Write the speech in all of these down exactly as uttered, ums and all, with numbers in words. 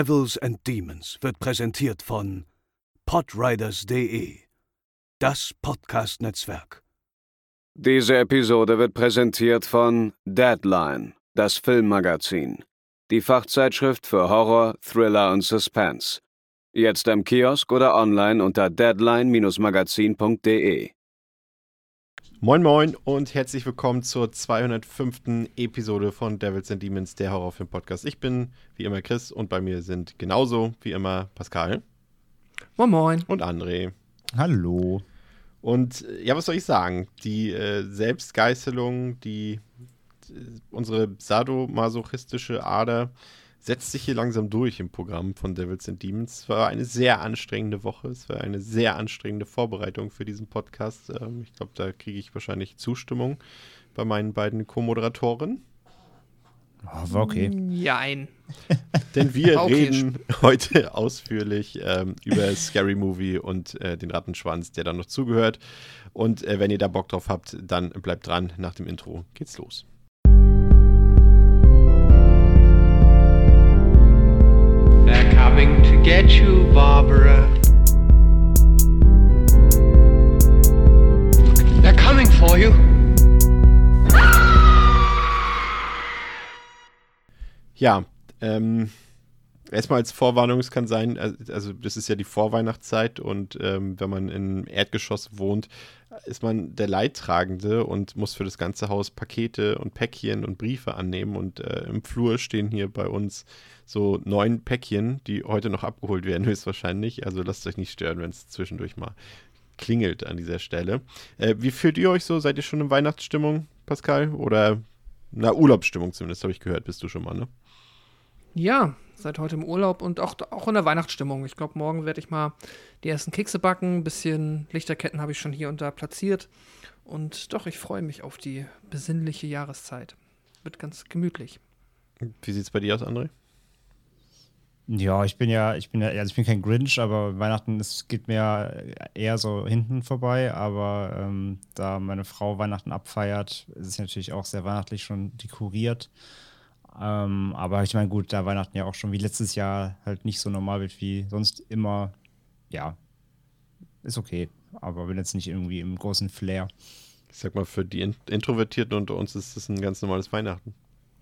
Devils and Demons wird präsentiert von podriders punkt de, das Podcast-Netzwerk. Diese Episode wird präsentiert von Deadline, das Filmmagazin, die Fachzeitschrift für Horror, Thriller und Suspense. Jetzt im Kiosk oder online unter deadline Bindestrich magazin punkt de. Moin Moin und herzlich willkommen zur zweihundertfünften Episode von Devils and Demons, der Horrorfilm-Podcast. Ich bin wie immer Chris und bei mir sind genauso wie immer Pascal. Moin Moin. Und André. Hallo. Und ja, was soll ich sagen? Die äh, Selbstgeißelung, die äh, unsere sadomasochistische Ader setzt sich hier langsam durch im Programm von Devils and Demons. Es war eine sehr anstrengende Woche. Es war eine sehr anstrengende Vorbereitung für diesen Podcast. Ähm, ich glaube, da kriege ich wahrscheinlich Zustimmung bei meinen beiden Co-Moderatoren. Oh, war okay. Jein. Denn wir okay. reden heute ausführlich ähm, über Scary Movie und äh, den Rattenschwanz, der da noch zugehört. Und äh, wenn ihr da Bock drauf habt, dann bleibt dran. Nach dem Intro geht's los. They're coming to get you, Barbara. They're coming for you. Ja, ähm, erstmal als Vorwarnung, es kann sein, also das ist ja die Vorweihnachtszeit und ähm, wenn man im Erdgeschoss wohnt, ist man der Leidtragende und muss für das ganze Haus Pakete und Päckchen und Briefe annehmen und äh, im Flur stehen hier bei uns so neun Päckchen, die heute noch abgeholt werden höchstwahrscheinlich, also lasst euch nicht stören, wenn es zwischendurch mal klingelt an dieser Stelle. Äh, wie fühlt ihr euch so? Seid ihr schon in Weihnachtsstimmung, Pascal? Oder, na, Urlaubsstimmung zumindest, habe ich gehört, bist du schon mal, ne? Ja, seit heute im Urlaub und auch, auch in der Weihnachtsstimmung. Ich glaube, morgen werde ich mal die ersten Kekse backen. Ein bisschen Lichterketten habe ich schon hier und da platziert. Und doch, ich freue mich auf die besinnliche Jahreszeit. Wird ganz gemütlich. Wie sieht es bei dir aus, André? Ja, ich bin ja, ich bin ja, also ich bin kein Grinch, aber Weihnachten, es geht mir eher so hinten vorbei. Aber ähm, da meine Frau Weihnachten abfeiert, ist es natürlich auch sehr weihnachtlich schon dekoriert. Ähm, aber ich meine, gut, da Weihnachten ja auch schon wie letztes Jahr halt nicht so normal wird wie sonst immer, ja, ist okay. Aber bin jetzt nicht irgendwie im großen Flair. Ich sag mal, für die Introvertierten unter uns ist das ein ganz normales Weihnachten.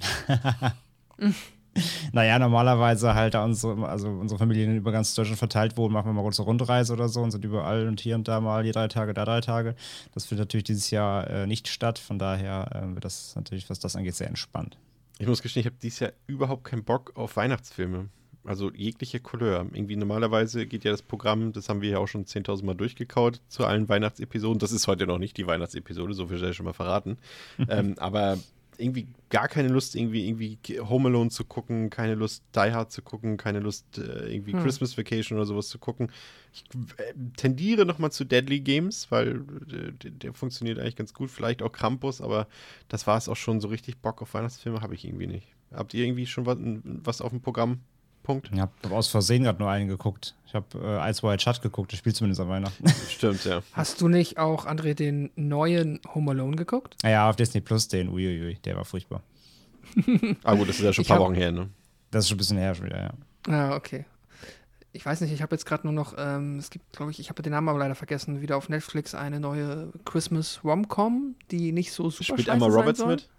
Naja, normalerweise halt da unsere, also unsere Familien über ganz Deutschland verteilt wohnen, machen wir mal kurze Rundreise oder so und sind überall und hier und da mal hier drei Tage, da drei Tage. Das findet natürlich dieses Jahr äh, nicht statt. Von daher äh, wird das natürlich, was das angeht, sehr entspannt. Ich muss gestehen, ich habe dieses Jahr überhaupt keinen Bock auf Weihnachtsfilme. Also jegliche Couleur. Irgendwie normalerweise geht ja das Programm, das haben wir ja auch schon zehntausend Mal durchgekaut zu allen Weihnachtsepisoden. Das ist heute noch nicht die Weihnachtsepisode, so viel sei schon mal verraten. ähm, aber irgendwie gar keine Lust, irgendwie, irgendwie Home Alone zu gucken, keine Lust, Die Hard zu gucken, keine Lust, äh, irgendwie hm. Christmas Vacation oder sowas zu gucken. Ich äh, tendiere nochmal zu Deadly Games, weil äh, der, der funktioniert eigentlich ganz gut. Vielleicht auch Krampus, aber das war es auch schon. So richtig Bock auf Weihnachtsfilme habe ich irgendwie nicht. Habt ihr irgendwie schon was, was auf dem Programm? Punkt. Ich habe aus Versehen gerade nur einen geguckt. Ich habe äh, Ice White Shut geguckt. Das spielt zumindest an Weihnachten. Stimmt, ja. Hast du nicht auch, André, den neuen Home Alone geguckt? Ja, auf Disney Plus den. Uiuiui, der war furchtbar. Ah gut, das ist ja schon ein Ich paar hab, Wochen her, ne? Das ist schon ein bisschen her schon wieder, ja. Ah, okay. Ich weiß nicht, ich habe jetzt gerade nur noch, ähm, es gibt, glaube ich, ich habe den Namen aber leider vergessen, wieder auf Netflix eine neue Christmas Rom-Com, die nicht so super Spielt scheiße Emma sein Roberts soll. mit?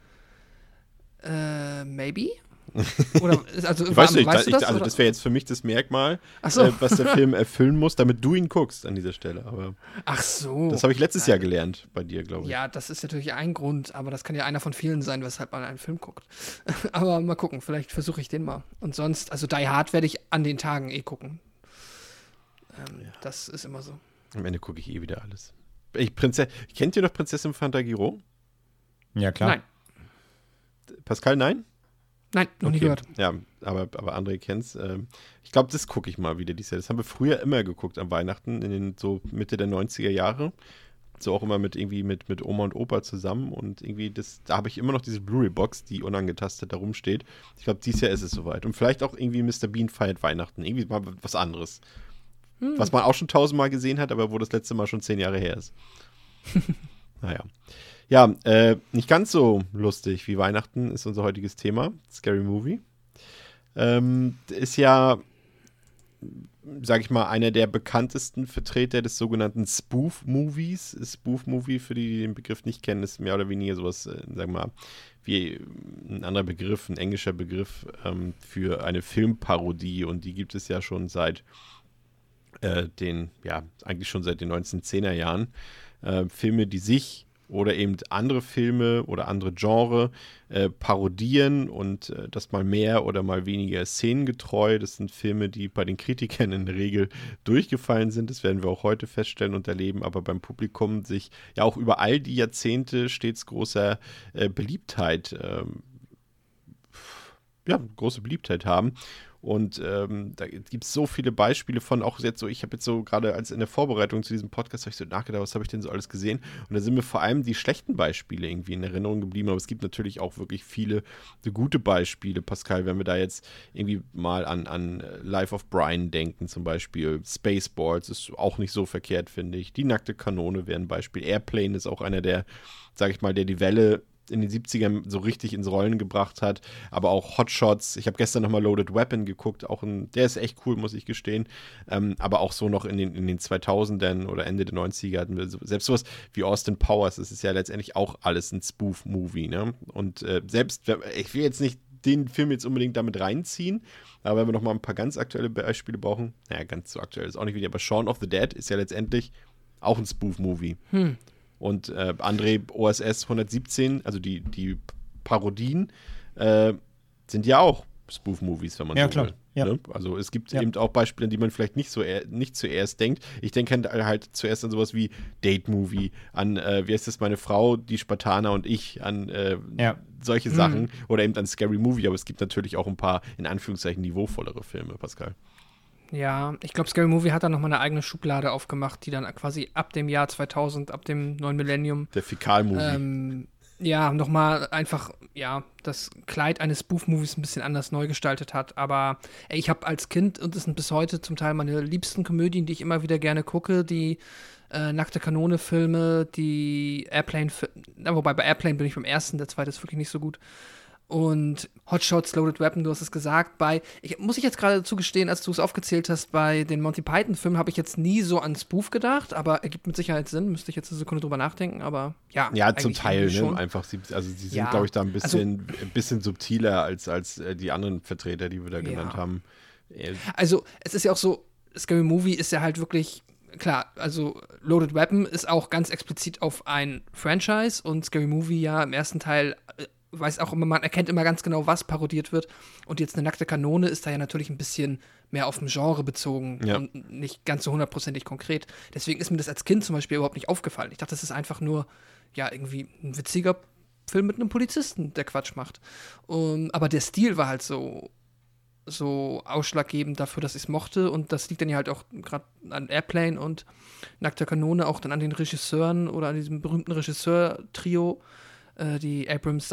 Äh, maybe? Oder, also, ich war, weiß nicht, weißt du das, ich, also oder? das wäre jetzt für mich das Merkmal, Ach so. äh, was der Film erfüllen muss, damit du ihn guckst an dieser Stelle. Aber Ach so. das habe ich letztes Jahr gelernt bei dir, glaube ich. Ja, das ist natürlich ein Grund, aber das kann ja einer von vielen sein, weshalb man einen Film guckt. Aber mal gucken, vielleicht versuche ich den mal. Und sonst, also Die Hard werde ich an den Tagen eh gucken. Ähm, ja. Das ist immer so. Am Ende gucke ich eh wieder alles. Ich, Prinzess, kennt ihr noch Prinzessin Fantagiro? Ja, klar. Nein. Pascal, nein? Nein, noch okay. nie gehört. Ja, aber, aber André kennt's. Ähm, ich glaube, das gucke ich mal wieder dieses Jahr. Das haben wir früher immer geguckt an Weihnachten, in den so Mitte der neunziger Jahre. So auch immer mit irgendwie mit, mit Oma und Opa zusammen. Und irgendwie, das, da habe ich immer noch diese Blu-ray-Box, die unangetastet da rumsteht. Ich glaube, dieses Jahr ist es soweit. Und vielleicht auch irgendwie Mister Bean feiert Weihnachten. Irgendwie mal was anderes. Hm. Was man auch schon tausendmal gesehen hat, aber wo das letzte Mal schon zehn Jahre her ist. Naja. Ja, äh, nicht ganz so lustig wie Weihnachten ist unser heutiges Thema, Scary Movie. ähm, ist ja, sag ich mal, einer der bekanntesten Vertreter des sogenannten Spoof-Movies. Spoof-Movie, für die, die den Begriff nicht kennen, ist mehr oder weniger sowas, äh, sagen wir mal, wie ein anderer Begriff, ein englischer Begriff ähm, für eine Filmparodie. Und die gibt es ja schon seit äh, den, ja, eigentlich schon seit den neunzehnhundertzehner Jahren. Äh, Filme, die sich oder eben andere Filme oder andere Genre äh, parodieren und äh, das mal mehr oder mal weniger szenengetreu. Das sind Filme, die bei den Kritikern in der Regel durchgefallen sind. Das werden wir auch heute feststellen und erleben, aber beim Publikum sich ja auch über all die Jahrzehnte stets großer äh, Beliebtheit, ähm, ja, große Beliebtheit haben. Und ähm, da gibt es so viele Beispiele von, auch jetzt so, ich habe jetzt so gerade als in der Vorbereitung zu diesem Podcast, habe ich so nachgedacht, was habe ich denn so alles gesehen? Und da sind mir vor allem die schlechten Beispiele irgendwie in Erinnerung geblieben, aber es gibt natürlich auch wirklich viele gute Beispiele, Pascal, wenn wir da jetzt irgendwie mal an, an Life of Brian denken zum Beispiel, Spaceballs ist auch nicht so verkehrt, finde ich. Die nackte Kanone wäre ein Beispiel. Airplane ist auch einer der, sage ich mal, der die Welle in den siebzigern so richtig ins Rollen gebracht hat, aber auch Hotshots. Ich habe gestern nochmal Loaded Weapon geguckt, auch ein, der ist echt cool, muss ich gestehen, ähm, aber auch so noch in den, in den zweitausendern oder Ende der neunziger hatten wir so, selbst sowas wie Austin Powers, das ist ja letztendlich auch alles ein Spoof-Movie, ne? Und äh, selbst, ich will jetzt nicht den Film jetzt unbedingt damit reinziehen, aber wenn wir nochmal ein paar ganz aktuelle Beispiele brauchen, naja, ganz so aktuell ist auch nicht wieder, aber Shaun of the Dead ist ja letztendlich auch ein Spoof-Movie. Hm. Und äh, André O S S hundertsiebzehn, also die, die Parodien, äh, sind ja auch Spoof-Movies, wenn man ja, so klar. will. Ja. Ne? Also es gibt ja. eben auch Beispiele, an die man vielleicht nicht so eher, nicht zuerst denkt. Ich denke halt zuerst an sowas wie Date-Movie, an, äh, wie heißt das, meine Frau, die Spartaner und ich, an äh, ja. solche mhm. Sachen. Oder eben an Scary Movie, aber es gibt natürlich auch ein paar, in Anführungszeichen, niveauvollere Filme, Pascal. Ja, ich glaube, Scary Movie hat da nochmal eine eigene Schublade aufgemacht, die dann quasi ab dem Jahr zweitausend, ab dem neuen Millennium. Der Fäkal-Movie. Ähm, ja, nochmal einfach, ja, das Kleid eines Spoof-Movies ein bisschen anders neu gestaltet hat. Aber ey, ich habe als Kind, und das sind bis heute zum Teil meine liebsten Komödien, die ich immer wieder gerne gucke, die äh, Nackte Kanone-Filme, die Airplane-Filme, wobei bei Airplane bin ich beim ersten, der zweite ist wirklich nicht so gut. Und Hotshots, Loaded Weapon, du hast es gesagt, bei, ich, muss ich jetzt gerade dazu gestehen, als du es aufgezählt hast, bei den Monty Python-Filmen habe ich jetzt nie so an Spoof gedacht, aber ergibt mit Sicherheit Sinn, müsste ich jetzt eine Sekunde drüber nachdenken, aber ja. Ja, zum Teil, ne, einfach, also sie sind, ja. glaube ich, da ein bisschen, also, ein bisschen subtiler als, als äh, die anderen Vertreter, die wir da genannt ja. haben. Äh, also, es ist ja auch so, Scary Movie ist ja halt wirklich, klar, also Loaded Weapon ist auch ganz explizit auf ein Franchise und Scary Movie ja im ersten Teil äh, weiß auch immer, man erkennt immer ganz genau, was parodiert wird. Und jetzt eine nackte Kanone ist da ja natürlich ein bisschen mehr auf dem Genre bezogen ja. und nicht ganz so hundertprozentig konkret. Deswegen ist mir das als Kind zum Beispiel überhaupt nicht aufgefallen. Ich dachte, das ist einfach nur, ja, irgendwie ein witziger Film mit einem Polizisten, der Quatsch macht. Und, aber der Stil war halt so, so ausschlaggebend dafür, dass ich es mochte. Und das liegt dann ja halt auch gerade an Airplane und Nackter Kanone, auch dann an den Regisseuren oder an diesem berühmten Regisseur-Trio, die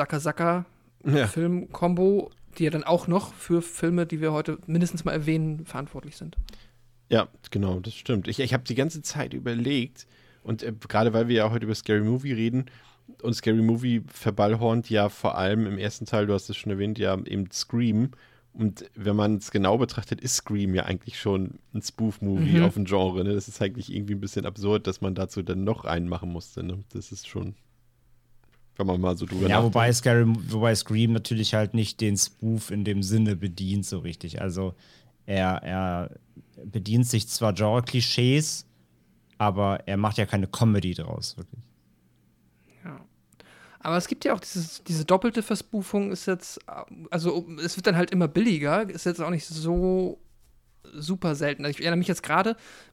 Abrams-Saka-Saka-Film-Kombo, ja. die ja dann auch noch für Filme, die wir heute mindestens mal erwähnen, verantwortlich sind. Ja, genau, das stimmt. Ich, ich habe die ganze Zeit überlegt, und äh, gerade weil wir ja heute über Scary Movie reden, und Scary Movie verballhornt ja vor allem im ersten Teil, du hast es schon erwähnt, ja eben Scream. Und wenn man es genau betrachtet, ist Scream ja eigentlich schon ein Spoof-Movie mhm. auf ein Genre. Ne? Das ist eigentlich irgendwie ein bisschen absurd, dass man dazu dann noch einen machen musste. Ne? Das ist schon... Wenn man mal so drüber Ja, wobei, Scary, wobei Scream natürlich halt nicht den Spoof in dem Sinne bedient so richtig. Also er, er bedient sich zwar Genre-Klischees, aber er macht ja keine Comedy draus, wirklich. Ja. Aber es gibt ja auch dieses, diese doppelte Verspoofung ist jetzt, also es wird dann halt immer billiger, ist jetzt auch nicht so super selten. Also ich erinnere mich jetzt gerade,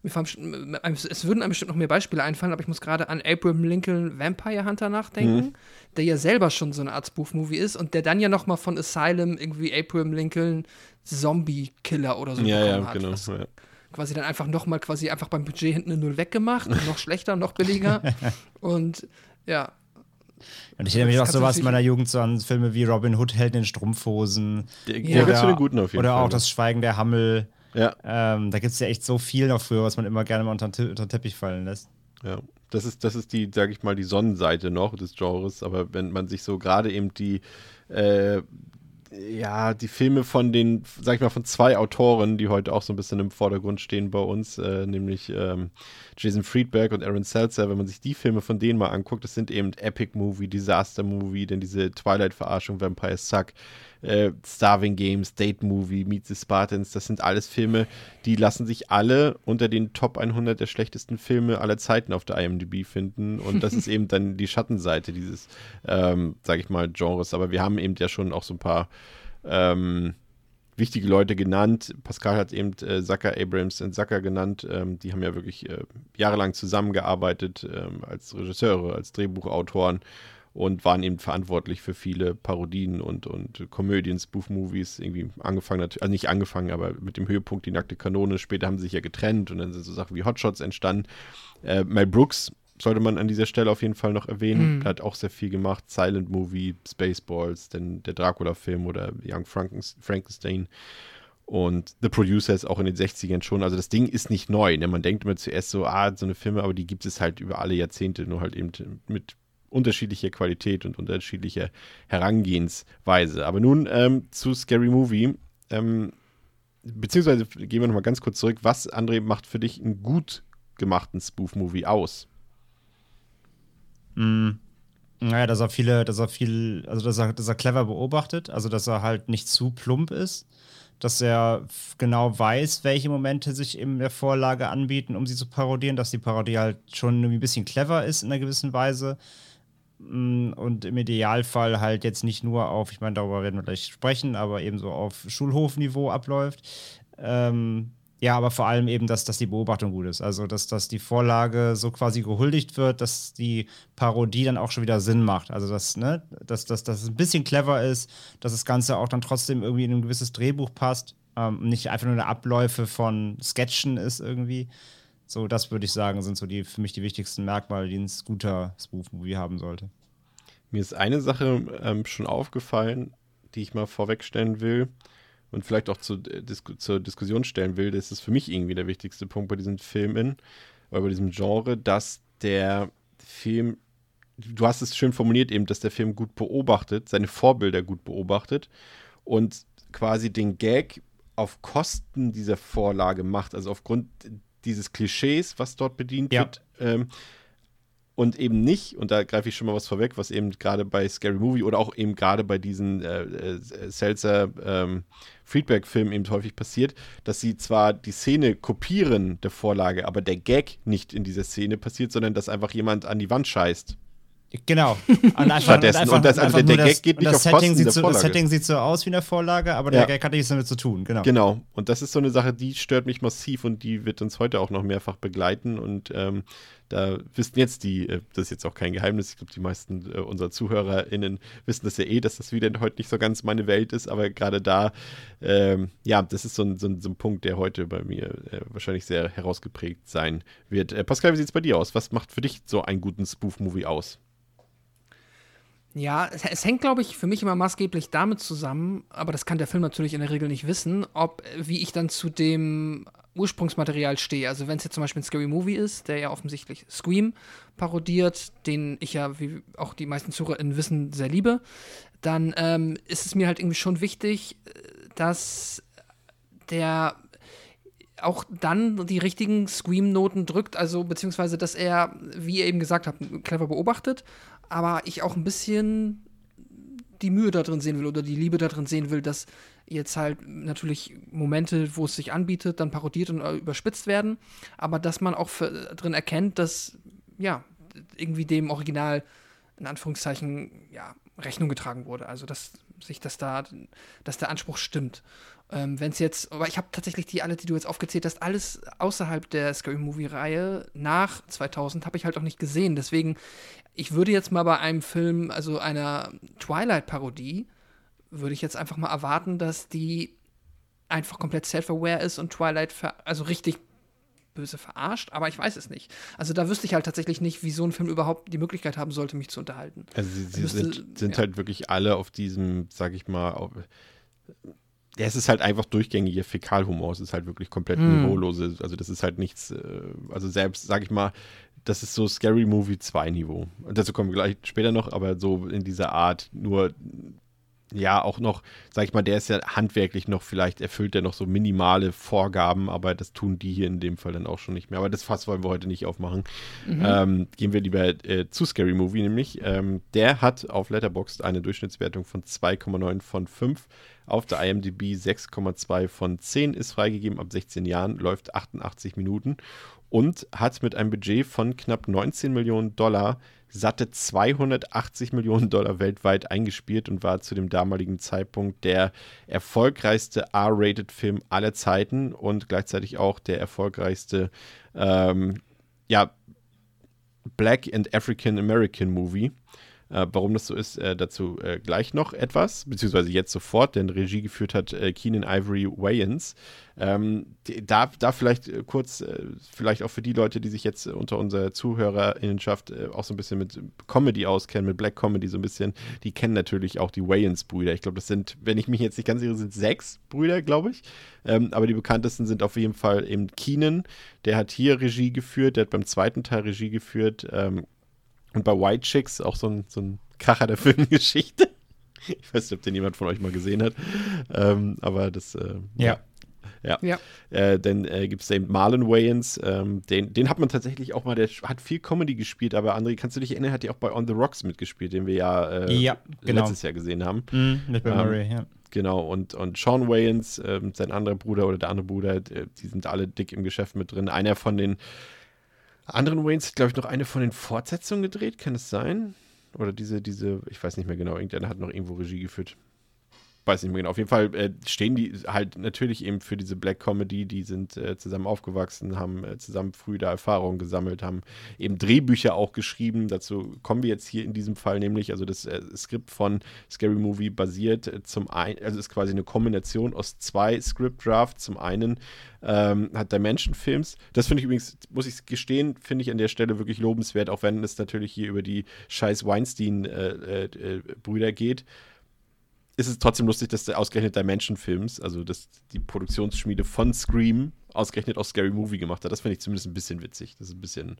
es würden einem bestimmt noch mehr Beispiele einfallen, aber ich muss gerade an Abraham Lincoln Vampire Hunter nachdenken, mhm. der ja selber schon so eine Art Spoof-Movie ist und der dann ja noch mal von Asylum irgendwie Abraham Lincoln Zombie-Killer oder so ja, bekommen ja, hat. Genau, ja. Quasi dann einfach noch mal quasi einfach beim Budget hinten eine Null weggemacht, noch schlechter, noch billiger und ja. Und ich erinnere mich auch sowas in meiner Jugend so an Filme wie Robin Hood, Held in Strumpfhosen. Der ja. gibt's für den Guten auf jeden oder Fall. Oder auch Das Schweigen der Hammel. Ja. Ähm, da gibt es ja echt so viel noch früher, was man immer gerne mal unter den, unter den Teppich fallen lässt. Ja, das ist, das ist die, sag ich mal, die Sonnenseite noch des Genres, aber wenn man sich so gerade eben die, äh, ja, die Filme von den, sag ich mal, von zwei Autoren, die heute auch so ein bisschen im Vordergrund stehen bei uns, äh, nämlich ähm, Jason Friedberg und Aaron Seltzer. Wenn man sich die Filme von denen mal anguckt, das sind eben Epic Movie, Disaster Movie, dann diese Twilight-Verarschung, Vampire Suck, äh, Starving Games, Date Movie, Meet the Spartans, das sind alles Filme, die lassen sich alle unter den Top hundert der schlechtesten Filme aller Zeiten auf der I M D B finden und das ist eben dann die Schattenseite dieses, ähm, sag ich mal, Genres, aber wir haben eben ja schon auch so ein paar ähm, wichtige Leute genannt. Pascal hat eben äh, Zucker, Abrams und Zucker genannt. Ähm, die haben ja wirklich äh, jahrelang zusammengearbeitet ähm, als Regisseure, als Drehbuchautoren und waren eben verantwortlich für viele Parodien und, und Komödien, Spoof-Movies. Irgendwie angefangen, also nicht angefangen, aber mit dem Höhepunkt Die nackte Kanone. Später haben sie sich ja getrennt und dann sind so Sachen wie Hotshots entstanden. Äh, Mel Brooks sollte man an dieser Stelle auf jeden Fall noch erwähnen. Mhm. Hat auch sehr viel gemacht. Silent Movie, Spaceballs, denn der Dracula-Film oder Young Frankenstein. Und The Producer ist auch in den sechzigern schon. Also das Ding ist nicht neu. Ne? Man denkt immer zuerst so, ah, so eine Filme, aber die gibt es halt über alle Jahrzehnte, nur halt eben mit unterschiedlicher Qualität und unterschiedlicher Herangehensweise. Aber nun ähm, zu Scary Movie. Ähm, beziehungsweise gehen wir nochmal ganz kurz zurück. Was, André, macht für dich einen gut gemachten Spoof-Movie aus? Mm. Naja, dass er viele, dass er viel, also dass er, dass er clever beobachtet, also dass er halt nicht zu plump ist, dass er genau weiß, welche Momente sich in der Vorlage anbieten, um sie zu parodieren, dass die Parodie halt schon irgendwie ein bisschen clever ist in einer gewissen Weise und im Idealfall halt jetzt nicht nur auf, ich meine, darüber werden wir gleich sprechen, aber eben so auf Schulhofniveau abläuft. Ähm, Ja, aber vor allem eben, dass, dass die Beobachtung gut ist. Also, dass, dass die Vorlage so quasi gehuldigt wird, dass die Parodie dann auch schon wieder Sinn macht. Also, dass, ne, dass, dass, dass es ein bisschen clever ist, dass das Ganze auch dann trotzdem irgendwie in ein gewisses Drehbuch passt. Ähm, nicht einfach nur eine Abläufe von Sketchen ist irgendwie. So, das würde ich sagen, sind so die für mich die wichtigsten Merkmale, die ein guter Spoof-Movie haben sollte. Mir ist eine Sache ähm, schon aufgefallen, die ich mal vorwegstellen will. Und vielleicht auch zu, Dis- zur Diskussion stellen will, das ist für mich irgendwie der wichtigste Punkt bei diesen Filmen, oder bei diesem Genre, dass der Film, du hast es schön formuliert eben, dass der Film gut beobachtet, seine Vorbilder gut beobachtet und quasi den Gag auf Kosten dieser Vorlage macht, also aufgrund dieses Klischees, was dort bedient ja. wird, ähm, und eben nicht, und da greife ich schon mal was vorweg, was eben gerade bei Scary Movie oder auch eben gerade bei diesen äh, äh, Seltzer ähm, Friedberg-Filmen eben häufig passiert, dass sie zwar die Szene kopieren der Vorlage, aber der Gag nicht in dieser Szene passiert, sondern dass einfach jemand an die Wand scheißt. Genau. Und einfach, Stattdessen. Und, einfach, und das, also der, der das, Gag geht nicht auf Setting Kosten der so, Vorlage. Das Setting sieht so aus wie in der Vorlage, aber ja. der Gag hat nichts damit zu tun. Genau. Genau. Und das ist so eine Sache, die stört mich massiv und die wird uns heute auch noch mehrfach begleiten. Und ähm, da wissen jetzt die, äh, das ist jetzt auch kein Geheimnis, ich glaube, die meisten äh, unserer ZuhörerInnen wissen das ja eh, dass das wieder heute nicht so ganz meine Welt ist, aber gerade da, ähm, ja, das ist so ein, so, ein, so ein Punkt, der heute bei mir äh, wahrscheinlich sehr herausgeprägt sein wird. Äh, Pascal, wie sieht es bei dir aus? Was macht für dich so einen guten Spoof-Movie aus? Ja, es, es hängt, glaube ich, für mich immer maßgeblich damit zusammen, aber das kann der Film natürlich in der Regel nicht wissen, ob, wie ich dann zu dem Ursprungsmaterial stehe. Also wenn es jetzt zum Beispiel ein Scary Movie ist, der ja offensichtlich Scream parodiert, den ich ja, wie auch die meisten ZuhörerInnen wissen, sehr liebe, dann ähm, ist es mir halt irgendwie schon wichtig, dass der auch dann die richtigen Scream-Noten drückt, also beziehungsweise, dass er, wie ihr eben gesagt habt, clever beobachtet, aber ich auch ein bisschen die Mühe da drin sehen will oder die Liebe da drin sehen will, dass jetzt halt natürlich Momente, wo es sich anbietet, dann parodiert und überspitzt werden, aber dass man auch für, drin erkennt, dass, ja, irgendwie dem Original in Anführungszeichen, ja, Rechnung getragen wurde, also dass sich das da, dass der Anspruch stimmt. Ähm, wenn es jetzt, aber ich habe tatsächlich die alle, die du jetzt aufgezählt hast, alles außerhalb der Scary-Movie-Reihe nach zweitausend habe ich halt auch nicht gesehen. Deswegen, ich würde jetzt mal bei einem Film, also einer Twilight-Parodie, würde ich jetzt einfach mal erwarten, dass die einfach komplett self-aware ist und Twilight, ver- also richtig böse verarscht, aber ich weiß es nicht. Also da wüsste ich halt tatsächlich nicht, wie so ein Film überhaupt die Möglichkeit haben sollte, mich zu unterhalten. Also sie, sie müsste, sind, sind ja. halt wirklich alle auf diesem, sag ich mal, auf, ja, es ist halt einfach durchgängiger Fäkalhumor. Es ist halt wirklich komplett mm. niveaulose. Also das ist halt nichts, also selbst, sag ich mal, das ist so Scary Movie zwei Niveau. Und dazu kommen wir gleich später noch, aber so in dieser Art nur, ja, auch noch, sag ich mal, der ist ja handwerklich noch, vielleicht erfüllt der noch so minimale Vorgaben, aber das tun die hier in dem Fall dann auch schon nicht mehr. Aber das Fass wollen wir heute nicht aufmachen. Mhm. Ähm, gehen wir lieber äh, zu Scary Movie, nämlich. Ähm, der hat auf Letterboxd eine Durchschnittswertung von zwei Komma neun von fünf. Auf der I M D B sechs Komma zwei von zehn, ist freigegeben ab sechzehn Jahren, läuft achtundachtzig Minuten und hat mit einem Budget von knapp neunzehn Millionen Dollar satte zweihundertachtzig Millionen Dollar weltweit eingespielt und war zu dem damaligen Zeitpunkt der erfolgreichste R-Rated-Film aller Zeiten und gleichzeitig auch der erfolgreichste ähm, ja, Black and African American Movie. Äh, warum das so ist, äh, dazu äh, gleich noch etwas, beziehungsweise jetzt sofort, denn Regie geführt hat äh, Keenan Ivory Wayans. Ähm, die, da, da vielleicht äh, kurz, äh, vielleicht auch für die Leute, die sich jetzt äh, unter unserer Zuhörerinnenschaft äh, auch so ein bisschen mit Comedy auskennen, mit Black Comedy so ein bisschen, die kennen natürlich auch die Wayans-Brüder. Ich glaube, das sind, wenn ich mich jetzt nicht ganz irre, sind sechs Brüder, glaube ich. Ähm, aber die bekanntesten sind auf jeden Fall eben Keenan, der hat hier Regie geführt, der hat beim zweiten Teil Regie geführt, ähm, und bei White Chicks, auch so ein, so ein Kracher der Filmgeschichte. Ich weiß nicht, ob den jemand von euch mal gesehen hat. Ähm, aber das, äh, ja. Ja. ja. Äh, dann äh, gibt es den Marlon Wayans. Ähm, den, den hat man tatsächlich auch mal, der hat viel Comedy gespielt, aber André, kannst du dich erinnern, hat ja auch bei On the Rocks mitgespielt, den wir ja, äh, ja genau. letztes Jahr gesehen haben. Mm, mit Bill ähm, Murray, ja. Genau, und, und Sean Wayans, äh, sein anderer Bruder oder der andere Bruder, die sind alle dick im Geschäft mit drin. Einer von den anderen Wayans hat, glaube ich, noch eine von den Fortsetzungen gedreht, kann es sein? Oder diese, diese, ich weiß nicht mehr genau, irgendeiner hat noch irgendwo Regie geführt. Weiß nicht mehr genau. Auf jeden Fall äh, stehen die halt natürlich eben für diese Black Comedy, die sind äh, zusammen aufgewachsen, haben äh, zusammen früh da Erfahrungen gesammelt, haben eben Drehbücher auch geschrieben. Dazu kommen wir jetzt hier in diesem Fall nämlich, also das äh, Skript von Scary Movie basiert äh, zum einen, also ist quasi eine Kombination aus zwei Script-Drafts. Zum einen ähm, hat Dimension Films, das finde ich übrigens, muss ich gestehen, finde ich an der Stelle wirklich lobenswert, auch wenn es natürlich hier über die scheiß Weinstein-Brüder äh, äh, geht. Ist es trotzdem lustig, dass der ausgerechnet Dimension Films, also dass die Produktionsschmiede von Scream ausgerechnet auch Scary Movie gemacht hat. Das finde ich zumindest ein bisschen witzig. Das ist ein bisschen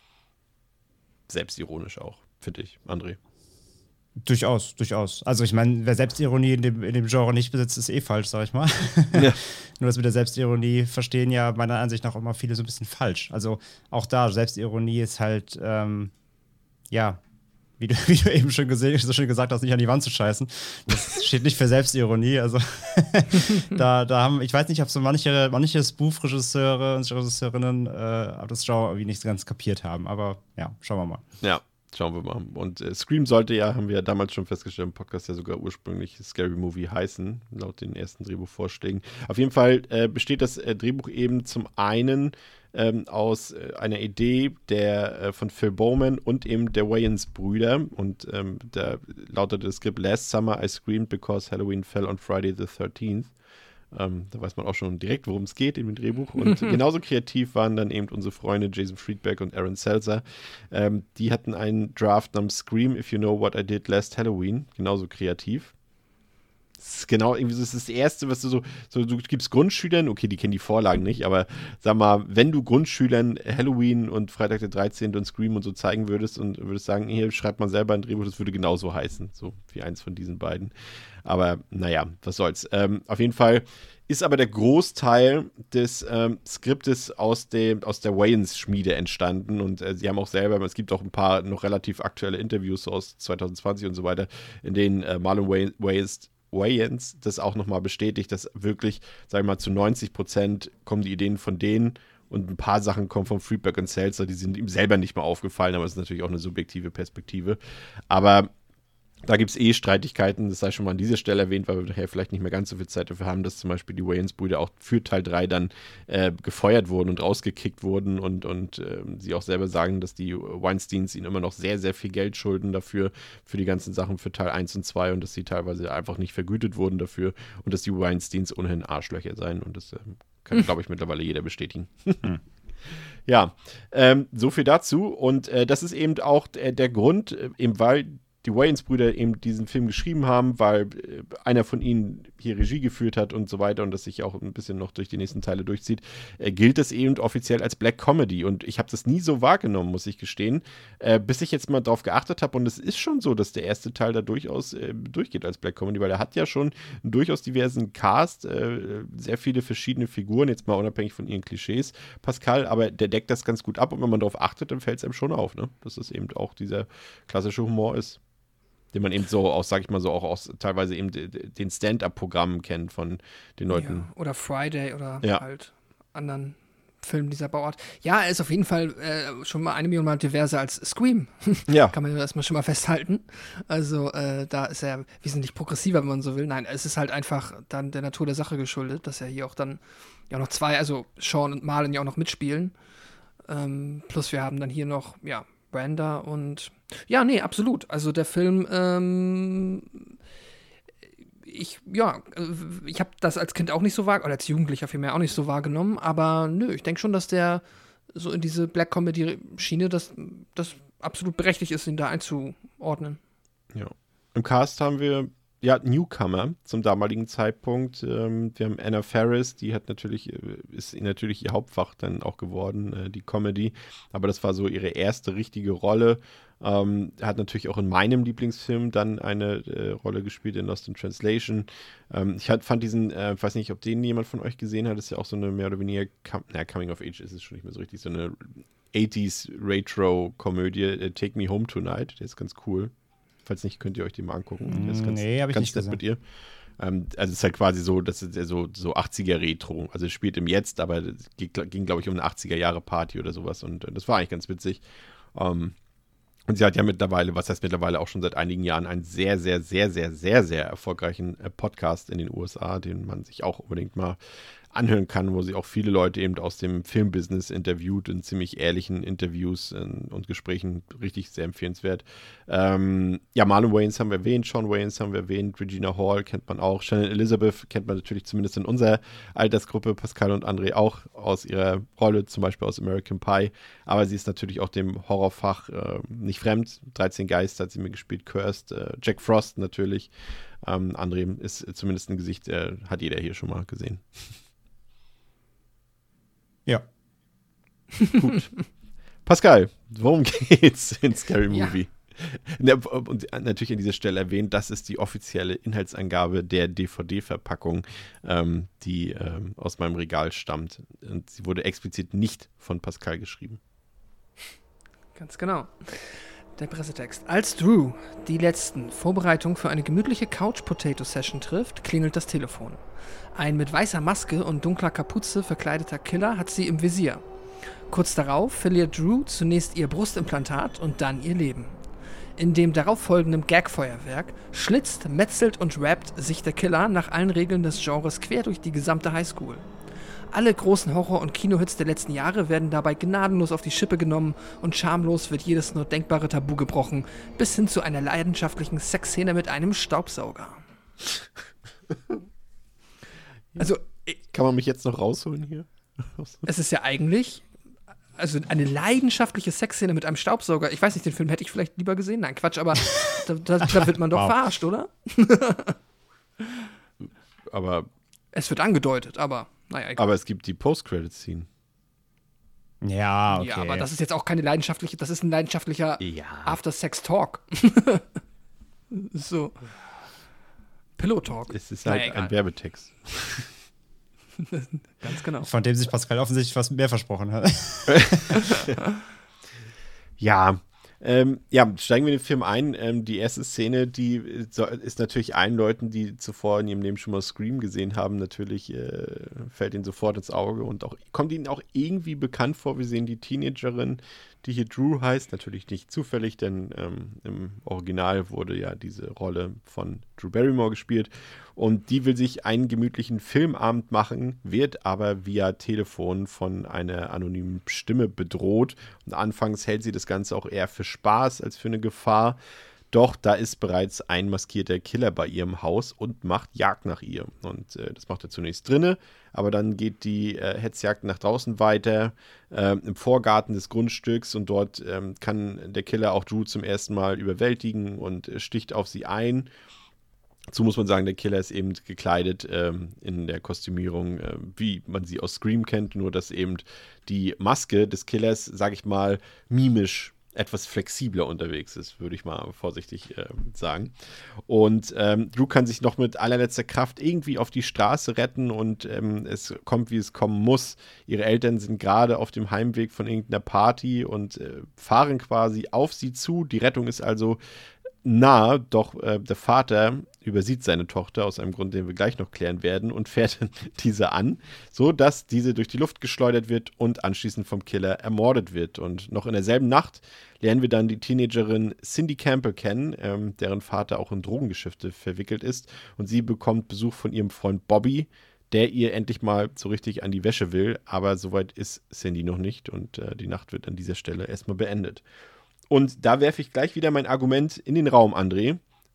selbstironisch auch, finde ich, André. Durchaus, durchaus. Also ich meine, wer Selbstironie in dem, in dem Genre nicht besitzt, ist eh falsch, sag ich mal. Ja. Nur das mit der Selbstironie verstehen ja meiner Ansicht nach immer viele so ein bisschen falsch. Also auch da, Selbstironie ist halt, ähm, ja, Wie du, wie du eben schon gesehen, so schön gesagt hast, nicht an die Wand zu scheißen. Das steht nicht für Selbstironie. Also da, da haben, ich weiß nicht, ob so manche, manche Spoof-Regisseure und Regisseurinnen äh, das Genre irgendwie nicht ganz kapiert haben. Aber ja, schauen wir mal. Ja, schauen wir mal. Und äh, Scream sollte ja, haben wir ja damals schon festgestellt im Podcast, ja sogar ursprünglich Scary Movie heißen, laut den ersten Drehbuchvorschlägen. Auf jeden Fall äh, besteht das äh, Drehbuch eben zum einen Ähm, aus äh, einer Idee der äh, von Phil Bowman und eben der Wayans-Brüder. Und ähm, da lautete das Skript: Last summer I screamed because Halloween fell on Friday the thirteenth. Ähm, da weiß man auch schon direkt, worum es geht in dem Drehbuch. Und genauso kreativ waren dann eben unsere Freunde Jason Friedberg und Aaron Seltzer. Ähm, die hatten einen Draft namens Scream If You Know What I Did Last Halloween. Genauso kreativ. Das ist genau, irgendwie so, das ist das Erste, was du so, so, du gibst Grundschülern, okay, die kennen die Vorlagen nicht, aber sag mal, wenn du Grundschülern Halloween und Freitag der dreizehnte und Scream und so zeigen würdest und würdest sagen, hier schreibt man selber ein Drehbuch, das würde genauso heißen, so wie eins von diesen beiden. Aber naja, was soll's. Ähm, auf jeden Fall ist aber der Großteil des ähm, Skriptes aus, dem, aus der Wayans-Schmiede entstanden und äh, sie haben auch selber, es gibt auch ein paar noch relativ aktuelle Interviews aus zwanzig zwanzig und so weiter, in denen äh, Marlon Way- Wayans Wayans das auch nochmal bestätigt, dass wirklich, sag ich mal, zu neunzig Prozent kommen die Ideen von denen und ein paar Sachen kommen von Friedberg und Seltzer, die sind ihm selber nicht mal aufgefallen, aber das ist natürlich auch eine subjektive Perspektive. Aber da gibt es eh Streitigkeiten, das sei schon mal an dieser Stelle erwähnt, weil wir nachher vielleicht nicht mehr ganz so viel Zeit dafür haben, dass zum Beispiel die Wayans-Brüder auch für Teil drei dann äh, gefeuert wurden und rausgekickt wurden und, und äh, sie auch selber sagen, dass die Weinsteins ihnen immer noch sehr, sehr viel Geld schulden dafür, für die ganzen Sachen für Teil eins und zwei und dass sie teilweise einfach nicht vergütet wurden dafür und dass die Weinsteins ohnehin Arschlöcher seien und das äh, kann, glaube ich, mittlerweile jeder bestätigen. Ja, ähm, so viel dazu und äh, das ist eben auch der, der Grund, äh, eben weil die Wayans-Brüder eben diesen Film geschrieben haben, weil äh, einer von ihnen hier Regie geführt hat und so weiter und das sich auch ein bisschen noch durch die nächsten Teile durchzieht, äh, gilt das eben offiziell als Black Comedy. Und ich habe das nie so wahrgenommen, muss ich gestehen, äh, bis ich jetzt mal drauf geachtet habe. Und es ist schon so, dass der erste Teil da durchaus äh, durchgeht als Black Comedy, weil er hat ja schon einen durchaus diversen Cast, äh, sehr viele verschiedene Figuren, jetzt mal unabhängig von ihren Klischees, Pascal, aber der deckt das ganz gut ab und wenn man darauf achtet, dann fällt es einem schon auf, ne? Dass das eben auch dieser klassische Humor ist, den man eben so aus, sag ich mal so, auch aus teilweise eben den Stand-Up-Programmen kennt von den Leuten. Ja, oder Friday oder ja. halt anderen Filmen dieser Bauart. Ja, er ist auf jeden Fall äh, schon mal eine Million Mal diverser als Scream. Ja. Kann man erstmal schon mal festhalten. Also äh, da ist er wesentlich progressiver, wenn man so will. Nein, es ist halt einfach dann der Natur der Sache geschuldet, dass er hier auch dann ja noch zwei, also Sean und Marlon ja auch noch mitspielen. Ähm, plus wir haben dann hier noch, ja, Brenda und ja, nee, absolut. Also der Film, ähm, ich, ja, ich habe das als Kind auch nicht so wahrgenommen, oder als Jugendlicher vielmehr auch nicht so wahrgenommen, aber nö, ich denke schon, dass der so in diese Black Comedy-Schiene, dass das absolut berechtigt ist, ihn da einzuordnen. Ja. Im Cast haben wir ja, Newcomer zum damaligen Zeitpunkt. Ähm, wir haben Anna Faris, die hat natürlich, ist natürlich ihr Hauptfach dann auch geworden, äh, die Comedy. Aber das war so ihre erste richtige Rolle. Ähm, hat natürlich auch in meinem Lieblingsfilm dann eine äh, Rolle gespielt in Lost in Translation. Ähm, ich hat, fand diesen, äh, weiß nicht, ob den jemand von euch gesehen hat, das ist ja auch so eine mehr oder weniger, com- na, Coming of Age ist es schon nicht mehr so richtig, so eine achtziger Retro-Komödie, äh, Take Me Home Tonight, der ist ganz cool. Falls nicht, könnt ihr euch die mal angucken. Der ist ganz, nee, hab ich ganz nicht nett gesehen. mit ihr. Ähm, also es ist halt quasi so, das ist ja so, so achtziger Retro. Also es spielt im Jetzt, aber es ging, ging glaube ich, um eine achtziger Jahre Party oder sowas. Und äh, das war eigentlich ganz witzig. Ähm, und sie hat ja mittlerweile, was heißt mittlerweile auch schon seit einigen Jahren, einen sehr, sehr, sehr, sehr, sehr, sehr erfolgreichen äh, Podcast in den U S A, den man sich auch unbedingt mal anhören kann, wo sie auch viele Leute eben aus dem Filmbusiness interviewt in ziemlich ehrlichen Interviews in, und Gesprächen, richtig sehr empfehlenswert. Ähm, ja, Marlon Wayans haben wir erwähnt, Sean Wayans haben wir erwähnt, Regina Hall kennt man auch, Shannon Elizabeth kennt man natürlich zumindest in unserer Altersgruppe, Pascal und André auch aus ihrer Rolle, zum Beispiel aus American Pie, aber sie ist natürlich auch dem Horrorfach äh, nicht fremd, dreizehn Geister hat sie mir gespielt, Cursed, äh, Jack Frost natürlich, ähm, André ist zumindest ein Gesicht, äh, hat jeder hier schon mal gesehen. Ja. Gut. Pascal, worum geht's in Scary Ja. Movie? Ja. Und natürlich an dieser Stelle erwähnt, das ist die offizielle Inhaltsangabe der D V D-Verpackung, ähm, die ähm, aus meinem Regal stammt. Und sie wurde explizit nicht von Pascal geschrieben. Ganz genau. Der Pressetext. Als Drew die letzten Vorbereitungen für eine gemütliche Couch-Potato-Session trifft, klingelt das Telefon. Ein mit weißer Maske und dunkler Kapuze verkleideter Killer hat sie im Visier. Kurz darauf verliert Drew zunächst ihr Brustimplantat und dann ihr Leben. In dem darauffolgenden Gag-Feuerwerk schlitzt, metzelt und rappt sich der Killer nach allen Regeln des Genres quer durch die gesamte Highschool. Alle großen Horror- und Kinohits der letzten Jahre werden dabei gnadenlos auf die Schippe genommen und schamlos wird jedes nur denkbare Tabu gebrochen, bis hin zu einer leidenschaftlichen Sexszene mit einem Staubsauger. Also, Kann man mich jetzt noch rausholen hier? es ist ja eigentlich also eine leidenschaftliche Sexszene mit einem Staubsauger. Ich weiß nicht, den Film hätte ich vielleicht lieber gesehen. Nein, Quatsch, aber da, da, da wird man doch Wow. verarscht, oder? Aber, Es wird angedeutet, aber naja, egal. aber es gibt die Post-Credit-Scene. Ja, okay. Ja, aber das ist jetzt auch keine leidenschaftliche, das ist ein leidenschaftlicher Ja. After-Sex-Talk. So. Pillow-Talk. Es ist Naja, halt egal. ein Werbetext. Ganz genau. Von dem sich Pascal offensichtlich was mehr versprochen hat. Ja, ähm, ja, steigen wir in den Film ein. Ähm, die erste Szene, die so, ist natürlich allen Leuten, die zuvor in ihrem Leben schon mal Scream gesehen haben, natürlich äh, fällt ihnen sofort ins Auge und auch kommt ihnen auch irgendwie bekannt vor. Wir sehen die Teenagerin, die hier Drew heißt, natürlich nicht zufällig, denn ähm, im Original wurde ja diese Rolle von Drew Barrymore gespielt und die will sich einen gemütlichen Filmabend machen, wird aber via Telefon von einer anonymen Stimme bedroht und anfangs hält sie das Ganze auch eher für Spaß als für eine Gefahr. Doch da ist bereits ein maskierter Killer bei ihrem Haus und macht Jagd nach ihr. Und äh, das macht er zunächst drinne, aber dann geht die äh, Hetzjagd nach draußen weiter, äh, im Vorgarten des Grundstücks, und dort ähm, kann der Killer auch Drew zum ersten Mal überwältigen und äh, sticht auf sie ein. Dazu muss man sagen, der Killer ist eben gekleidet ähm, in der Kostümierung, äh, wie man sie aus Scream kennt, nur dass eben die Maske des Killers, sag ich mal, mimisch etwas flexibler unterwegs ist, würde ich mal vorsichtig äh, sagen. Und ähm, Drew kann sich noch mit allerletzter Kraft irgendwie auf die Straße retten, und ähm, es kommt, wie es kommen muss. Ihre Eltern sind gerade auf dem Heimweg von irgendeiner Party und äh, fahren quasi auf sie zu. Die Rettung ist also nah, doch äh, der Vater übersieht seine Tochter aus einem Grund, den wir gleich noch klären werden, und fährt diese an, so dass diese durch die Luft geschleudert wird und anschließend vom Killer ermordet wird. Und noch in derselben Nacht lernen wir dann die Teenagerin Cindy Campbell kennen, ähm, deren Vater auch in Drogengeschäfte verwickelt ist, und sie bekommt Besuch von ihrem Freund Bobby, der ihr endlich mal so richtig an die Wäsche will, aber soweit ist Cindy noch nicht, und äh, die Nacht wird an dieser Stelle erstmal beendet. Und da werfe ich gleich wieder mein Argument in den Raum, André.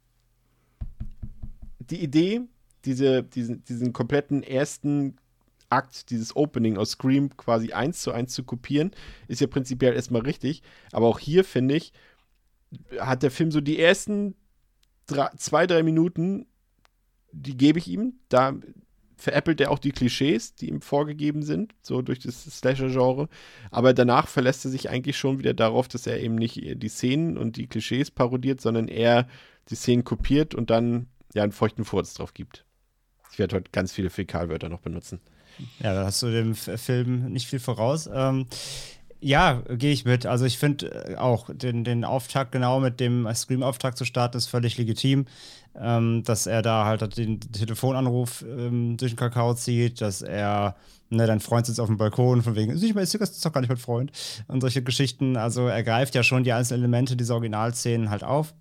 Die Idee, diese, diesen, diesen kompletten ersten Akt, dieses Opening aus Scream quasi eins zu eins zu kopieren, ist ja prinzipiell erstmal richtig. Aber auch hier, finde ich, hat der Film so die ersten drei, zwei, drei Minuten, die gebe ich ihm. Da veräppelt er auch die Klischees, die ihm vorgegeben sind, so durch das Slasher-Genre. Aber danach verlässt er sich eigentlich schon wieder darauf, dass er eben nicht die Szenen und die Klischees parodiert, sondern eher die Szenen kopiert und dann ja einen feuchten Furz drauf gibt. Ich werde heute ganz viele Fäkalwörter noch benutzen. Ja, da hast du dem F- Film nicht viel voraus. Ähm, ja, gehe ich mit. Also ich finde auch, den, den Auftakt genau mit dem Scream-Auftakt zu starten, ist völlig legitim. Ähm, dass er da halt den Telefonanruf ähm, durch den Kakao zieht, dass er, ne, dein Freund sitzt auf dem Balkon, von wegen, ist nicht mehr, das ist doch gar nicht mein Freund. Und solche Geschichten. Also er greift ja schon die einzelnen Elemente dieser Originalszenen halt auf.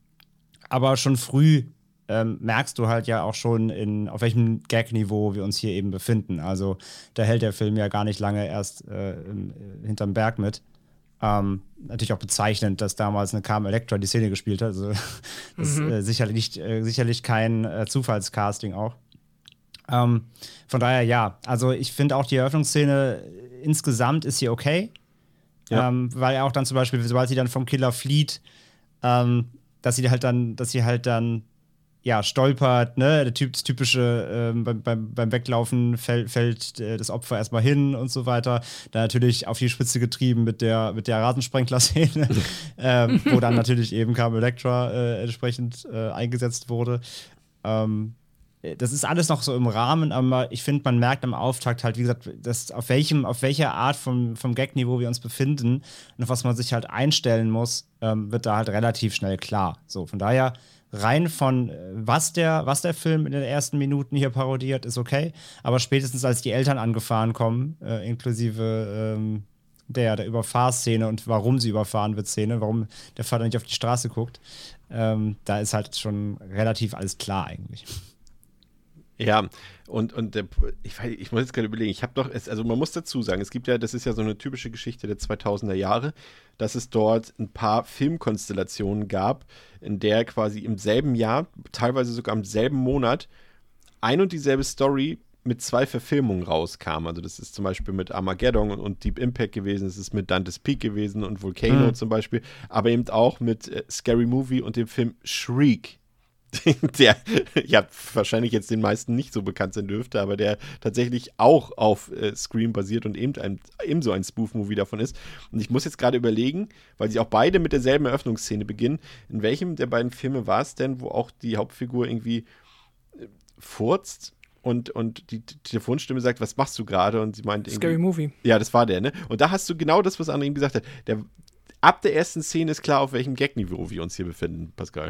Aber schon früh ähm, merkst du halt ja auch schon, in, auf welchem Gag-Niveau wir uns hier eben befinden. Also da hält der Film ja gar nicht lange erst äh, im, äh, hinterm Berg mit. Ähm, natürlich auch bezeichnend, dass damals eine Carmen Electra die Szene gespielt hat. Also das ist mhm. äh, sicherlich, äh, sicherlich kein äh, Zufallscasting auch. Ähm, von daher ja, also ich finde auch die Eröffnungsszene insgesamt ist hier okay. Ja. Ähm, weil er auch dann zum Beispiel, sobald sie dann vom Killer flieht, ähm, dass sie halt dann, dass sie halt dann ja, stolpert, ne, der typ, das typische, ähm, beim, beim, beim Weglaufen fällt, fällt äh, das Opfer erstmal hin und so weiter. Dann natürlich auf die Spitze getrieben mit der, mit der Rasensprenkler-Szene, ähm, wo dann natürlich eben Carmen Electra äh, entsprechend äh, eingesetzt wurde. Ähm, das ist alles noch so im Rahmen, aber ich finde, man merkt am Auftakt halt, wie gesagt, dass auf welchem, auf welcher Art vom, vom Gag-Niveau wir uns befinden und auf was man sich halt einstellen muss, ähm, wird da halt relativ schnell klar. So, von daher rein von was der, was der Film in den ersten Minuten hier parodiert, ist okay. Aber spätestens als die Eltern angefahren kommen, äh, inklusive ähm, der, der Überfahrszene und warum sie überfahren wird Szene, warum der Vater nicht auf die Straße guckt, ähm, da ist halt schon relativ alles klar eigentlich. Ja, und, und der, ich, ich muss jetzt gerade überlegen, ich habe doch, also man muss dazu sagen, es gibt ja, das ist ja so eine typische Geschichte der zweitausender Jahre, dass es dort ein paar Filmkonstellationen gab, in der quasi im selben Jahr, teilweise sogar im selben Monat, ein und dieselbe Story mit zwei Verfilmungen rauskam. Also das ist zum Beispiel mit Armageddon und, und Deep Impact gewesen, es ist mit Dante's Peak gewesen und Volcano mhm. zum Beispiel, aber eben auch mit äh, Scary Movie und dem Film Shriek, der ja wahrscheinlich jetzt den meisten nicht so bekannt sein dürfte, aber der tatsächlich auch auf äh, Scream basiert und eben ein, ebenso ein Spoof-Movie davon ist. Und ich muss jetzt gerade überlegen, weil sie auch beide mit derselben Eröffnungsszene beginnen, in welchem der beiden Filme war es denn, wo auch die Hauptfigur irgendwie äh, furzt und, und die T- Telefonstimme sagt, was machst du gerade? Und sie meint irgendwie... Scary Movie. Ja, das war der, ne? Und da hast du genau das, was André ihm gesagt hat. Der, ab der ersten Szene ist klar, auf welchem Gag-Niveau wir uns hier befinden, Pascal.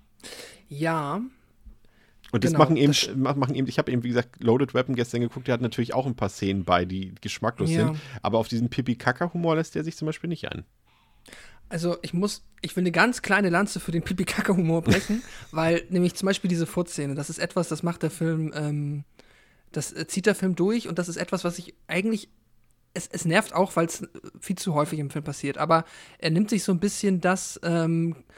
Ja. Und das genau, machen eben, das machen eben, ich habe eben, wie gesagt, Loaded Weapon gestern geguckt, der hat natürlich auch ein paar Szenen bei, die geschmacklos ja. sind, aber auf diesen Pipi-Kaka-Humor lässt der sich zum Beispiel nicht ein. Also ich muss, ich will eine ganz kleine Lanze für den Pipi-Kaka-Humor brechen, weil nämlich zum Beispiel diese Furzszene, das ist etwas, das macht der Film, ähm, das äh, zieht der Film durch und das ist etwas, was ich eigentlich, es, es nervt auch, weil es viel zu häufig im Film passiert, aber er nimmt sich so ein bisschen das, ähm,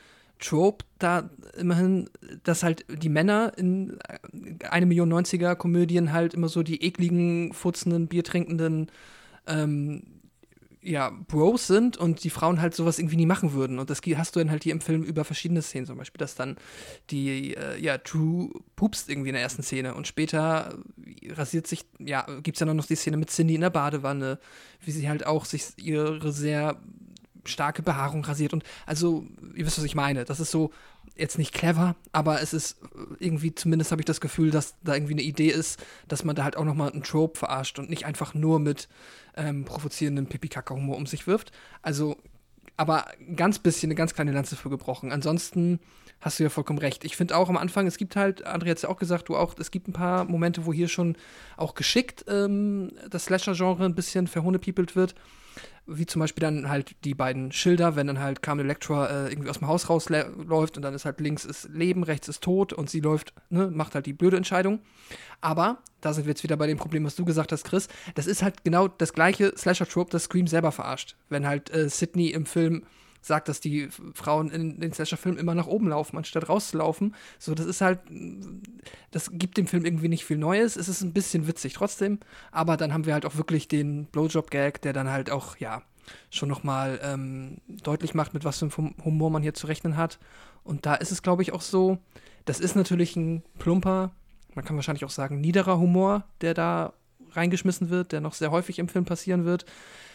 Trope da immerhin, dass halt die Männer in eine Million neunziger-Komödien halt immer so die ekligen, furzenden, biertrinkenden ähm, ja, Bros sind und die Frauen halt sowas irgendwie nie machen würden. Und das hast du dann halt hier im Film über verschiedene Szenen, zum Beispiel, dass dann die, äh, ja, True pupst irgendwie in der ersten Szene und später rasiert sich, ja, gibt's ja noch die Szene mit Cindy in der Badewanne, wie sie halt auch sich ihre sehr starke Behaarung rasiert und also, ihr wisst, was ich meine, das ist so jetzt nicht clever, aber es ist irgendwie, zumindest habe ich das Gefühl, dass da irgendwie eine Idee ist, dass man da halt auch nochmal einen Trope verarscht und nicht einfach nur mit ähm, provozierenden Pipi-Kaka-Humor um sich wirft. Also, aber ein ganz bisschen, eine ganz kleine Lanze für gebrochen. Ansonsten hast du ja vollkommen recht. Ich finde auch am Anfang, es gibt halt, André hat es ja auch gesagt, du auch, es gibt ein paar Momente, wo hier schon auch geschickt ähm, das Slasher-Genre ein bisschen verhohnepiepelt wird. Wie zum Beispiel dann halt die beiden Schilder, wenn dann halt Carmen Electra äh, irgendwie aus dem Haus rausläuft und dann ist halt links ist Leben, rechts ist Tod und sie läuft, ne, macht halt die blöde Entscheidung. Aber, da sind wir jetzt wieder bei dem Problem, was du gesagt hast, Chris, das ist halt genau das gleiche Slasher-Trope, das Scream selber verarscht. Wenn halt äh, Sidney im Film sagt, dass die Frauen in den Slasher-Filmen immer nach oben laufen, anstatt rauszulaufen. So, das ist halt, das gibt dem Film irgendwie nicht viel Neues. Es ist ein bisschen witzig trotzdem, aber dann haben wir halt auch wirklich den Blowjob-Gag, der dann halt auch, ja, schon nochmal ähm, deutlich macht, mit was für einem Humor man hier zu rechnen hat. Und da ist es, glaube ich, auch so, das ist natürlich ein plumper, man kann wahrscheinlich auch sagen, niederer Humor, der da reingeschmissen wird, der noch sehr häufig im Film passieren wird.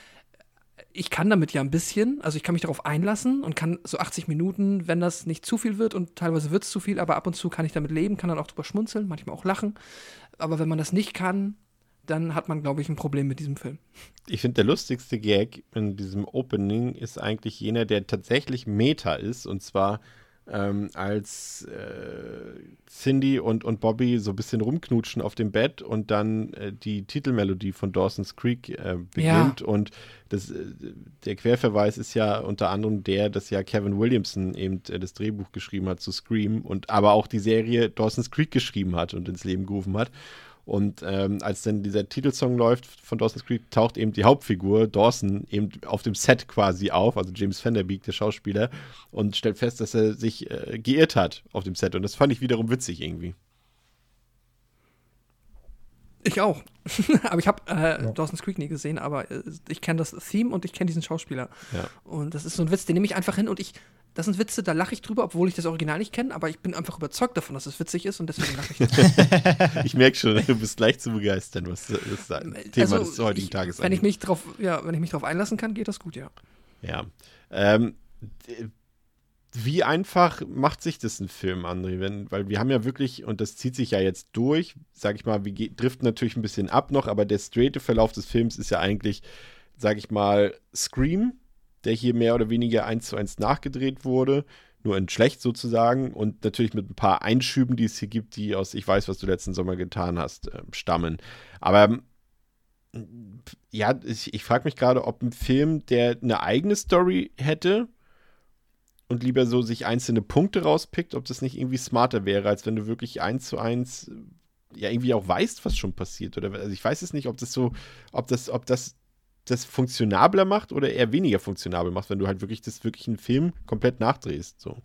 Ich kann damit ja ein bisschen, also ich kann mich darauf einlassen und kann so achtzig Minuten, wenn das nicht zu viel wird und teilweise wird es zu viel, aber ab und zu kann ich damit leben, kann dann auch drüber schmunzeln, manchmal auch lachen. Aber wenn man das nicht kann, dann hat man, glaube ich, ein Problem mit diesem Film. Ich finde, der lustigste Gag in diesem Opening ist eigentlich jener, der tatsächlich Meta ist, und zwar ähm, als äh, Cindy und, und Bobby so ein bisschen rumknutschen auf dem Bett und dann äh, die Titelmelodie von Dawson's Creek äh, beginnt. Ja. Und das, äh, der Querverweis ist ja unter anderem der, dass ja Kevin Williamson eben äh, das Drehbuch geschrieben hat zu Scream und aber auch die Serie Dawson's Creek geschrieben hat und ins Leben gerufen hat. Und ähm, als dann dieser Titelsong läuft von Dawson's Creek, taucht eben die Hauptfigur, Dawson, eben auf dem Set quasi auf, also James Van Der Beek, der Schauspieler, und stellt fest, dass er sich äh, geirrt hat auf dem Set. Und das fand ich wiederum witzig irgendwie. Ich auch. aber ich habe äh, ja. Dawson's Creek nie gesehen, aber äh, ich kenne das Theme und ich kenne diesen Schauspieler. Ja. Und das ist so ein Witz, den nehme ich einfach hin und ich, das sind Witze, da lache ich drüber, obwohl ich das Original nicht kenne, aber ich bin einfach überzeugt davon, dass es witzig ist und deswegen lache ich drüber. Ich merke schon, du bist leicht zu begeistern, was das Thema also, des heutigen ich, Tages wenn ich mich drauf, ja, wenn ich mich drauf einlassen kann, geht das gut, ja. Ja. Ähm, wie einfach macht sich das ein Film, André? Wenn, weil wir haben ja wirklich, und das zieht sich ja jetzt durch, sag ich mal, wir ge- driften natürlich ein bisschen ab noch, aber der straighte Verlauf des Films ist ja eigentlich, sag ich mal, Scream, der hier mehr oder weniger eins zu eins nachgedreht wurde, nur in schlecht sozusagen und natürlich mit ein paar Einschüben, die es hier gibt, die aus Ich weiß, was du letzten Sommer getan hast, äh, stammen. Aber ja, ich, ich frage mich gerade, ob ein Film, der eine eigene Story hätte und lieber so sich einzelne Punkte rauspickt, ob das nicht irgendwie smarter wäre, als wenn du wirklich eins zu eins ja irgendwie auch weißt, was schon passiert. Oder also ich weiß es nicht, ob das so, ob das, ob das das funktionabler macht oder eher weniger funktionabel macht, wenn du halt wirklich das wirklich einen Film komplett nachdrehst. So.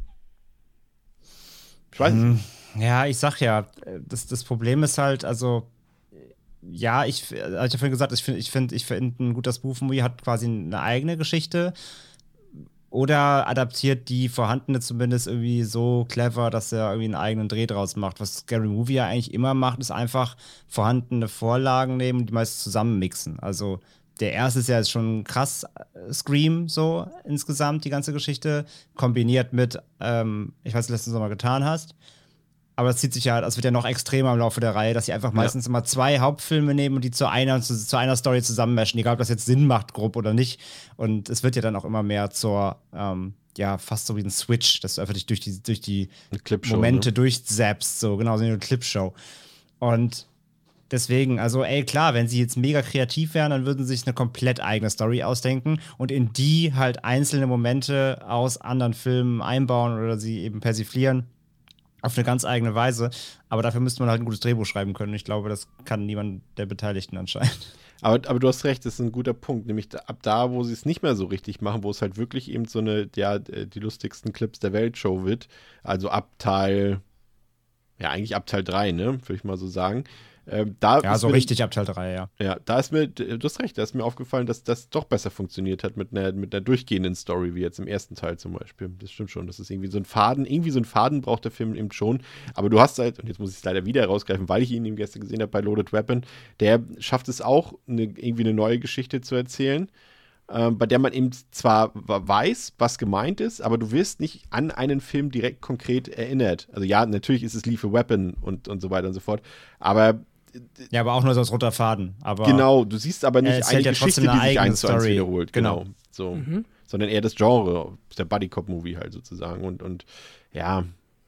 Ich weiß hm, nicht. Ja, ich sag ja, das, das Problem ist halt, also ja, ich, also ich habe vorhin gesagt, ich finde, ich finde, ich finde ein guter Spoof-Movie hat quasi eine eigene Geschichte oder adaptiert die vorhandene zumindest irgendwie so clever, dass er irgendwie einen eigenen Dreh draus macht. Was Scary Movie ja eigentlich immer macht, ist einfach vorhandene Vorlagen nehmen und die meist zusammen mixen. Also der erste ist ja jetzt schon krass Scream so insgesamt, die ganze Geschichte, kombiniert mit, ähm, ich weiß nicht, was du letzten Sommer getan hast. Aber das zieht sich ja, das wird ja noch extremer im Laufe der Reihe, dass sie einfach meistens ja. immer zwei Hauptfilme nehmen und die zu einer, zu, zu einer Story zusammenmischen, egal ob das jetzt Sinn macht, grob oder nicht. Und es wird ja dann auch immer mehr zur, ähm, ja, fast so wie ein Switch, dass du einfach dich durch die, durch die Momente ne? durchzappst, so genau, so eine Clipshow. Und deswegen, also ey, klar, wenn sie jetzt mega kreativ wären, dann würden sie sich eine komplett eigene Story ausdenken und in die halt einzelne Momente aus anderen Filmen einbauen oder sie eben persiflieren. Auf eine ganz eigene Weise. Aber dafür müsste man halt ein gutes Drehbuch schreiben können. Ich glaube, das kann niemand der Beteiligten anscheinend. Aber, aber du hast recht, das ist ein guter Punkt. Nämlich ab da, wo sie es nicht mehr so richtig machen, wo es halt wirklich eben so eine, ja, die lustigsten Clips der Welt Show wird. Also ab Teil, ja, eigentlich ab Teil drei, ne? Würde ich mal so sagen. Ähm, da ja, so mir, richtig ab Teil drei, ja. Ja, da ist mir, du hast recht, da ist mir aufgefallen, dass das doch besser funktioniert hat mit einer, mit einer durchgehenden Story, wie jetzt im ersten Teil zum Beispiel. Das stimmt schon, das ist irgendwie so ein Faden, irgendwie so ein Faden braucht der Film eben schon. Aber du hast halt, und jetzt muss ich es leider wieder herausgreifen, weil ich ihn eben gestern gesehen habe bei Loaded Weapon, der schafft es auch, eine, irgendwie eine neue Geschichte zu erzählen, äh, bei der man eben zwar weiß, was gemeint ist, aber du wirst nicht an einen Film direkt konkret erinnert. Also ja, natürlich ist es Lethal Weapon und, und so weiter und so fort, aber ja, aber auch nur so als roter Faden. Aber genau, du siehst aber nicht eine ja Geschichte, die sich eins zu eins wiederholt. Genau. genau. So. Mhm. Sondern eher das Genre, der Buddy-Cop-Movie halt sozusagen. Und, und ja.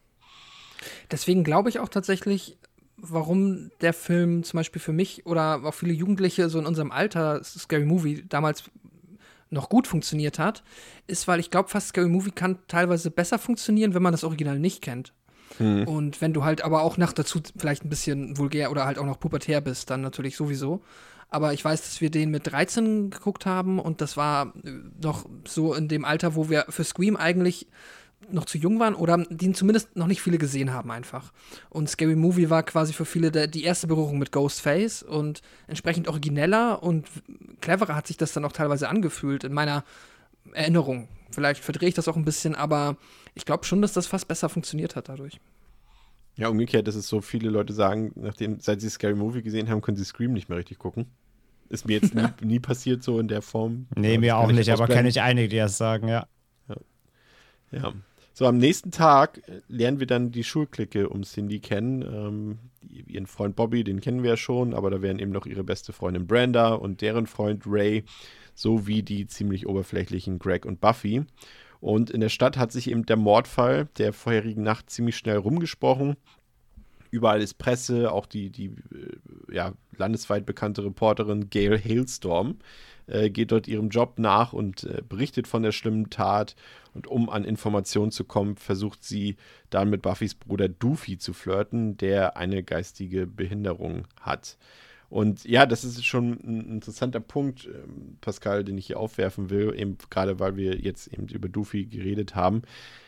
Deswegen glaube ich auch tatsächlich, warum der Film zum Beispiel für mich oder auch viele Jugendliche so in unserem Alter Scary Movie damals noch gut funktioniert hat, ist, weil ich glaube, fast Scary Movie kann teilweise besser funktionieren, wenn man das Original nicht kennt. Hm. Und wenn du halt aber auch noch dazu vielleicht ein bisschen vulgär oder halt auch noch pubertär bist, dann natürlich sowieso. Aber ich weiß, dass wir den mit dreizehn geguckt haben und das war noch so in dem Alter, wo wir für Scream eigentlich noch zu jung waren oder den zumindest noch nicht viele gesehen haben einfach. Und Scary Movie war quasi für viele der, die erste Berührung mit Ghostface und entsprechend origineller und cleverer hat sich das dann auch teilweise angefühlt in meiner Erinnerung. Vielleicht verdrehe ich das auch ein bisschen, aber ich glaube schon, dass das fast besser funktioniert hat dadurch. Ja, umgekehrt, dass es so viele Leute sagen, nachdem, seit sie Scary Movie gesehen haben, können sie Scream nicht mehr richtig gucken. Ist mir jetzt nie, nie passiert so in der Form. Nee, mir auch nicht, aber kenne ich einige, die das sagen, ja. ja. Ja. So, am nächsten Tag lernen wir dann die Schulklicke um Cindy kennen. Ähm, ihren Freund Bobby, den kennen wir ja schon, aber da wären eben noch ihre beste Freundin Brenda und deren Freund Ray, sowie die ziemlich oberflächlichen Greg und Buffy. Und in der Stadt hat sich eben der Mordfall der vorherigen Nacht ziemlich schnell rumgesprochen. Überall ist Presse, auch die, die ja, landesweit bekannte Reporterin Gail Hailstorm äh, geht dort ihrem Job nach und äh, berichtet von der schlimmen Tat. Und um an Informationen zu kommen, versucht sie dann mit Buffys Bruder Doofy zu flirten, der eine geistige Behinderung hat. Und ja, das ist schon ein interessanter Punkt, Pascal, den ich hier aufwerfen will, eben gerade weil wir jetzt eben über Doofy geredet haben.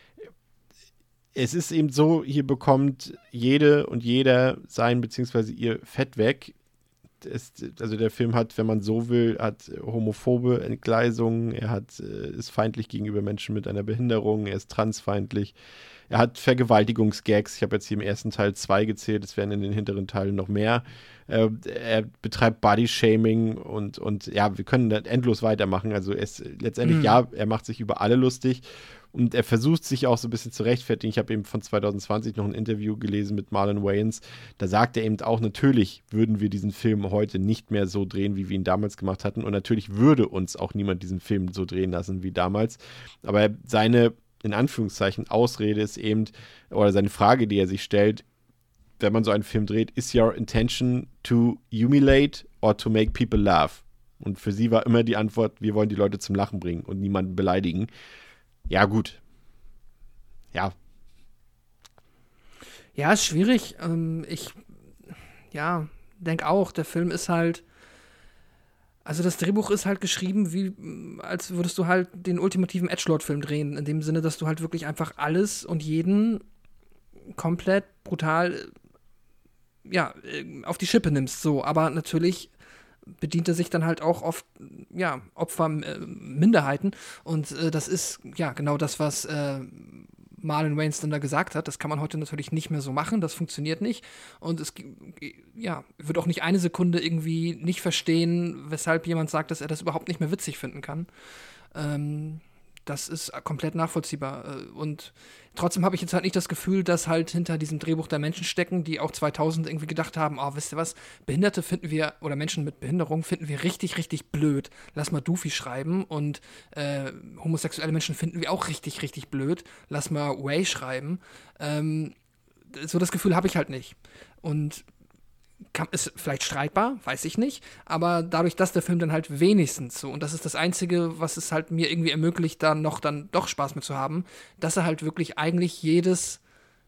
Es ist eben so, hier bekommt jede und jeder sein bzw. ihr Fett weg. Es, also der Film hat, wenn man so will, hat homophobe Entgleisungen, er hat, ist feindlich gegenüber Menschen mit einer Behinderung, er ist transfeindlich. Er hat Vergewaltigungsgags. Ich habe jetzt hier im ersten Teil zwei gezählt. Es werden in den hinteren Teilen noch mehr. Äh, er betreibt Bodyshaming und, und ja, wir können das endlos weitermachen. Also es letztendlich, mhm. ja, er macht sich über alle lustig und er versucht sich auch so ein bisschen zu rechtfertigen. Ich habe eben von zwanzig zwanzig noch ein Interview gelesen mit Marlon Wayans. Da sagt er eben auch, natürlich würden wir diesen Film heute nicht mehr so drehen, wie wir ihn damals gemacht hatten. Und natürlich würde uns auch niemand diesen Film so drehen lassen wie damals. Aber seine in Anführungszeichen Ausrede ist eben, oder seine Frage, die er sich stellt, wenn man so einen Film dreht, is your intention to humiliate or to make people laugh? Und für sie war immer die Antwort, wir wollen die Leute zum Lachen bringen und niemanden beleidigen. Ja, gut. Ja. Ja, ist schwierig. Ähm, ich, ja, denke auch, der Film ist halt, also das Drehbuch ist halt geschrieben, wie als würdest du halt den ultimativen Edgelord-Film drehen, in dem Sinne, dass du halt wirklich einfach alles und jeden komplett brutal ja, auf die Schippe nimmst, so, aber natürlich bedient er sich dann halt auch oft, ja, Opfer, äh, Minderheiten und äh, das ist, ja, genau das, was äh, Marlon Wayans dann da gesagt hat, das kann man heute natürlich nicht mehr so machen, das funktioniert nicht und es, ja, wird auch nicht eine Sekunde irgendwie nicht verstehen, weshalb jemand sagt, dass er das überhaupt nicht mehr witzig finden kann. Ähm, das ist komplett nachvollziehbar und trotzdem habe ich jetzt halt nicht das Gefühl, dass halt hinter diesem Drehbuch da Menschen stecken, die auch zweitausend irgendwie gedacht haben, oh, wisst ihr was, Behinderte finden wir, oder Menschen mit Behinderung finden wir richtig, richtig blöd. Lass mal Doofy schreiben und äh, homosexuelle Menschen finden wir auch richtig, richtig blöd. Lass mal Way schreiben. Ähm, so das Gefühl habe ich halt nicht. Und kann, ist vielleicht streitbar, weiß ich nicht, aber dadurch, dass der Film dann halt wenigstens so, und das ist das Einzige, was es halt mir irgendwie ermöglicht, da noch dann doch Spaß mit zu haben, dass er halt wirklich eigentlich jedes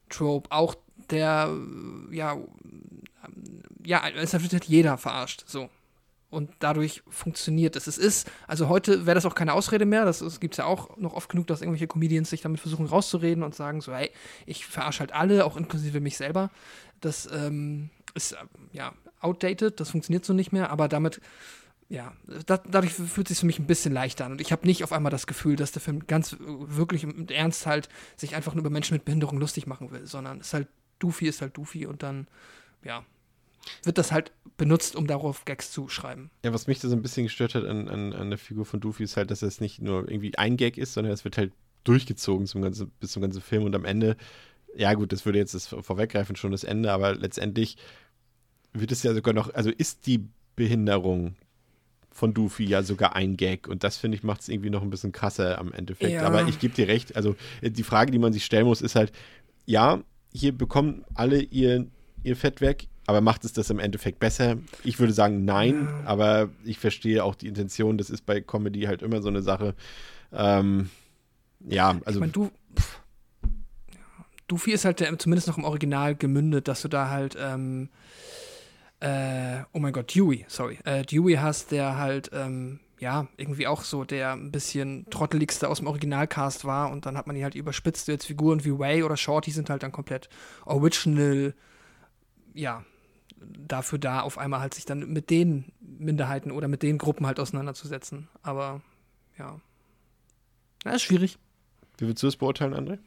Trope, auch der, ja, ja, es wird jeder verarscht, so. Und dadurch funktioniert es. Es ist, also heute wäre das auch keine Ausrede mehr, das, das gibt es ja auch noch oft genug, dass irgendwelche Comedians sich damit versuchen rauszureden und sagen so, hey, ich verarsche halt alle, auch inklusive mich selber. Das ähm, ist, ja, outdated, das funktioniert so nicht mehr, aber damit, ja, da, dadurch fühlt es sich für mich ein bisschen leichter an. Und ich habe nicht auf einmal das Gefühl, dass der Film ganz wirklich im Ernst halt sich einfach nur über Menschen mit Behinderung lustig machen will, sondern es ist halt Doofy, ist halt Doofy und dann, ja, wird das halt benutzt, um darauf Gags zu schreiben. Ja, was mich da so ein bisschen gestört hat an, an, an der Figur von Doofy ist halt, dass es nicht nur irgendwie ein Gag ist, sondern es wird halt durchgezogen zum ganzen, bis zum ganzen Film und am Ende, ja gut, das würde jetzt das vorweggreifen, schon das Ende, aber letztendlich wird es ja sogar noch, also ist die Behinderung von Doofy ja sogar ein Gag und das, finde ich, macht es irgendwie noch ein bisschen krasser am Endeffekt. Ja. Aber ich gebe dir recht, also die Frage, die man sich stellen muss, ist halt, ja, hier bekommen alle ihr, ihr Fett weg, aber macht es das im Endeffekt besser? Ich würde sagen, nein, ja. Aber ich verstehe auch die Intention, das ist bei Comedy halt immer so eine Sache. Ähm, ja, also. Ich meine, du, Doofy ist halt der, zumindest noch im Original gemündet, dass du da halt, ähm, äh, oh mein Gott, Dewey, sorry, äh, Dewey hast, der halt, ähm, ja, irgendwie auch so der ein bisschen trotteligste aus dem Originalcast war und dann hat man ihn halt überspitzt. Jetzt Figuren wie Way oder Shorty sind halt dann komplett original, ja, dafür da, auf einmal halt sich dann mit den Minderheiten oder mit den Gruppen halt auseinanderzusetzen. Aber, ja. Ja, ist schwierig. Wie würdest du das beurteilen, André?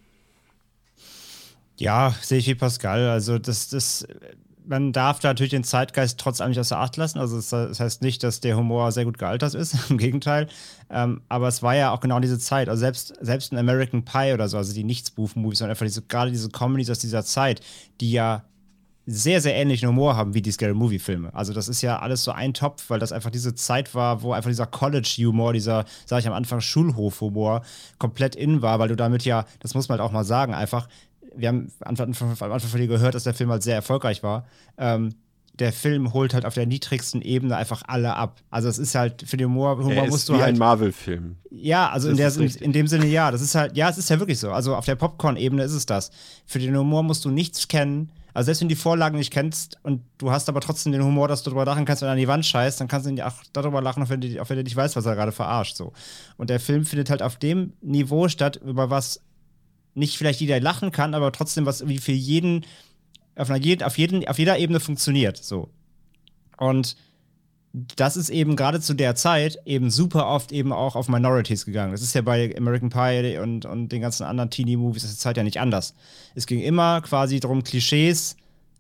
Ja, sehe ich wie Pascal. Also, das, das, man darf da natürlich den Zeitgeist trotz allem nicht außer Acht lassen. Also, das heißt nicht, dass der Humor sehr gut gealtert ist. Im Gegenteil. Ähm, aber es war ja auch genau diese Zeit. Also, selbst, selbst in American Pie oder so, also die Nicht-Spoof-Movies, sondern einfach diese, gerade diese Comedies aus dieser Zeit, die ja sehr, sehr ähnlichen Humor haben wie die Scary-Movie-Filme. Also das ist ja alles so ein Topf, weil das einfach diese Zeit war, wo einfach dieser College-Humor, dieser, sag ich am Anfang, Schulhof-Humor komplett in war, weil du damit ja, das muss man halt auch mal sagen, einfach, wir haben am Anfang von dir gehört, dass der Film halt sehr erfolgreich war. Ähm, der Film holt halt auf der niedrigsten Ebene einfach alle ab. Also es ist halt, für den Humor, Humor er ist musst du wie halt... ein Marvel-Film. Ja, also in, der, in, in dem Sinne ja, das ist halt, ja, es ist ja wirklich so. Also auf der Popcorn-Ebene ist es das. Für den Humor musst du nichts kennen. Also selbst wenn du die Vorlagen nicht kennst und du hast aber trotzdem den Humor, dass du darüber lachen kannst, wenn du an die Wand scheißt, dann kannst du auch darüber lachen, auch wenn du, auch wenn du nicht weißt, was er gerade verarscht. So. Und der Film findet halt auf dem Niveau statt, über was nicht vielleicht jeder lachen kann, aber trotzdem was irgendwie für jeden auf, einer, auf, jeden, auf jeder Ebene funktioniert. So. Und das ist eben gerade zu der Zeit eben super oft eben auch auf Minorities gegangen. Das ist ja bei American Pie und, und den ganzen anderen Teenie-Movies der Zeit ja nicht anders. Es ging immer quasi darum, Klischees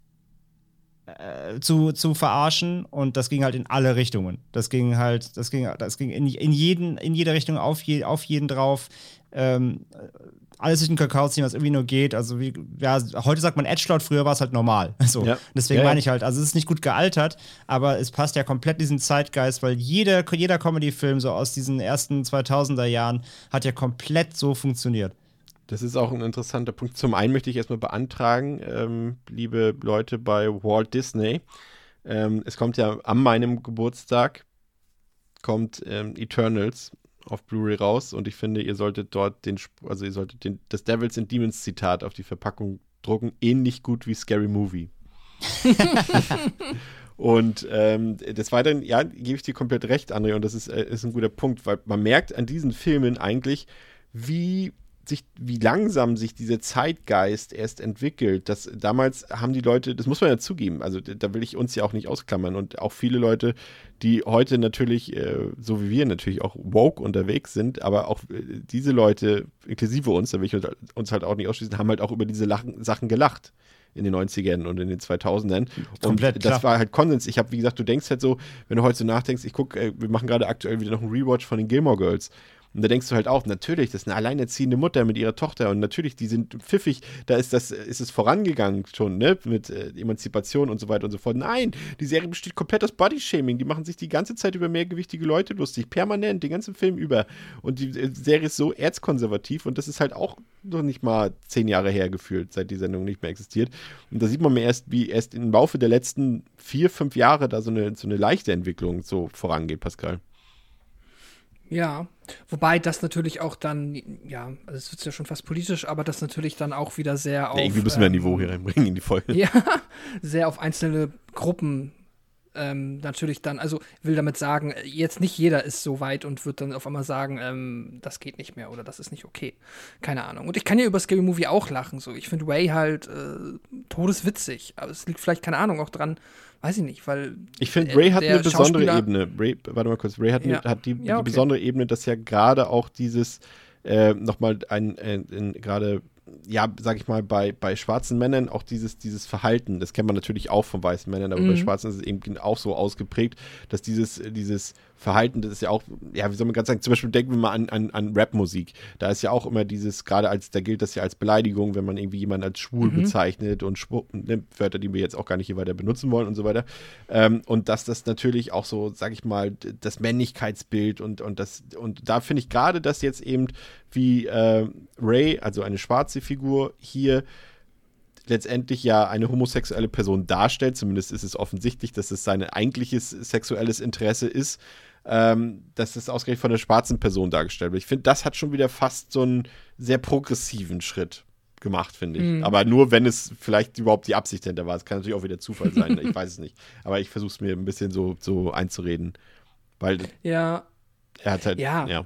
äh, zu, zu verarschen und das ging halt in alle Richtungen. Das ging halt, das ging, das ging in, in, jeden, in jede Richtung auf, je, auf jeden drauf. Ähm, alles durch den Kakao ziehen, was irgendwie nur geht. Also wie, ja, heute sagt man Edgelord, früher war es halt normal. So. Ja. Deswegen ja, ja. meine ich halt, also es ist nicht gut gealtert, aber es passt ja komplett diesen Zeitgeist, weil jeder, jeder Comedy-Film so aus diesen ersten zweitausender Jahren hat ja komplett so funktioniert. Das ist auch ein interessanter Punkt. Zum einen möchte ich erstmal beantragen, ähm, liebe Leute bei Walt Disney, ähm, es kommt ja an meinem Geburtstag, kommt ähm, Eternals auf Blu-ray raus und ich finde, ihr solltet dort den, also ihr solltet den, das Devils and Demons Zitat auf die Verpackung drucken, ähnlich gut wie Scary Movie. Und ähm, des Weiteren, ja, gebe ich dir komplett recht, André, und das ist, äh, ist ein guter Punkt, weil man merkt an diesen Filmen eigentlich, wie sich, wie langsam sich dieser Zeitgeist erst entwickelt. Das, damals haben die Leute, das muss man ja zugeben, also da will ich uns ja auch nicht ausklammern und auch viele Leute, die heute natürlich, äh, so wie wir natürlich auch woke unterwegs sind, aber auch äh, diese Leute, inklusive uns, da will ich uns halt auch nicht ausschließen, haben halt auch über diese Lachen, Sachen gelacht in den neunzigern und in den zweitausendern. Komplett, und das klar. war halt Konsens. Ich habe, wie gesagt, du denkst halt so, wenn du heute so nachdenkst, ich gucke, äh, wir machen gerade aktuell wieder noch einen Rewatch von den Gilmore Girls. Und da denkst du halt auch, natürlich, das ist eine alleinerziehende Mutter mit ihrer Tochter und natürlich, die sind pfiffig, da ist das, ist es vorangegangen schon, ne, mit äh, Emanzipation und so weiter und so fort. Nein, die Serie besteht komplett aus Bodyshaming, die machen sich die ganze Zeit über mehrgewichtige Leute lustig, permanent, den ganzen Film über. Und die äh, Serie ist so erzkonservativ und das ist halt auch noch nicht mal zehn Jahre her gefühlt, seit die Sendung nicht mehr existiert. Und da sieht man mir erst, wie erst im Laufe der letzten vier, fünf Jahre da so eine, so eine leichte Entwicklung so vorangeht, Pascal. Ja, wobei das natürlich auch dann, ja, also es wird ja schon fast politisch, aber das natürlich dann auch wieder sehr auf. Ja, irgendwie müssen wir ein ähm, Niveau hier reinbringen in die Folge. Ja, sehr auf einzelne Gruppen ähm, natürlich dann, also will damit sagen, jetzt nicht jeder ist so weit und wird dann auf einmal sagen, ähm, das geht nicht mehr oder das ist nicht okay. Keine Ahnung. Und ich kann ja über Scary Movie auch lachen. So. Ich finde Ray halt äh, todeswitzig. Aber es liegt vielleicht, keine Ahnung, auch dran, weiß ich nicht, weil. Ich finde, Ray hat der eine besondere Schauspieler- Ebene. Ray, warte mal kurz, Ray hat, Ja. eine, hat die, Ja, die okay. besondere Ebene, dass ja gerade auch dieses, äh, nochmal ein, ein, ein gerade, ja, sag ich mal, bei, bei schwarzen Männern auch dieses, dieses Verhalten, das kennt man natürlich auch von weißen Männern, aber Mhm. bei Schwarzen ist es eben auch so ausgeprägt, dass dieses, dieses Verhalten, das ist ja auch, ja, wie soll man ganz sagen, zum Beispiel denken wir mal an, an, an Rap-Musik. Da ist ja auch immer dieses, gerade als, da gilt das ja als Beleidigung, wenn man irgendwie jemanden als schwul Mhm. bezeichnet und schwul, ne, Wörter, die wir jetzt auch gar nicht hier weiter benutzen wollen und so weiter. Ähm, und dass das natürlich auch so, sag ich mal, d- das Männlichkeitsbild und, und das, und da finde ich gerade, dass jetzt eben wie äh, Ray, also eine schwarze Figur, hier letztendlich ja eine homosexuelle Person darstellt, zumindest ist es offensichtlich, dass es sein eigentliches sexuelles Interesse ist, ähm, dass es ausgerechnet von einer schwarzen Person dargestellt wird. Ich finde, das hat schon wieder fast so einen sehr progressiven Schritt gemacht, finde ich. Mhm. Aber nur, wenn es vielleicht überhaupt die Absicht dahinter war. Es kann natürlich auch wieder Zufall sein, ich weiß es nicht. Aber ich versuche es mir ein bisschen so, so einzureden, weil Ja, er hat halt, Ja. ja.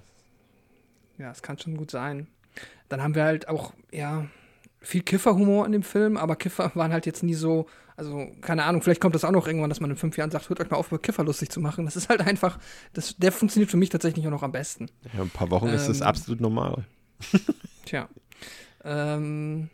ja, es kann schon gut sein. Dann haben wir halt auch, ja, viel Kifferhumor in dem Film, aber Kiffer waren halt jetzt nie so, also keine Ahnung, vielleicht kommt das auch noch irgendwann, dass man in fünf Jahren sagt, hört euch mal auf, über Kiffer lustig zu machen. Das ist halt einfach, das, der funktioniert für mich tatsächlich auch noch am besten. ja, ein paar Wochen ist das Ähm, absolut normal. Tja. Ähm,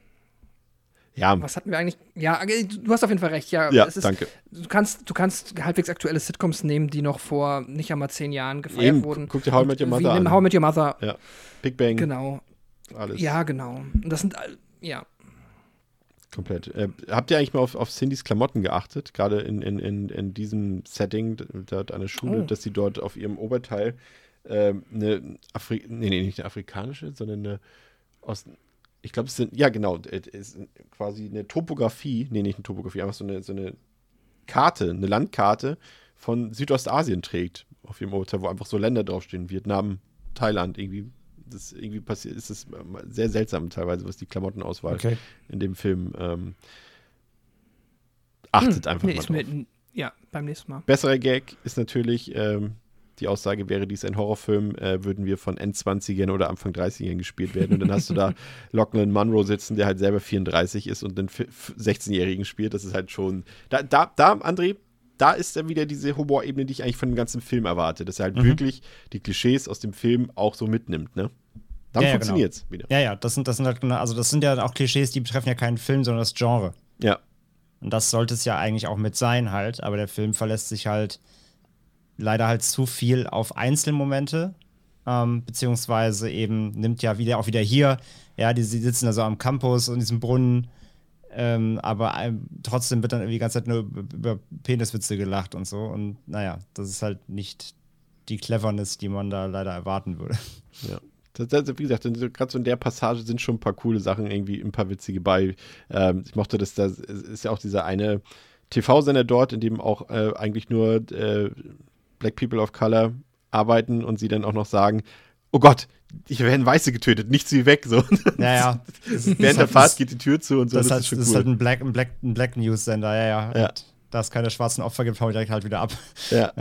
Ja, was hatten wir eigentlich? Ja, äh, du hast auf jeden Fall recht. Ja, ja es ist, danke. Du kannst, du kannst halbwegs aktuelle Sitcoms nehmen, die noch vor nicht einmal zehn Jahren gefeiert Eben, wurden. guck dir How I Met Your Und, äh, Mother wie, nimm an. How I Met Your Mother. Ja. Big Bang, Genau. alles. Ja, genau. Und das sind, all- ja. Komplett. Äh, habt ihr eigentlich mal auf, auf Cindys Klamotten geachtet? Gerade in, in, in, in diesem Setting, d- dort an der Schule, Oh. dass sie dort auf ihrem Oberteil ähm, eine Afri nee, nee, nicht eine afrikanische, sondern eine aus, ich glaube, es sind, ja genau, es ist quasi eine Topografie, nee, nicht eine Topografie, einfach so eine, so eine Karte, eine Landkarte von Südostasien trägt auf ihrem Oberteil, wo einfach so Länder draufstehen, Vietnam, Thailand, irgendwie. Das irgendwie passiert, ist es sehr seltsam teilweise, was die Klamottenauswahl Okay. in dem Film ähm, achtet Hm, einfach nee, mal ist drauf. mir, ja, beim nächsten Mal. Besserer Gag ist natürlich, ähm, die Aussage wäre, dies ein Horrorfilm, äh, würden wir von Endzwanzigern oder Anfang dreißigern gespielt werden. Und dann hast du da Lachlan Monroe sitzen, der halt selber vierunddreißig ist und einen f- sechzehnjährigen spielt. Das ist halt schon, da, da, da André, da ist dann wieder diese Humorebene, die ich eigentlich von dem ganzen Film erwarte, dass er halt Mhm. wirklich die Klischees aus dem Film auch so mitnimmt, ne? Dann Ja, ja, funktioniert's wieder. Ja, ja, das sind, das sind halt, genau- also das sind ja auch Klischees, die betreffen ja keinen Film, sondern das Genre. Ja. Und das sollte es ja eigentlich auch mit sein halt, aber der Film verlässt sich halt leider halt zu viel auf Einzelmomente, ähm, beziehungsweise eben nimmt ja wieder auch wieder hier, ja, die, die sitzen da so am Campus und diesem Brunnen, ähm, aber ähm, trotzdem wird dann irgendwie die ganze Zeit nur über, über Peniswitze gelacht und so und naja, das ist halt nicht die Cleverness, die man da leider erwarten würde. Ja. Das, das, wie gesagt, gerade so in der Passage sind schon ein paar coole Sachen, irgendwie ein paar witzige bei. Ähm, ich mochte das, da ist ja auch dieser eine T V-Sender dort, in dem auch äh, eigentlich nur äh, Black People of Color arbeiten und sie dann auch noch sagen, oh Gott, hier werden Weiße getötet, nicht sie weg. So. Ja, ja. Das, das Während der ist- Fahrt geht die Tür zu und so, Das, das, ist, ist halt, schon das cool. ist halt ein Black, ein Black, ein Black News-Sender, ja, ja. Ja. Und da es keine schwarzen Opfer gibt, hau ich direkt halt wieder ab. Ja.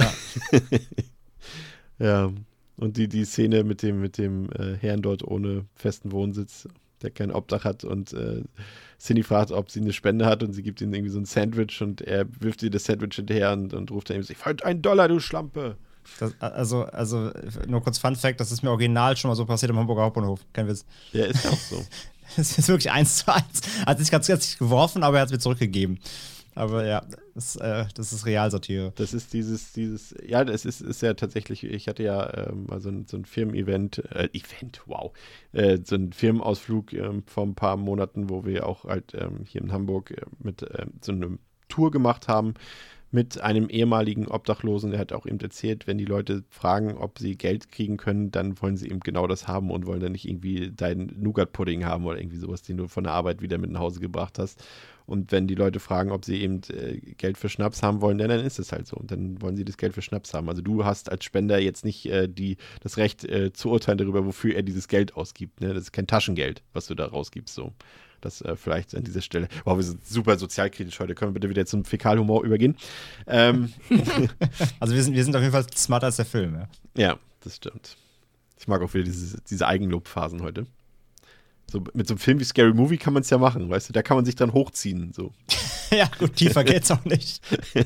Ja. Und die, die Szene mit dem, mit dem äh, Herrn dort ohne festen Wohnsitz, der kein Obdach hat und äh, Cindy fragt, ob sie eine Spende hat und sie gibt ihm irgendwie so ein Sandwich und er wirft ihr das Sandwich hinterher und, und ruft dann ihm so, ich wollte einen Dollar, du Schlampe. Das, also, also, nur kurz Fun Fact, das ist mir original schon mal so passiert im Hamburger Hauptbahnhof. Kein Witz. Ja, ist ja auch so. Das ist wirklich eins zu eins. Hat sich ganz ganz geworfen, aber er hat es mir zurückgegeben. Aber ja, das, äh, das ist Realsatire. Das ist dieses, dieses, ja, das ist, ist ja tatsächlich, ich hatte ja ähm, mal so ein, so ein Firmen-Event, äh, Event, wow, äh, so ein Firmenausflug ähm, vor ein paar Monaten, wo wir auch halt ähm, hier in Hamburg äh, mit ähm, so einer Tour gemacht haben mit einem ehemaligen Obdachlosen. Der hat auch eben erzählt, wenn die Leute fragen, ob sie Geld kriegen können, dann wollen sie eben genau das haben und wollen dann nicht irgendwie deinen Nougat-Pudding haben oder irgendwie sowas, den du von der Arbeit wieder mit nach Hause gebracht hast. Und wenn die Leute fragen, ob sie eben äh, Geld für Schnaps haben wollen, dann, dann ist es halt so. Und dann wollen sie das Geld für Schnaps haben. Also du hast als Spender jetzt nicht äh, die, das Recht äh, zu urteilen darüber, wofür er dieses Geld ausgibt. Ne? Das ist kein Taschengeld, was du da rausgibst. So. Das äh, vielleicht an dieser Stelle. Wow, wir sind super sozialkritisch heute. Können wir bitte wieder zum Fäkalhumor übergehen? Ähm. Also wir sind, wir sind auf jeden Fall smarter als der Film. Ja, ja, das stimmt. Ich mag auch wieder diese, diese Eigenlobphasen heute. So, mit so einem Film wie Scary Movie kann man es ja machen, weißt du? Da kann man sich dran hochziehen. So. Ja, gut, tiefer geht's auch nicht.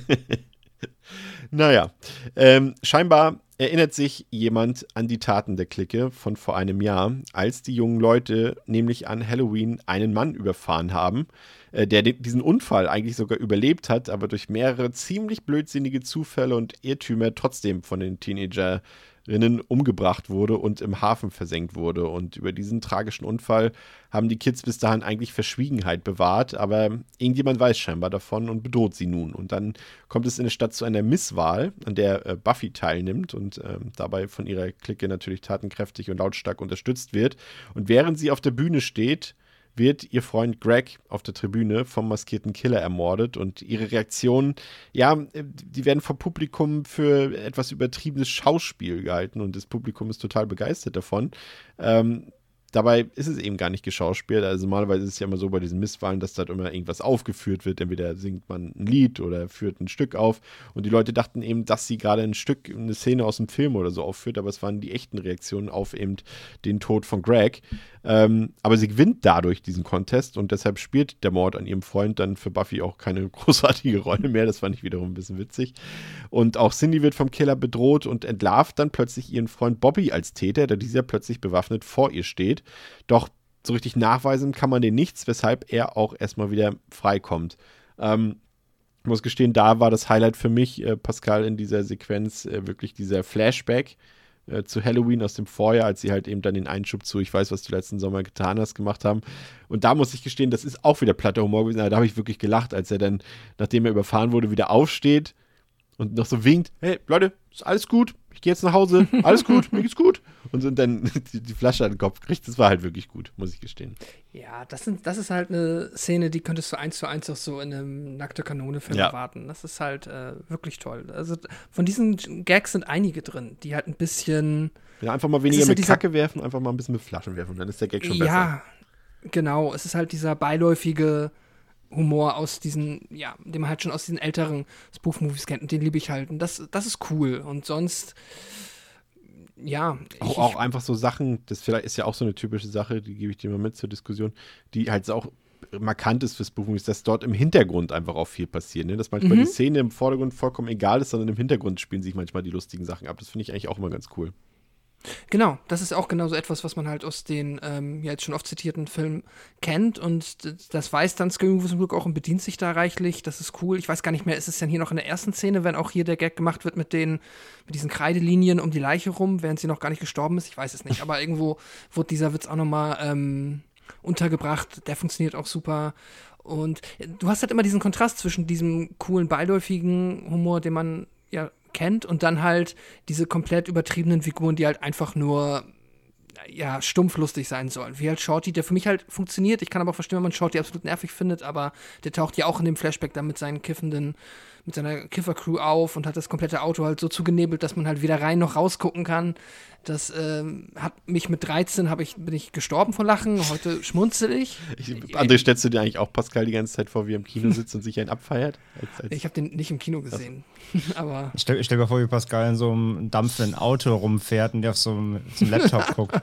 Naja, ähm, scheinbar erinnert sich jemand an die Taten der Clique von vor einem Jahr, als die jungen Leute nämlich an Halloween einen Mann überfahren haben, äh, der de- diesen Unfall eigentlich sogar überlebt hat, aber durch mehrere ziemlich blödsinnige Zufälle und Irrtümer trotzdem von den Teenagerinnen umgebracht wurde und im Hafen versenkt wurde. Und über diesen tragischen Unfall haben die Kids bis dahin eigentlich Verschwiegenheit bewahrt, aber irgendjemand weiß scheinbar davon und bedroht sie nun. Und dann kommt es in der Stadt zu einer Misswahl, an der äh, Buffy teilnimmt und äh, dabei von ihrer Clique natürlich tatenkräftig und lautstark unterstützt wird. Und während sie auf der Bühne steht, wird ihr Freund Greg auf der Tribüne vom maskierten Killer ermordet und ihre Reaktionen, ja, die werden vom Publikum für etwas übertriebenes Schauspiel gehalten und das Publikum ist total begeistert davon. Ähm, Dabei ist es eben gar nicht geschauspielt. Also normalerweise ist es ja immer so bei diesen Misswahlen, dass dort immer irgendwas aufgeführt wird. Entweder singt man ein Lied oder führt ein Stück auf. Und die Leute dachten eben, dass sie gerade ein Stück, eine Szene aus dem Film oder so aufführt. Aber es waren die echten Reaktionen auf eben den Tod von Greg. Ähm, aber sie gewinnt dadurch diesen Contest und deshalb spielt der Mord an ihrem Freund dann für Buffy auch keine großartige Rolle mehr. Das fand ich wiederum ein bisschen witzig. Und auch Cindy wird vom Killer bedroht und entlarvt dann plötzlich ihren Freund Bobby als Täter, da dieser plötzlich bewaffnet vor ihr steht. Doch so richtig nachweisen kann man den nichts, weshalb er auch erstmal wieder freikommt. Ähm, ich muss gestehen, da war das Highlight für mich, äh, Pascal, in dieser Sequenz äh, wirklich dieser Flashback äh, zu Halloween aus dem Vorjahr, als sie halt eben dann den Einschub zu Ich weiß, was du letzten Sommer getan hast, gemacht haben. Und da muss ich gestehen, das ist auch wieder platter Humor gewesen. Da habe ich wirklich gelacht, als er dann, nachdem er überfahren wurde, wieder aufsteht und noch so winkt, hey, Leute, ist alles gut, ich gehe jetzt nach Hause, alles gut, mir geht's gut. Und, und dann die, die Flasche an den Kopf kriegt, das war halt wirklich gut, muss ich gestehen. Ja, das, sind, das ist halt eine Szene, die könntest du eins zu eins auch so in einem Nackte Kanone-Film Ja. erwarten. Das ist halt äh, wirklich toll. Also von diesen Gags sind einige drin, die halt ein bisschen Ja, einfach mal Es weniger ist ja mit dieser- Kacke werfen, einfach mal ein bisschen mit Flaschen werfen, dann ist der Gag schon besser. Ja, genau. Es ist halt dieser beiläufige Humor aus diesen, ja, den man halt schon aus diesen älteren Spoof-Movies kennt und den liebe ich halt. Und das, das ist cool. Und sonst, ja. Auch, ich, auch einfach so Sachen, das vielleicht ist ja auch so eine typische Sache, die gebe ich dir mal mit zur Diskussion, die halt auch markant ist fürs Buchmovies, dass dort im Hintergrund einfach auch viel passiert. Ne? Dass manchmal Mhm. die Szene im Vordergrund vollkommen egal ist, sondern im Hintergrund spielen sich manchmal die lustigen Sachen ab. Das finde ich eigentlich auch immer ganz cool. Genau, das ist auch genauso etwas, was man halt aus den ähm, ja jetzt schon oft zitierten Filmen kennt und d- das weiß dann Scary Movie zum Glück auch und bedient sich da reichlich, das ist cool. Ich weiß gar nicht mehr, ist es denn hier noch in der ersten Szene, wenn auch hier der Gag gemacht wird mit den mit diesen Kreidelinien um die Leiche rum, während sie noch gar nicht gestorben ist, ich weiß es nicht, aber irgendwo wird dieser Witz auch nochmal ähm, untergebracht, der funktioniert auch super. Und äh, du hast halt immer diesen Kontrast zwischen diesem coolen, beiläufigen Humor, den man ja kennt und dann halt diese komplett übertriebenen Figuren, die halt einfach nur ja, stumpflustig sein sollen. Wie halt Shorty, der für mich halt funktioniert. Ich kann aber auch verstehen, wenn man Shorty absolut nervig findet, aber der taucht ja auch in dem Flashback dann mit seinen kiffenden, mit seiner Kiffercrew auf und hat das komplette Auto halt so zugenebelt, dass man halt weder rein noch rausgucken kann. Das ähm, hat mich mit dreizehn hab ich, bin ich gestorben vor Lachen. Heute schmunzel ich. Ich, André, stellst du dir eigentlich auch Pascal die ganze Zeit vor, wie er im Kino sitzt und sich einen abfeiert? Als, als Ich habe den nicht im Kino gesehen. aber Ich stell, ich stell mir vor, wie Pascal in so einem dampfenden Auto rumfährt und der auf so einem, so einem Laptop guckt.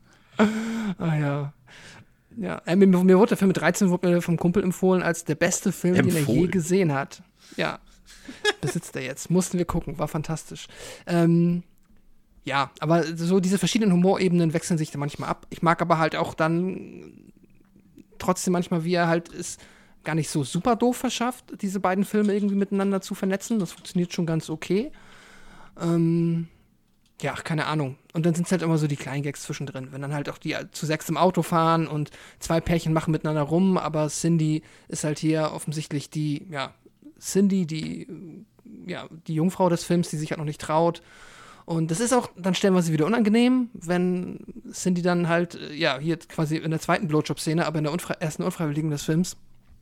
Ah ja. Ja, äh, mir, mir wurde der Film mit dreizehn wurde mir vom Kumpel empfohlen als der beste Film, den er je Empfohlen? gesehen hat. Ja, besitzt er jetzt. Mussten wir gucken, war fantastisch. Ähm, ja, aber so diese verschiedenen Humorebenen wechseln sich dann manchmal ab. Ich mag aber halt auch dann trotzdem manchmal, wie er halt es gar nicht so super doof verschafft, diese beiden Filme irgendwie miteinander zu vernetzen. Das funktioniert schon ganz okay. Ähm, ja, keine Ahnung. Und dann sind es halt immer so die kleinen Gags zwischendrin. Wenn dann halt auch die zu sechs im Auto fahren und zwei Pärchen machen miteinander rum, aber Cindy ist halt hier offensichtlich die, ja, Cindy, die, ja, die Jungfrau des Films, die sich halt noch nicht traut. Und das ist auch dann stellenweise wieder unangenehm, wenn Cindy dann halt, ja, hier quasi in der zweiten Blowjob-Szene, aber in der unfre- ersten Unfreiwilligen des Films,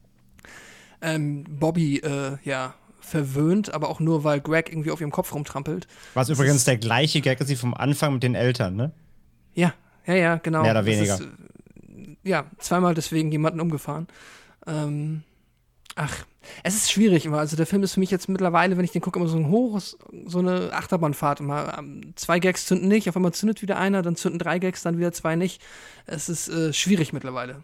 ähm, Bobby, äh, ja, verwöhnt, aber auch nur, weil Greg irgendwie auf ihrem Kopf rumtrampelt. Was das übrigens ist, der gleiche Gag ist wie vom Anfang mit den Eltern, ne? Ja, ja, ja, genau. Mehr oder weniger. Das ist, ja, zweimal deswegen jemanden umgefahren. Ähm, ach, es ist schwierig immer. Also der Film ist für mich jetzt mittlerweile, wenn ich den gucke, immer so ein hohes, so eine Achterbahnfahrt. Immer ähm, zwei Gags zünden nicht, auf einmal zündet wieder einer, dann zünden drei Gags, dann wieder zwei nicht. Es ist äh, schwierig mittlerweile.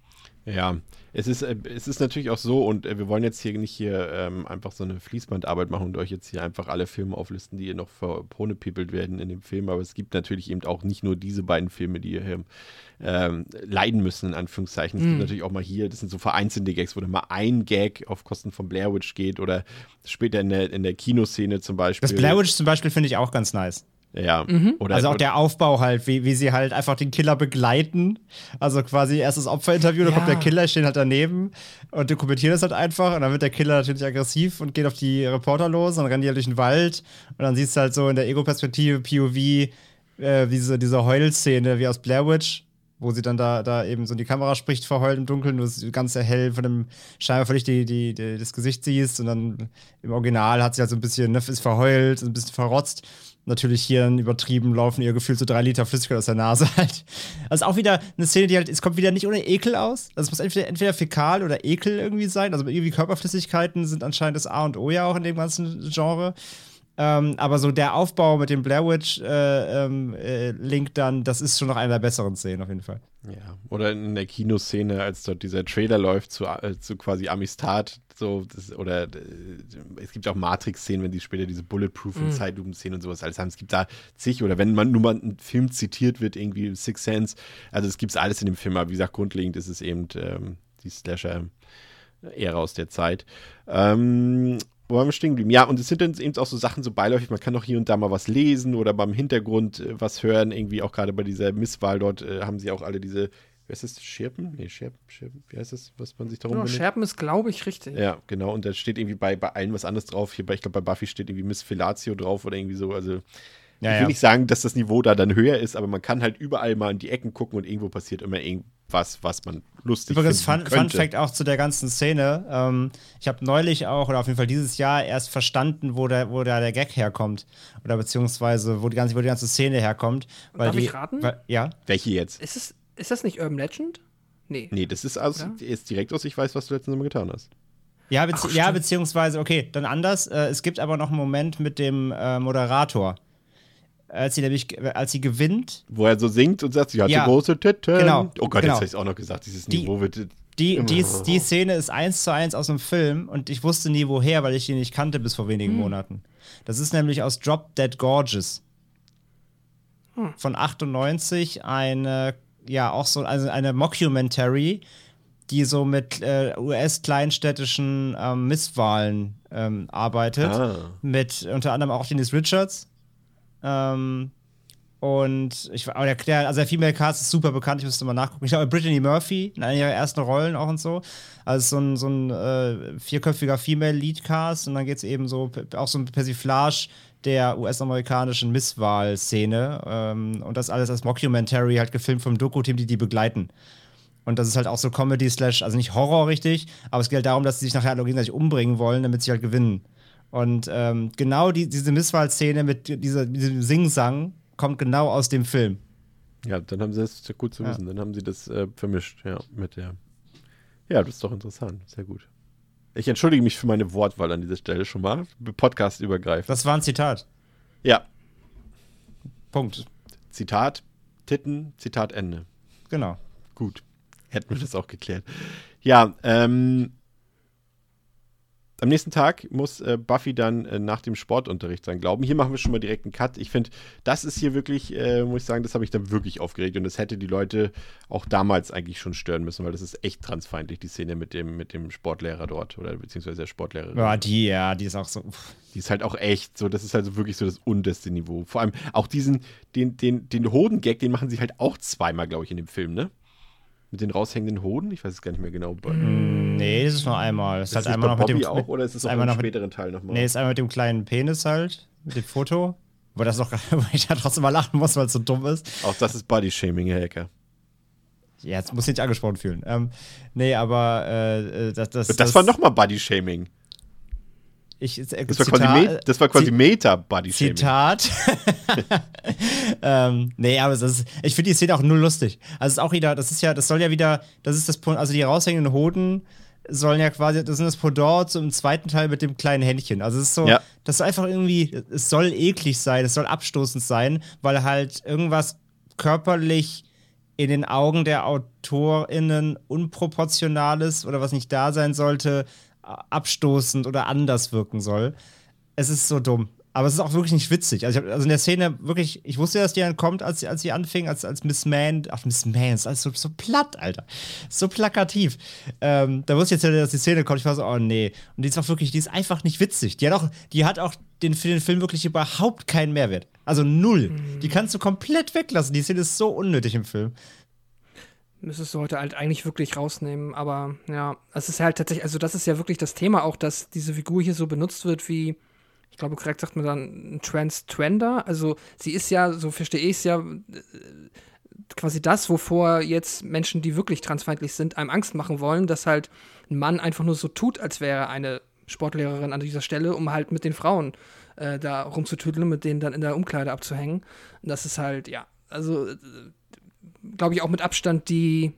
Ja, es ist, äh, es ist natürlich auch so, und äh, wir wollen jetzt hier nicht hier ähm, einfach so eine Fließbandarbeit machen und euch jetzt hier einfach alle Filme auflisten, die hier noch verponepiepelt werden in dem Film, aber es gibt natürlich eben auch nicht nur diese beiden Filme, die hier ähm, leiden müssen, in Anführungszeichen. Es Mhm. gibt natürlich auch mal hier, das sind so vereinzelte Gags, wo dann mal ein Gag auf Kosten von Blair Witch geht oder später in der, in der Kinoszene zum Beispiel. Das Blair Witch zum Beispiel finde ich auch ganz nice. Ja, Mhm. oder, Also auch oder, der Aufbau halt, wie, wie sie halt einfach den Killer begleiten. Also quasi erst das Opferinterview, dann Ja. kommt der Killer, stehen halt daneben und dokumentieren das halt einfach. Und dann wird der Killer natürlich aggressiv und geht auf die Reporter los. Dann rennen die halt durch den Wald. Und dann siehst du halt so in der Ego-Perspektive, P O V, äh, diese, diese Heulszene wie aus Blair Witch, wo sie dann da, da eben so in die Kamera spricht, verheult im Dunkeln, du das ganz hell von dem Scheinwerferlicht die, die, die, das Gesicht siehst. Und dann im Original hat sie halt so ein bisschen, ne, ist verheult, ein bisschen verrotzt. Natürlich hier dann übertrieben laufen ihr gefühlt so drei Liter Flüssigkeit aus der Nase halt. Also auch wieder eine Szene, die halt, es kommt wieder nicht ohne Ekel aus. Also es muss entweder, entweder fäkal oder Ekel irgendwie sein. Also irgendwie Körperflüssigkeiten sind anscheinend das A und O ja auch in dem ganzen Genre. Ähm, aber so der Aufbau mit dem Blair Witch äh, ähm, äh, Link dann, das ist schon noch eine der besseren Szenen auf jeden Fall. ja, oder in der Kinoszene, als dort dieser Trailer läuft zu, äh, zu quasi Amistad, so, das, oder äh, es gibt auch Matrix-Szenen, wenn die später diese Bulletproof- und Mhm. Zeitlupen-Szenen und sowas alles haben. Es gibt da zig, oder wenn man nur mal ein Film zitiert wird, irgendwie Sixth Sense, also es gibt alles in dem Film, aber wie gesagt, grundlegend ist es eben ähm, die Slasher-Ära aus der Zeit. Ähm, Wo waren wir stehen geblieben? Ja, und es sind dann eben auch so Sachen so beiläufig, man kann doch hier und da mal was lesen oder beim Hintergrund äh, was hören, irgendwie auch gerade bei dieser Misswahl dort äh, haben sie auch alle diese, wie heißt das, Schirpen? Nee, Schirpen, Schirpen, wie heißt das, was man sich darum Ja, benimmt? Scherpen ist, glaube ich, richtig. Ja, genau, und da steht irgendwie bei, bei allen was anderes drauf, hier bei, ich glaube bei Buffy steht irgendwie Miss Fellatio drauf oder irgendwie so, also Ja, ich will ja. nicht sagen, dass das Niveau da dann höher ist, aber man kann halt überall mal in die Ecken gucken und irgendwo passiert immer irgendwas, was man lustig Übrigens, Fun, finden Fun könnte. Fact auch zu der ganzen Szene. Ähm, ich habe neulich auch, oder auf jeden Fall dieses Jahr, erst verstanden, wo, der, wo da der Gag herkommt. Oder beziehungsweise, wo die ganze, wo die ganze Szene herkommt. Weil Darf die, ich raten? Weil, ja. Welche jetzt? Ist, es, ist das nicht Urban Legend? Nee. Nee, das ist, aus, Ja? ist direkt aus, ich weiß, was du letztens Mal getan hast. Ja, bezi Ach, ja, stimmt. beziehungsweise, okay, dann anders. Äh, es gibt aber noch einen Moment mit dem äh, Moderator. Als sie nämlich, als sie gewinnt, Wo er so singt und sagt, sie hat Ja, so große Titten. genau, Oh Gott, genau. jetzt habe ich es auch noch gesagt, dieses Die- Niveau wird. die, die, die Szene ist eins zu eins aus einem Film und ich wusste nie woher, weil ich die nicht kannte bis vor wenigen Monaten. Das ist nämlich aus Drop Dead Gorgeous von achtundneunzig, eine, ja, auch so, also eine Mockumentary, die so mit äh, U S-kleinstädtischen ähm, Misswahlen ähm, arbeitet. Ah. Mit unter anderem auch Dennis Richards. Ähm, und ich aber der, der, also der Female Cast ist super bekannt, ich müsste mal nachgucken. Ich glaube, Brittany Murphy in einer ihrer ersten Rollen auch und so. Also so ein, so ein äh, vierköpfiger Female Lead Cast und dann geht es eben so auch so ein Persiflage der U S-amerikanischen Misswahlszene. Ähm, und das alles als Mockumentary halt gefilmt vom Doku-Team, die die begleiten. Und das ist halt auch so Comedy slash, also nicht Horror richtig, aber es geht halt darum, dass sie sich nachher alle gegenseitig umbringen wollen, damit sie halt gewinnen. Und ähm, genau die, diese Misswahlszene mit dieser, diesem Singsang kommt genau aus dem Film. Ja, dann haben sie das, ist ja gut zu Ja. wissen, dann haben sie das äh, vermischt, ja, mit der. Ja, das ist doch interessant, sehr gut. Ich entschuldige mich für meine Wortwahl an dieser Stelle schon mal, Podcast übergreifend. Das war ein Zitat. Ja, Punkt. Zitat, Titten, Zitat Ende. Genau. Gut, hätten wir das auch geklärt. Ja, ähm, am nächsten Tag muss äh, Buffy dann äh, nach dem Sportunterricht sein Glauben. Hier machen wir schon mal direkt einen Cut. Ich finde, das ist hier wirklich, äh, muss ich sagen, das habe ich dann wirklich aufgeregt und das hätte die Leute auch damals eigentlich schon stören müssen, weil das ist echt transfeindlich, die Szene mit dem, mit dem Sportlehrer dort oder beziehungsweise der Sportlehrerin. Ja, die, ja, die ist auch so. Uff. Die ist halt auch echt so, das ist halt so wirklich so das unterste Niveau. Vor allem auch diesen, den, den, den Hoden-Gag, den machen sie halt auch zweimal, glaube ich, in dem Film, ne? mit den raushängenden Hoden? Ich weiß es gar nicht mehr genau. Mm, nee, das ist nur einmal. Das ist ist halt das einmal bei noch mit Bobby dem auch, oder ist es auch einmal im noch mit- späteren Teil nochmal? Nee, ist einmal mit dem kleinen Penis halt, mit dem Foto. Wo, das noch, wo ich da trotzdem mal lachen muss, weil es so dumm ist. Auch das ist Body-Shaming, Herr Hacker. Ja, jetzt muss ich nicht angesprochen fühlen. Ähm, nee, aber äh, das, das, Das, das war nochmal Body-Shaming. Ich, äh, Das war quasi, Me- das war quasi Meta-Body-Shaming. Zitat. ähm, nee, aber das ist, ich finde die Szene auch null lustig. Also es ist auch wieder, das ist ja, das soll ja wieder, das ist das, also die raushängenden Hoden sollen ja quasi, das sind das Pendant zum zweiten Teil mit dem kleinen Händchen. Also es ist so, Ja. das ist einfach irgendwie, es soll eklig sein, es soll abstoßend sein, weil halt irgendwas körperlich in den Augen der AutorInnen Unproportionales oder was nicht da sein sollte, abstoßend oder anders wirken soll. Es ist so dumm. Aber es ist auch wirklich nicht witzig. Also, ich hab, also in der Szene wirklich, ich wusste, dass die dann kommt, als, als sie anfing, als, als Miss Man. Ach, Miss Man, ist alles so, so platt, Alter. So plakativ. Ähm, da wusste ich jetzt, dass die Szene kommt. Ich war so, oh nee. Und die ist auch wirklich, die ist einfach nicht witzig. Die hat auch, die hat auch den, für den Film wirklich überhaupt keinen Mehrwert. Also null. Mhm. Die kannst du komplett weglassen. Die Szene ist so unnötig im Film. Müsstest du heute halt eigentlich wirklich rausnehmen, aber ja, es ist halt tatsächlich, also das ist ja wirklich das Thema auch, dass diese Figur hier so benutzt wird wie, ich glaube, korrekt sagt man dann, ein Trans-Trender. Also sie ist ja, so verstehe ich es ja, quasi das, wovor jetzt Menschen, die wirklich transfeindlich sind, einem Angst machen wollen, dass halt ein Mann einfach nur so tut, als wäre er eine Sportlehrerin an dieser Stelle, um halt mit den Frauen äh, da rumzutüdeln und mit denen dann in der Umkleide abzuhängen. Und das ist halt, ja, also äh, glaube ich, auch mit Abstand die,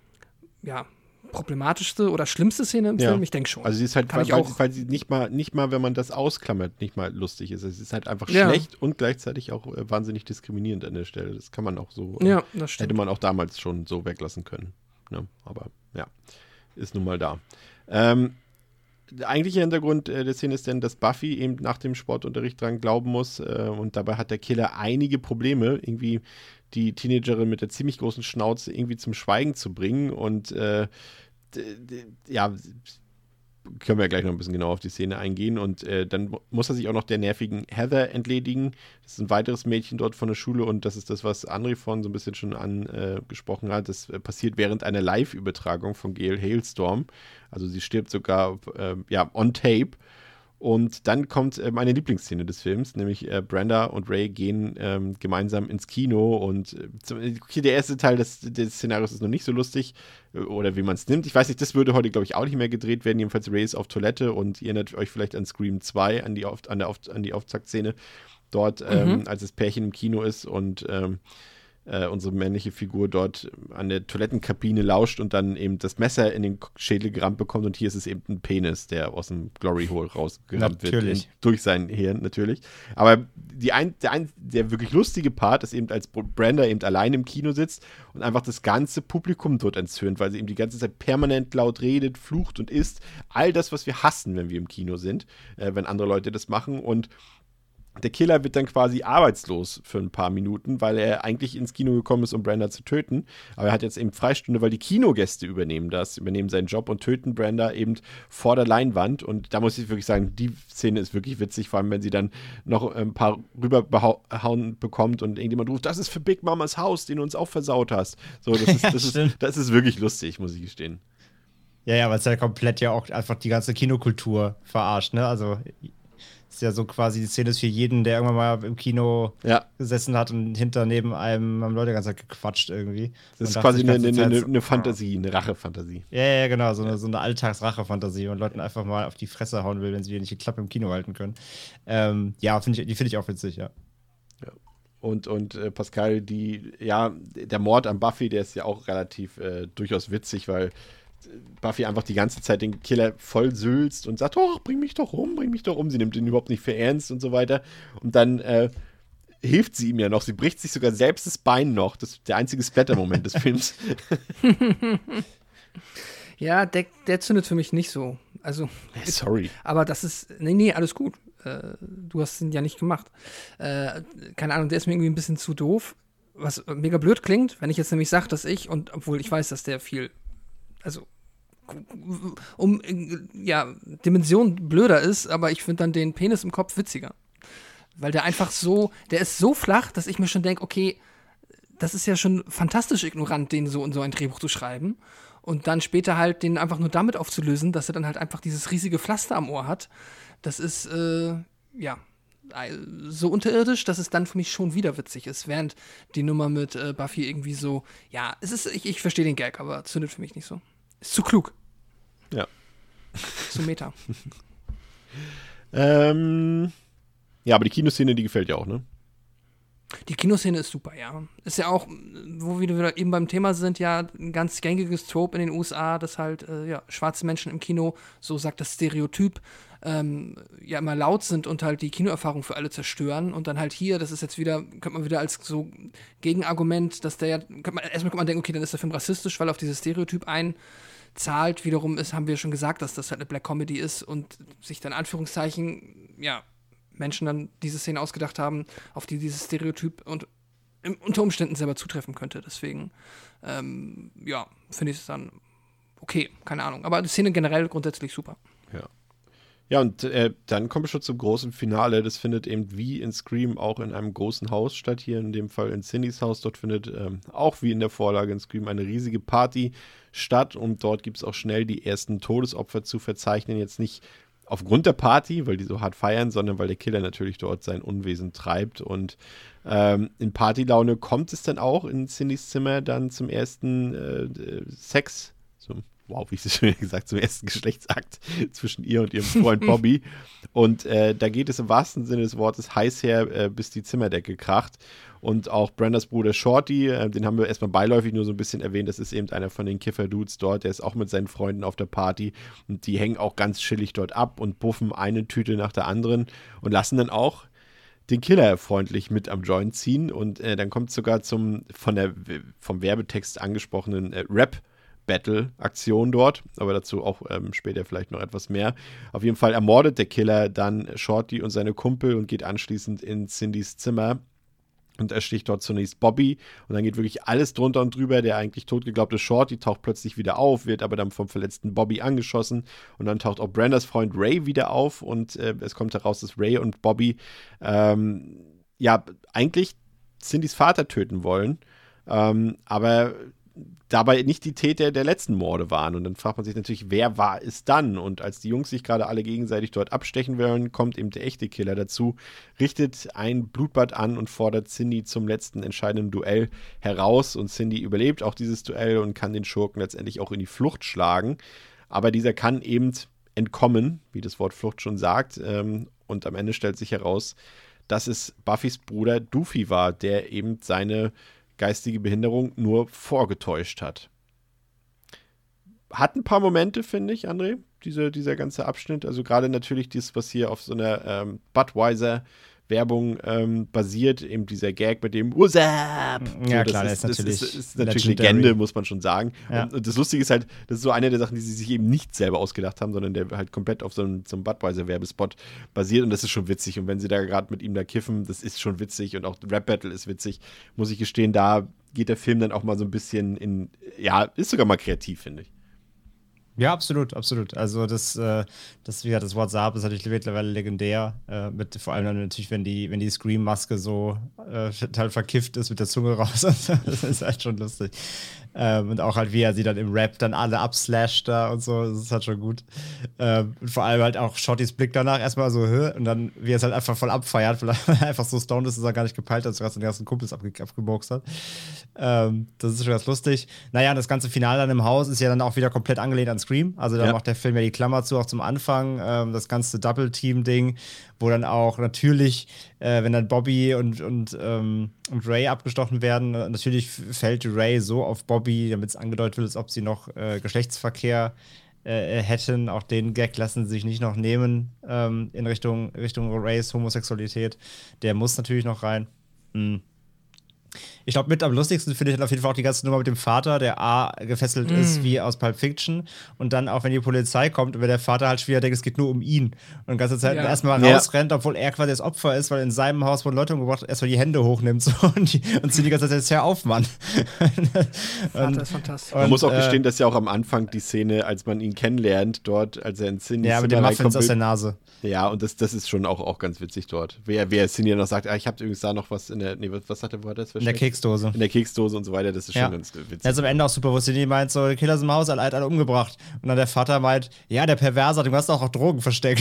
ja, problematischste oder schlimmste Szene im Ja. Film. Ich denke schon. Also sie ist halt, Kann weil, ich weil, auch- weil sie nicht mal, nicht mal, wenn man das ausklammert, nicht mal lustig ist. Es ist halt einfach Ja. schlecht und gleichzeitig auch äh, wahnsinnig diskriminierend an der Stelle. Das kann man auch so, äh, Ja, das stimmt. hätte man auch damals schon so weglassen können. Ne? Aber ja, ist nun mal da. Ähm, der eigentliche Hintergrund äh, der Szene ist denn, dass Buffy eben nach dem Sportunterricht dran glauben muss äh, und dabei hat der Killer einige Probleme, irgendwie die Teenagerin mit der ziemlich großen Schnauze irgendwie zum Schweigen zu bringen und äh, d- d- ja, können wir ja gleich noch ein bisschen genauer auf die Szene eingehen und äh, dann mu- muss er sich auch noch der nervigen Heather entledigen. Das ist ein weiteres Mädchen dort von der Schule und das ist das, was André von so ein bisschen schon angesprochen äh, hat. Das äh, passiert während einer Live-Übertragung von Gale Hailstorm. Also sie stirbt sogar äh, ja, on tape. Und dann kommt äh, meine Lieblingsszene des Films, nämlich äh, Brenda und Ray gehen ähm, gemeinsam ins Kino und äh, zum, okay, der erste Teil des, des Szenarios ist noch nicht so lustig äh, oder wie man es nimmt. Ich weiß nicht, das würde heute, glaube ich, auch nicht mehr gedreht werden. Jedenfalls Ray ist auf Toilette und ihr erinnert euch vielleicht an Scream zwei, an die, Auf, an der Auf, an die Auftaktszene dort, ähm, Mhm. als das Pärchen im Kino ist und ähm, äh, unsere männliche Figur dort an der Toilettenkabine lauscht und dann eben das Messer in den Schädel gerammt bekommt und hier ist es eben ein Penis, der aus dem Glory Hole rausgerammt wird. Natürlich. In, durch sein Hirn natürlich. Aber die ein, der, ein, der wirklich lustige Part ist eben, als Brenda eben allein im Kino sitzt und einfach das ganze Publikum dort entzürnt, weil sie eben die ganze Zeit permanent laut redet, flucht und isst. All das, was wir hassen, wenn wir im Kino sind, äh, wenn andere Leute das machen und der Killer wird dann quasi arbeitslos für ein paar Minuten, weil er eigentlich ins Kino gekommen ist, um Brenda zu töten. Aber er hat jetzt eben Freistunde, weil die Kinogäste übernehmen das, übernehmen seinen Job und töten Brenda eben vor der Leinwand. Und da muss ich wirklich sagen, die Szene ist wirklich witzig, vor allem wenn sie dann noch ein paar rübergehauen bekommt und irgendjemand ruft, das ist für Big Mamas Haus, den du uns auch versaut hast. So, das ist, das ist, Stimmt. das ist wirklich lustig, muss ich gestehen. Ja, ja, weil es ja komplett ja auch einfach die ganze Kinokultur verarscht, ne? Also ist ja so quasi, die Szene ist für jeden, der irgendwann mal im Kino Ja. gesessen hat und hinter neben einem haben Leute die ganze Zeit gequatscht irgendwie. Das Und ist dachte quasi sich die eine, ganze eine, Zeit eine, so, eine Fantasie, eine Rachefantasie. Ja, ja, genau, so eine, so eine Alltagsrache-Fantasie und Leuten einfach mal auf die Fresse hauen will, wenn sie nicht die Klappe im Kino halten können. Ähm, ja, find ich, die finde ich auch witzig, ja. Und, und äh, Pascal, die, ja, der Mord an Buffy, der ist ja auch relativ äh, durchaus witzig, weil Buffy einfach die ganze Zeit den Killer voll sülzt und sagt, oh, bring mich doch um, bring mich doch um. Sie nimmt ihn überhaupt nicht für ernst und so weiter. Und dann äh, hilft sie ihm ja noch. Sie bricht sich sogar selbst das Bein noch. Das ist der einzige Splatter-Moment des Films. Ja, der, der zündet für mich nicht so. Also, Sorry. aber das ist, nee, nee, alles gut. Äh, du hast ihn ja nicht gemacht. Äh, keine Ahnung, der ist mir irgendwie ein bisschen zu doof. Was mega blöd klingt, wenn ich jetzt nämlich sage, dass ich, und obwohl ich weiß, dass der viel, also um ja, Dimension blöder ist, aber ich finde dann den Penis im Kopf witziger. Weil der einfach so, der ist so flach, dass ich mir schon denke, okay, das ist ja schon fantastisch ignorant, den so in so ein Drehbuch zu schreiben. Und dann später halt den einfach nur damit aufzulösen, dass er dann halt einfach dieses riesige Pflaster am Ohr hat. Das ist, äh, ja, so unterirdisch, dass es dann für mich schon wieder witzig ist. Während die Nummer mit äh, Buffy irgendwie so, ja, es ist, ich, ich verstehe den Gag, aber zündet für mich nicht so. Ist zu klug. Ja. Zu meta. ähm, ja, aber die Kinoszene, die gefällt dir auch, ne? Die Kinoszene ist super, ja. Ist ja auch, wo wir wieder eben beim Thema sind, ja, ein ganz gängiges Trope in den U S A, dass halt, äh, ja, schwarze Menschen im Kino, so sagt das Stereotyp, ähm, ja, immer laut sind und halt die Kinoerfahrung für alle zerstören. Und dann halt hier, das ist jetzt wieder, könnte man wieder als so Gegenargument, dass der ja, könnte man, erstmal kann man denken, okay, dann ist der Film rassistisch, weil er auf dieses Stereotyp einzahlt. Wiederum ist, haben wir schon gesagt, dass das halt eine Black Comedy ist und sich dann Anführungszeichen, ja, Menschen dann diese Szene ausgedacht haben, auf die dieses Stereotyp und unter Umständen selber zutreffen könnte. Deswegen, ähm, ja, finde ich es dann okay, keine Ahnung. Aber die Szene generell grundsätzlich super. Ja. Ja, und äh, dann kommen wir schon zum großen Finale. Das findet eben wie in Scream auch in einem großen Haus statt. Hier in dem Fall in Cindys Haus. Dort findet ähm, auch wie in der Vorlage in Scream eine riesige Party statt. Und dort gibt es auch schnell die ersten Todesopfer zu verzeichnen. Jetzt nicht aufgrund der Party, weil die so hart feiern, sondern weil der Killer natürlich dort sein Unwesen treibt. Und ähm, in Partylaune kommt es dann auch in Cindys Zimmer dann zum ersten äh, Sex, zum, wow, wie ich es schon gesagt, zum ersten Geschlechtsakt zwischen ihr und ihrem Freund Bobby. Und äh, da geht es im wahrsten Sinne des Wortes heiß her, äh, bis die Zimmerdecke kracht. Und auch Brendas Bruder Shorty, äh, den haben wir erstmal beiläufig nur so ein bisschen erwähnt, das ist eben einer von den Kiffer-Dudes dort, der ist auch mit seinen Freunden auf der Party und die hängen auch ganz chillig dort ab und puffen eine Tüte nach der anderen und lassen dann auch den Killer freundlich mit am Joint ziehen und äh, dann kommt es sogar zum von der vom Werbetext angesprochenen äh, Rap-Battle-Aktion dort, aber dazu auch ähm, später vielleicht noch etwas mehr. Auf jeden Fall ermordet der Killer dann Shorty und seine Kumpel und geht anschließend in Cindys Zimmer und ersticht dort zunächst Bobby und dann geht wirklich alles drunter und drüber. Der eigentlich totgeglaubte Shorty taucht plötzlich wieder auf, wird aber dann vom verletzten Bobby angeschossen und dann taucht auch Brendas Freund Ray wieder auf und äh, es kommt heraus, dass Ray und Bobby ähm, ja eigentlich Cindys Vater töten wollen, ähm, aber dabei nicht die Täter der letzten Morde waren. Und dann fragt man sich natürlich, wer war es dann? Und als die Jungs sich gerade alle gegenseitig dort abstechen wollen, kommt eben der echte Killer dazu, richtet ein Blutbad an und fordert Cindy zum letzten entscheidenden Duell heraus. Und Cindy überlebt auch dieses Duell und kann den Schurken letztendlich auch in die Flucht schlagen. Aber dieser kann eben entkommen, wie das Wort Flucht schon sagt. Und am Ende stellt sich heraus, dass es Buffys Bruder Doofy war, der eben seine geistige Behinderung nur vorgetäuscht hat. Hat ein paar Momente, finde ich, André, diese, dieser ganze Abschnitt. Also gerade natürlich das, was hier auf so einer ähm, Budweiser-Werbung ähm, basiert, eben dieser Gag mit dem What's up? Ja, so, klar, das das ist natürlich, das ist, ist natürlich legendary. Legende, muss man schon sagen. Ja. Und, und das Lustige ist halt, das ist so eine der Sachen, die sie sich eben nicht selber ausgedacht haben, sondern der halt komplett auf so einem, so einem Budweiser-Werbespot basiert und das ist schon witzig. Und wenn sie da gerade mit ihm da kiffen, das ist schon witzig und auch Rap-Battle ist witzig, muss ich gestehen, da geht der Film dann auch mal so ein bisschen in, ja, ist sogar mal kreativ, finde ich. Ja, absolut, absolut. Also das, äh, das, wie gesagt, das WhatsApp ist natürlich mittlerweile legendär. Äh, mit, vor allem dann natürlich, wenn die, wenn die Scream-Maske so äh, total verkifft ist mit der Zunge raus. Das ist halt schon lustig. Ähm, und auch halt, wie er sie dann im Rap dann alle abslasht da und so, das ist halt schon gut. Ähm, und vor allem halt auch Shottys Blick danach erstmal so, hä? Und dann, wie er es halt einfach voll abfeiert, weil er einfach so stoned ist, dass er gar nicht gepeilt hat, dass er den ganzen Kumpels abge abgeboxt hat. Ähm, das ist schon ganz lustig. Naja, das ganze Finale dann im Haus ist ja dann auch wieder komplett angelehnt an Scream. Also da ja. macht der Film ja die Klammer zu, auch zum Anfang, ähm, das ganze Double-Team-Ding, wo dann auch natürlich, äh, wenn dann Bobby und, und, ähm, und Ray abgestochen werden, natürlich fällt Ray so auf Bobby, damit es angedeutet wird, als ob sie noch äh, Geschlechtsverkehr äh, hätten. Auch den Gag lassen sie sich nicht noch nehmen ähm, in Richtung, Richtung Rays Homosexualität. Der muss natürlich noch rein. Mhm. Ich glaube, mit am lustigsten finde ich dann auf jeden Fall auch die ganze Nummer mit dem Vater, der A, gefesselt mm. ist wie aus Pulp Fiction und dann auch, wenn die Polizei kommt und wenn der Vater halt schwer denkt, es geht nur um ihn und die ganze Zeit ja. erstmal ja. rausrennt, obwohl er quasi das Opfer ist, weil in seinem Haus wurden Leute umgebracht, erstmal die Hände hochnimmt so, und, die, und sie die ganze Zeit, hör auf, Mann. Vater ist fantastisch. Man und, muss auch äh, gestehen, dass ja auch am Anfang die Szene, als man ihn kennenlernt, dort, als er in Cindy ja, mit den Muffins aus der Nase. Ja, und das, das ist schon auch, auch ganz witzig dort. Wer, wer Cindy noch sagt, ah, ich habe übrigens da noch was in der, nee, was, was hat er, wo hat er das in der Kekse Keksdose. In der Keksdose und so weiter, das ist schon ja. ganz witzig. Das ist am Ende auch super, wo Cindy meint, so, die Killer sind im Haus, alle, alle umgebracht. Und dann der Vater meint, ja, der Perverse hat, du hast auch Drogen versteckt.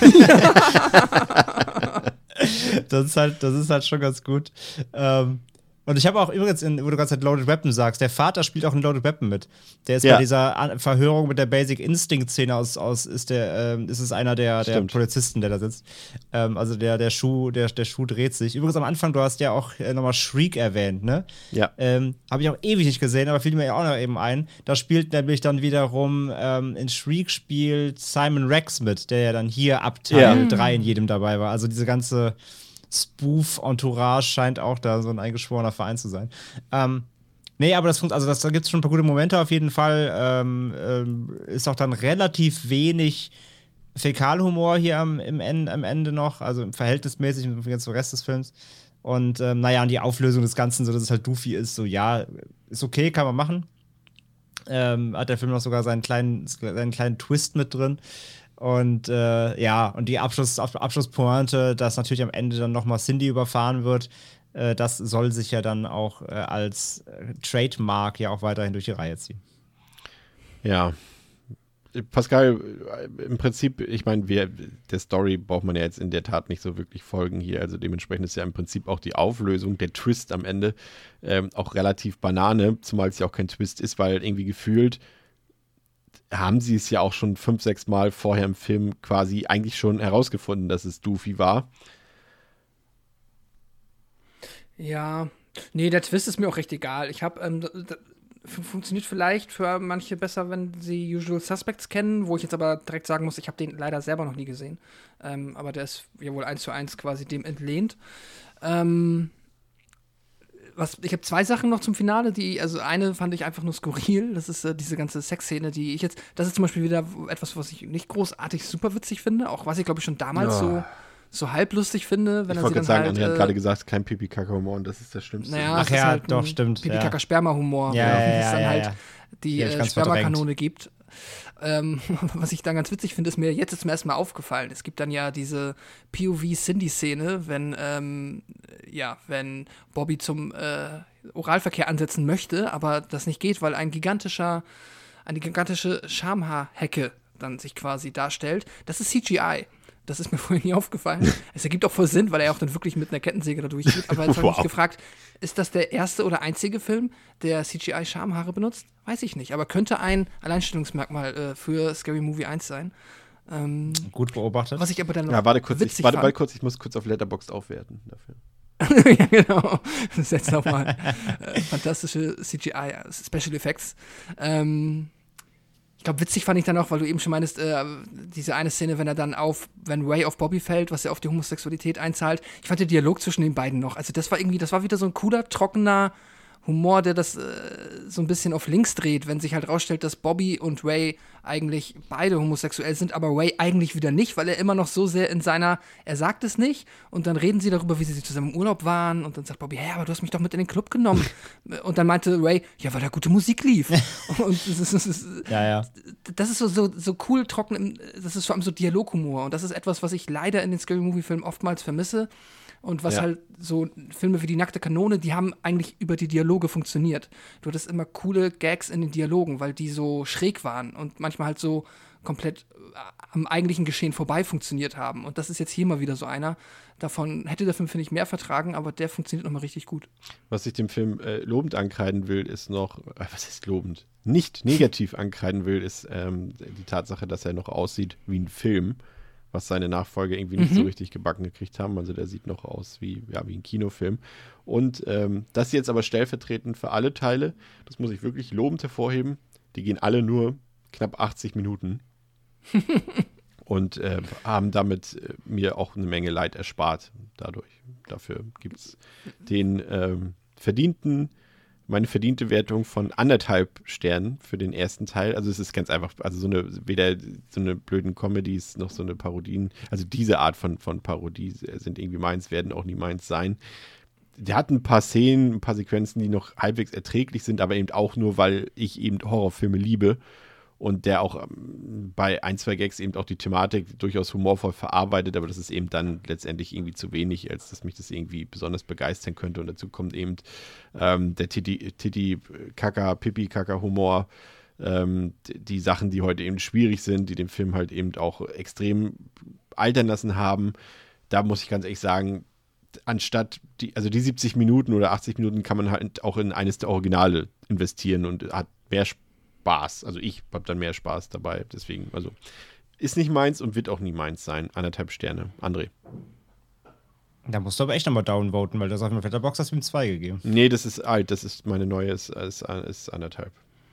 das, ist halt, das ist halt schon ganz gut. Ähm, Und ich habe auch übrigens, in, wo du gerade Loaded Weapon sagst, der Vater spielt auch in Loaded Weapon mit. Der ist ja. bei dieser An- Verhörung mit der Basic Instinct-Szene aus, aus ist, der, ähm, ist es einer der, der Polizisten, der da sitzt. Ähm, also der, der, Schuh, der, der Schuh dreht sich. Übrigens am Anfang, du hast ja auch äh, nochmal Shriek erwähnt, ne? Ja. Ähm, habe ich auch ewig nicht gesehen, aber fiel mir ja auch noch eben ein. Da spielt nämlich dann wiederum, ähm, in Shriek spielt Simon Rex mit, der ja dann hier ab Teil drei ja. in jedem dabei war. Also diese ganze Spoof-Entourage scheint auch da so ein eingeschworener Verein zu sein. Ähm, nee, aber das, also das, da gibt es schon ein paar gute Momente auf jeden Fall. Ähm, ähm, ist auch dann relativ wenig Fäkalhumor hier am, im Ende, am Ende noch, also verhältnismäßig im ganzen Rest des Films. Und ähm, naja, und die Auflösung des Ganzen, so dass es halt doofy ist, so ja, ist okay, kann man machen. Ähm, hat der Film noch sogar seinen kleinen, seinen kleinen Twist mit drin. Und äh, ja, und die Abschluss, Abschlusspointe, dass natürlich am Ende dann nochmal Cindy überfahren wird, äh, das soll sich ja dann auch äh, als äh, Trademark ja auch weiterhin durch die Reihe ziehen. Ja. Pascal, im Prinzip, ich meine, wir, der Story braucht man ja jetzt in der Tat nicht so wirklich folgen hier, also dementsprechend ist ja im Prinzip auch die Auflösung, der Twist am Ende ähm, auch relativ Banane, zumal es ja auch kein Twist ist, weil irgendwie gefühlt haben sie es ja auch schon fünf, sechs Mal vorher im Film quasi eigentlich schon herausgefunden, dass es Doofy war. Ja, nee, der Twist ist mir auch recht egal. Ich habe, ähm, funktioniert vielleicht für manche besser, wenn sie Usual Suspects kennen, wo ich jetzt aber direkt sagen muss, ich habe den leider selber noch nie gesehen. Ähm, aber der ist ja wohl eins zu eins quasi dem entlehnt. Ähm, Was, ich habe zwei Sachen noch zum Finale, die, also eine fand ich einfach nur skurril, das ist äh, diese ganze Sexszene, die ich jetzt, das ist zum Beispiel wieder etwas, was ich nicht großartig super witzig finde, auch was ich glaube ich schon damals ja. so, so halblustig finde, wenn ich er sie dann sagen, halt... Ich wollte äh, gerade gesagt, kein Pipi-Kaka-Humor und das ist das Schlimmste. Naja, Ach ja, halt doch, stimmt. Pipi-Kaka-Sperma-Humor, ja, ja, ja, es dann ja, halt ja. die ja, äh, Spermakanone gibt. Ähm, was ich dann ganz witzig finde, ist mir jetzt zum ersten Mal aufgefallen. Es gibt dann ja diese P O V-Cindy-Szene, wenn, ähm, ja, wenn Bobby zum äh, Oralverkehr ansetzen möchte, aber das nicht geht, weil ein gigantischer, eine gigantische Schamhaarhecke dann sich quasi darstellt. Das ist C G I. Das ist mir vorhin nie aufgefallen. Es ergibt auch voll Sinn, weil er auch dann wirklich mit einer Kettensäge da durchgeht. Aber jetzt habe ich wow. mich gefragt, ist das der erste oder einzige Film, der C G I-Schamhaare benutzt? Weiß ich nicht. Aber könnte ein Alleinstellungsmerkmal äh, für Scary Movie eins sein. Ähm, Gut beobachtet. Was ich aber dann noch ja, warte kurz, witzig ich, warte, fand. warte kurz, ich muss kurz auf Letterboxd aufwerten dafür. Ja, genau. Das ist jetzt nochmal äh, fantastische C G I, Special Effects. Ähm, ich glaube, witzig fand ich dann auch, weil du eben schon meinst, äh, diese eine Szene, wenn er dann auf, wenn Ray auf Bobby fällt, was ja auf die Homosexualität einzahlt. Ich fand den Dialog zwischen den beiden noch, also das war irgendwie, das war wieder so ein cooler, trockener Humor, der das äh, so ein bisschen auf links dreht, wenn sich halt rausstellt, dass Bobby und Ray eigentlich beide homosexuell sind, aber Ray eigentlich wieder nicht, weil er immer noch so sehr in seiner, er sagt es nicht und dann reden sie darüber, wie sie zusammen im Urlaub waren und dann sagt Bobby, hey, aber du hast mich doch mit in den Club genommen. Und dann meinte Ray, ja, weil da gute Musik lief. Und das ist, das ist, ja, ja. Das ist so, so, so cool, trocken, das ist vor allem so Dialoghumor und das ist etwas, was ich leider in den Scary-Movie-Filmen oftmals vermisse. Und was ja. halt so Filme wie Die nackte Kanone, die haben eigentlich über die Dialoge funktioniert. Du hattest immer coole Gags in den Dialogen, weil die so schräg waren und manchmal halt so komplett am eigentlichen Geschehen vorbei funktioniert haben. Und das ist jetzt hier mal wieder so einer. Davon hätte der Film, finde ich, mehr vertragen, aber der funktioniert nochmal richtig gut. Was ich dem Film äh, lobend ankreiden will, ist noch, äh, was ist lobend? Nicht negativ ankreiden will, ist ähm, die Tatsache, dass er noch aussieht wie ein Film, was seine Nachfolger irgendwie nicht mhm. so richtig gebacken gekriegt haben. Also der sieht noch aus wie, ja, wie ein Kinofilm. Und ähm, das jetzt aber stellvertretend für alle Teile, das muss ich wirklich lobend hervorheben, die gehen alle nur knapp achtzig Minuten und äh, haben damit äh, mir auch eine Menge Leid erspart dadurch. Dafür gibt es den ähm, verdienten meine verdiente Wertung von anderthalb Sternen für den ersten Teil. Also es ist ganz einfach, also so eine, weder so eine blöden Comedies noch so eine Parodien, also diese Art von, von Parodie sind irgendwie meins, werden auch nie meins sein. Der hat ein paar Szenen, ein paar Sequenzen, die noch halbwegs erträglich sind, aber eben auch nur, weil ich eben Horrorfilme liebe und der auch ähm, bei ein, zwei Gags eben auch die Thematik durchaus humorvoll verarbeitet, aber das ist eben dann letztendlich irgendwie zu wenig, als dass mich das irgendwie besonders begeistern könnte. Und dazu kommt eben ähm, der Titi-Kaka-Pipi-Kaka-Humor, ähm, die Sachen, die heute eben schwierig sind, die den Film halt eben auch extrem altern lassen haben. Da muss ich ganz ehrlich sagen, anstatt die, also die siebzig Minuten oder achtzig Minuten kann man halt auch in eines der Originale investieren und hat mehr Spaß. Spaß. Also ich habe dann mehr Spaß dabei. Deswegen, also ist nicht meins und wird auch nie meins sein. Anderthalb Sterne. André. Da musst du aber echt nochmal downvoten, weil das auf dem Letterboxd hast du ihm zwei gegeben. Nee, das ist alt. Das ist meine neue, ist, ist, ist anderthalb.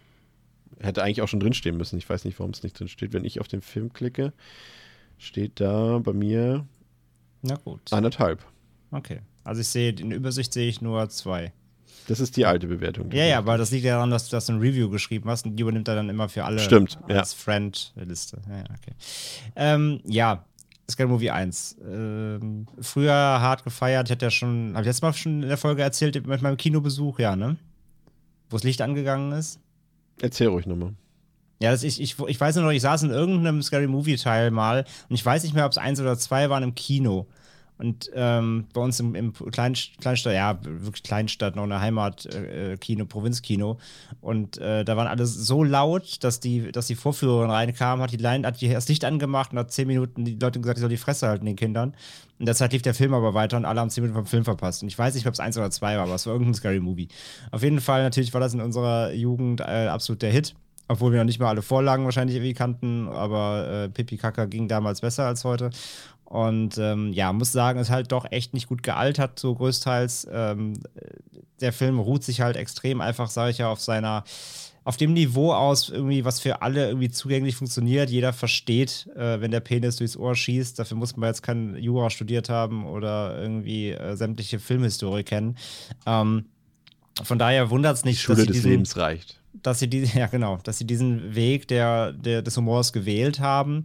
Hätte eigentlich auch schon drinstehen müssen. Ich weiß nicht, warum es nicht drin steht. Wenn ich auf den Film klicke, steht da bei mir Na gut. anderthalb. Okay. Also ich sehe, in der Übersicht sehe ich nur zwei. Das ist die alte Bewertung. Ja, ja, aber das liegt ja daran, dass du das ein Review geschrieben hast und die übernimmt er dann immer für alle Stimmt, als ja. Friend-Liste. Ja, ja, okay. Ähm, ja, Scary Movie eins. Ähm, früher hart gefeiert. Ich hatte ja schon, habe ich letztes Mal schon in der Folge erzählt, mit meinem Kinobesuch, ja, ne? Wo das Licht angegangen ist. Erzähl ruhig nochmal. Ja, das ich, ich, ich weiß nur noch, ich saß in irgendeinem Scary Movie-Teil mal und ich weiß nicht mehr, ob es eins oder zwei waren im Kino. Und ähm, bei uns im, im Klein, Kleinstadt, ja, wirklich Kleinstadt, noch eine Heimatkino, äh, Provinzkino. Und äh, da waren alle so laut, dass die, dass die Vorführerin reinkam, hat die Line, hat die, das Licht angemacht und hat zehn Minuten die Leute gesagt, ich soll die Fresse halten, den Kindern. Und derzeit lief der Film aber weiter und alle haben zehn Minuten vom Film verpasst. Und ich weiß nicht, ob es eins oder zwei war, aber es war irgendein Scary Movie. Auf jeden Fall, natürlich war das in unserer Jugend äh, absolut der Hit. Obwohl wir noch nicht mal alle Vorlagen wahrscheinlich irgendwie kannten, aber äh, Pipi Kaka ging damals besser als heute. Und ähm, ja, muss sagen, ist halt doch echt nicht gut gealtert, so größtenteils. Ähm, der Film ruht sich halt extrem einfach, sage ich ja, auf seiner, auf dem Niveau aus, irgendwie, was für alle irgendwie zugänglich funktioniert. Jeder versteht, äh, wenn der Penis durchs Ohr schießt. Dafür muss man jetzt kein Jura studiert haben oder irgendwie äh, sämtliche Filmhistorie kennen. Ähm, von daher wundert es nicht, Die Schule dass sie des diesen, Lebens reicht. dass sie die, ja genau, dass sie diesen Weg der, der, des Humors gewählt haben.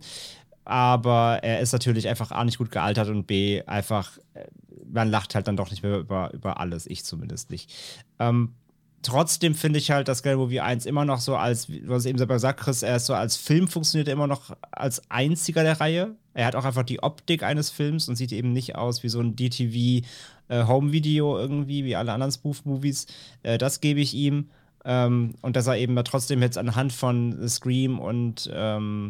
Aber er ist natürlich einfach A, nicht gut gealtert und B, einfach, man lacht halt dann doch nicht mehr über, über alles, ich zumindest nicht. Ähm, trotzdem finde ich halt, dass Scary Movie eins immer noch so als, wie du es eben selber gesagt hast, er ist so als Film funktioniert er immer noch als einziger der Reihe. Er hat auch einfach die Optik eines Films und sieht eben nicht aus wie so ein D T V-Home-Video irgendwie, wie alle anderen Spoof-Movies. Äh, das gebe ich ihm. Ähm, und dass er eben trotzdem jetzt anhand von Scream und ähm,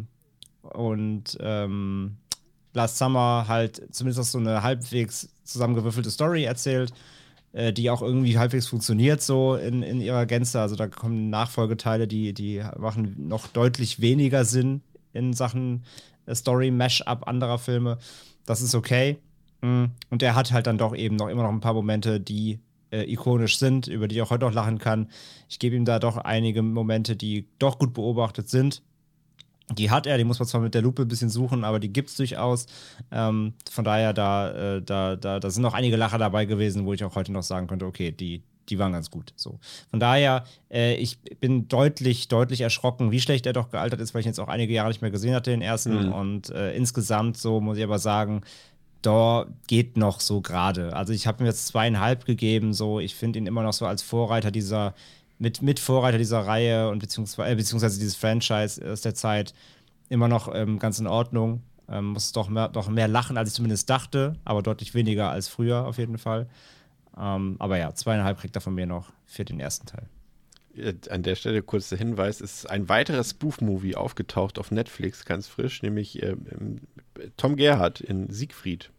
und ähm, Last Summer halt zumindest auch so eine halbwegs zusammengewürfelte Story erzählt, äh, die auch irgendwie halbwegs funktioniert so in, in ihrer Gänze. Also da kommen Nachfolgeteile, die, die machen noch deutlich weniger Sinn in Sachen äh, Story-Mash-up anderer Filme. Das ist okay. Und er hat halt dann doch eben noch immer noch ein paar Momente, die äh, ikonisch sind, über die ich auch heute noch lachen kann. Ich gebe ihm da doch einige Momente, die doch gut beobachtet sind. Die hat er, die muss man zwar mit der Lupe ein bisschen suchen, aber die gibt's durchaus. Ähm, von daher, da, äh, da, da, da sind noch einige Lacher dabei gewesen, wo ich auch heute noch sagen könnte, okay, die, die waren ganz gut. So. Von daher, äh, ich bin deutlich, deutlich erschrocken, wie schlecht er doch gealtert ist, weil ich ihn jetzt auch einige Jahre nicht mehr gesehen hatte, den ersten. Mhm. Und äh, insgesamt, so muss ich aber sagen, da geht noch so gerade. Also ich habe ihm jetzt zweieinhalb gegeben, so. Ich finde ihn immer noch so als Vorreiter dieser Mit, mit Vorreiter dieser Reihe und beziehungsweise, äh, beziehungsweise dieses Franchise aus der Zeit immer noch ähm, ganz in Ordnung. Ähm, muss doch mehr, doch mehr lachen, als ich zumindest dachte, aber deutlich weniger als früher auf jeden Fall. Ähm, aber ja, zweieinhalb kriegt er von mir noch für den ersten Teil. An der Stelle kurzer Hinweis, es ist ein weiteres Spoof-Movie aufgetaucht auf Netflix, ganz frisch, nämlich äh, Tom Gerhardt in Siegfried.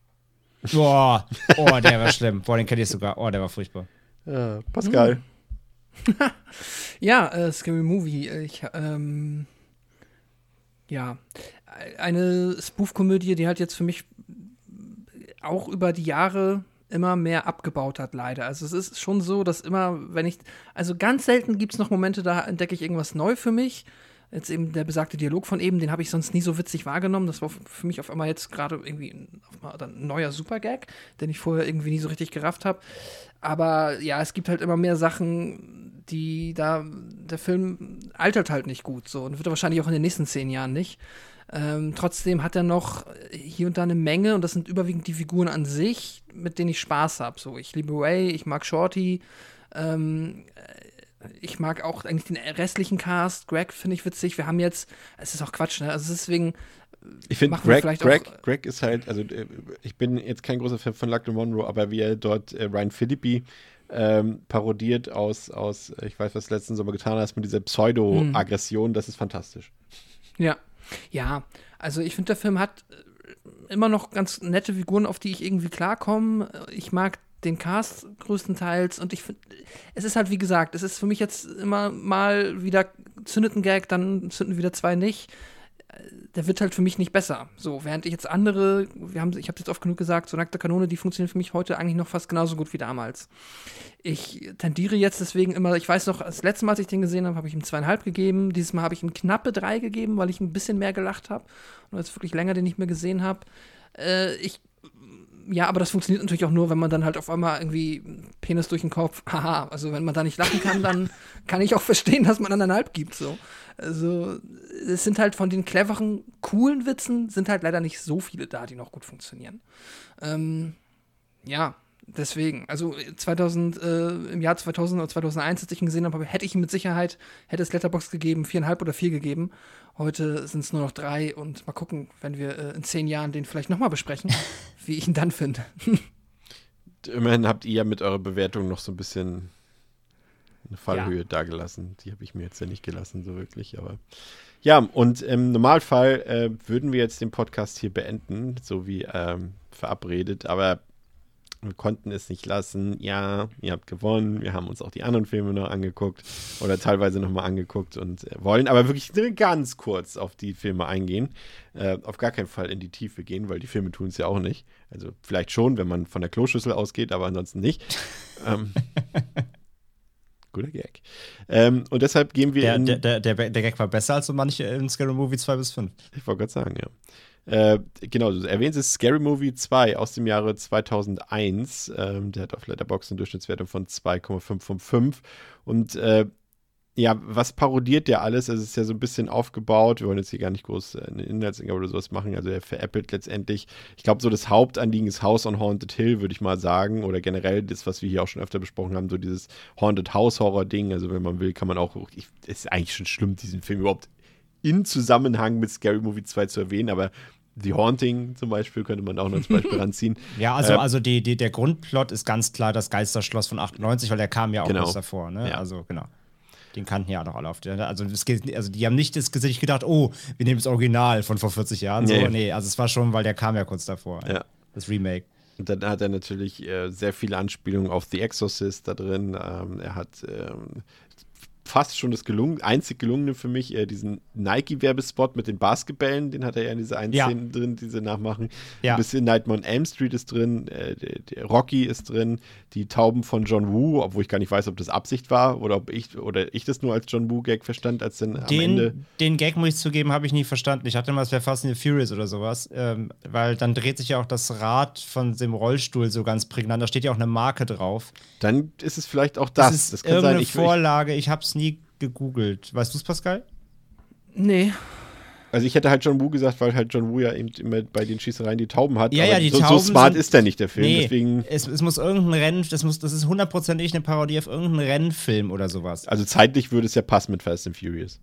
Boah, oh, der war schlimm. Boah, den kenne ich sogar. Oh, der war furchtbar. Ja, Pascal. Hm. ja, äh, Scary Movie. Ich, ähm, ja, eine Spoof-Komödie, die halt jetzt für mich auch über die Jahre immer mehr abgebaut hat, leider. Also es ist schon so, dass immer, wenn ich, also ganz selten gibt es noch Momente, da entdecke ich irgendwas neu für mich. Jetzt eben der besagte Dialog von eben, den habe ich sonst nie so witzig wahrgenommen. Das war für mich auf einmal jetzt gerade irgendwie ein, ein neuer Supergag, den ich vorher irgendwie nie so richtig gerafft habe. Aber ja, es gibt halt immer mehr Sachen, die da, der Film altert halt nicht gut so und wird er wahrscheinlich auch in den nächsten zehn Jahren nicht. Ähm, trotzdem hat er noch hier und da eine Menge und das sind überwiegend die Figuren an sich, mit denen ich Spaß habe. So, ich liebe Ray, ich mag Shorty, ähm, Ich mag auch eigentlich den restlichen Cast. Greg finde ich witzig. Wir haben jetzt, es ist auch Quatsch, ne? Also deswegen. Ich finde, Greg, Greg, Greg ist halt, also ich bin jetzt kein großer Fan von Lachlan Monroe, aber wie er dort äh, Ryan Phillippe ähm, parodiert aus, aus, ich weiß, was letzten Sommer getan hast, mit dieser Pseudo-Aggression, hm. das ist fantastisch. Ja, ja, also ich finde, der Film hat immer noch ganz nette Figuren, auf die ich irgendwie klarkomme. Ich mag den Cast größtenteils und ich finde, es ist halt wie gesagt, es ist für mich jetzt immer mal wieder zündet ein Gag, dann zünden wieder zwei nicht. Der wird halt für mich nicht besser. So, während ich jetzt andere, wir haben, ich habe jetzt oft genug gesagt, so Nackte Kanone, die funktionieren für mich heute eigentlich noch fast genauso gut wie damals. Ich tendiere jetzt deswegen immer, ich weiß noch, das letzte Mal, als ich den gesehen habe, habe ich ihm zweieinhalb gegeben. Dieses Mal habe ich ihm knappe drei gegeben, weil ich ein bisschen mehr gelacht habe und jetzt wirklich länger den nicht mehr gesehen habe. Äh, ich Ja, aber das funktioniert natürlich auch nur, wenn man dann halt auf einmal irgendwie Penis durch den Kopf, haha, also wenn man da nicht lachen kann, dann kann ich auch verstehen, dass man anderthalb gibt, so. Also, es sind halt von den cleveren, coolen Witzen, sind halt leider nicht so viele da, die noch gut funktionieren. Ähm, ja, deswegen, also zweitausend, äh, im Jahr zweitausend oder zweitausendeins, als ich ihn gesehen habe, hätte ich ihm mit Sicherheit, hätte es Letterboxd gegeben, viereinhalb oder vier gegeben. Heute sind es nur noch drei und mal gucken, wenn wir äh, in zehn Jahren den vielleicht nochmal besprechen, wie ich ihn dann finde. Immerhin habt ihr ja mit eurer Bewertung noch so ein bisschen eine Fallhöhe ja. dagelassen. Die habe ich mir jetzt ja nicht gelassen, so wirklich, aber ja, und im Normalfall äh, würden wir jetzt den Podcast hier beenden, so wie ähm, verabredet, aber wir konnten es nicht lassen. Ja, ihr habt gewonnen. Wir haben uns auch die anderen Filme noch angeguckt oder teilweise nochmal angeguckt und äh, wollen aber wirklich ganz kurz auf die Filme eingehen. Äh, auf gar keinen Fall in die Tiefe gehen, weil die Filme tun es ja auch nicht. Also vielleicht schon, wenn man von der Kloschüssel ausgeht, aber ansonsten nicht. ähm, guter Gag. Ähm, und deshalb gehen wir der, in... Der, der, der, der Gag war besser als so manche in Scary Movie zwei bis fünf. Ich wollte gerade sagen, ja. Äh, genau, du erwähnst es, Scary Movie zwei aus dem Jahre zweitausendeins. Ähm, der hat auf Letterboxd eine Durchschnittswertung von zwei Komma fünf von fünf. Und äh, ja, was parodiert der alles? Also es ist ja so ein bisschen aufgebaut. Wir wollen jetzt hier gar nicht groß eine Inhaltsangabe oder sowas machen. Also er veräppelt letztendlich. Ich glaube, so das Hauptanliegen ist House on Haunted Hill, würde ich mal sagen. Oder generell das, was wir hier auch schon öfter besprochen haben, so dieses Haunted House Horror Ding. Also wenn man will, kann man auch, es ist eigentlich schon schlimm, diesen Film überhaupt in Zusammenhang mit Scary Movie zwei zu erwähnen, aber The Haunting zum Beispiel könnte man auch noch als Beispiel ranziehen. Ja, also, äh, also die, die, der Grundplot ist ganz klar das Geisterschloss von achtundneunzig, weil der kam ja auch genau. kurz davor. Ne? Ja. Also, genau. Den kannten ja auch noch alle auf der. Also, das geht, also die haben nicht das Gesicht gedacht, oh, wir nehmen das Original von vor vierzig Jahren. So. Nee. nee, also es war schon, weil der kam ja kurz davor. Ja. Das Remake. Und dann hat er natürlich äh, sehr viele Anspielungen auf The Exorcist da drin. Ähm, er hat ähm, fast schon das gelungen, einzig gelungene für mich, äh, diesen Nike-Werbespot mit den Basketballen, den hat er ja in diese einen ja. Szenen drin, diese nachmachen. Ja. Ein bisschen Nightmare on Elm Street ist drin, äh, der, der Rocky ist drin, die Tauben von John Woo, obwohl ich gar nicht weiß, ob das Absicht war oder ob ich oder ich das nur als John Woo-Gag verstand, als dann am den, Ende. Den Gag, muss ich zugeben, habe ich nie verstanden. Ich hatte immer, es wäre Fast and the Furious oder sowas, ähm, weil dann dreht sich ja auch das Rad von dem Rollstuhl so ganz prägnant. Da steht ja auch eine Marke drauf. Dann ist es vielleicht auch das. Das ist das kann irgendeine sein. Ich, Vorlage. Ich habe es nie gegoogelt. Weißt du es, Pascal? Nee. Also ich hätte halt John Woo gesagt, weil halt John Woo ja eben immer bei den Schießereien die Tauben hat. Ja, aber ja, die so, Tauben so smart sind, ist der nicht, der Film. Nee, deswegen es, es muss irgendein Rennen, das, muss, das ist hundertprozentig eine Parodie auf irgendeinen Rennfilm oder sowas. Also zeitlich würde es ja passen mit Fast and Furious.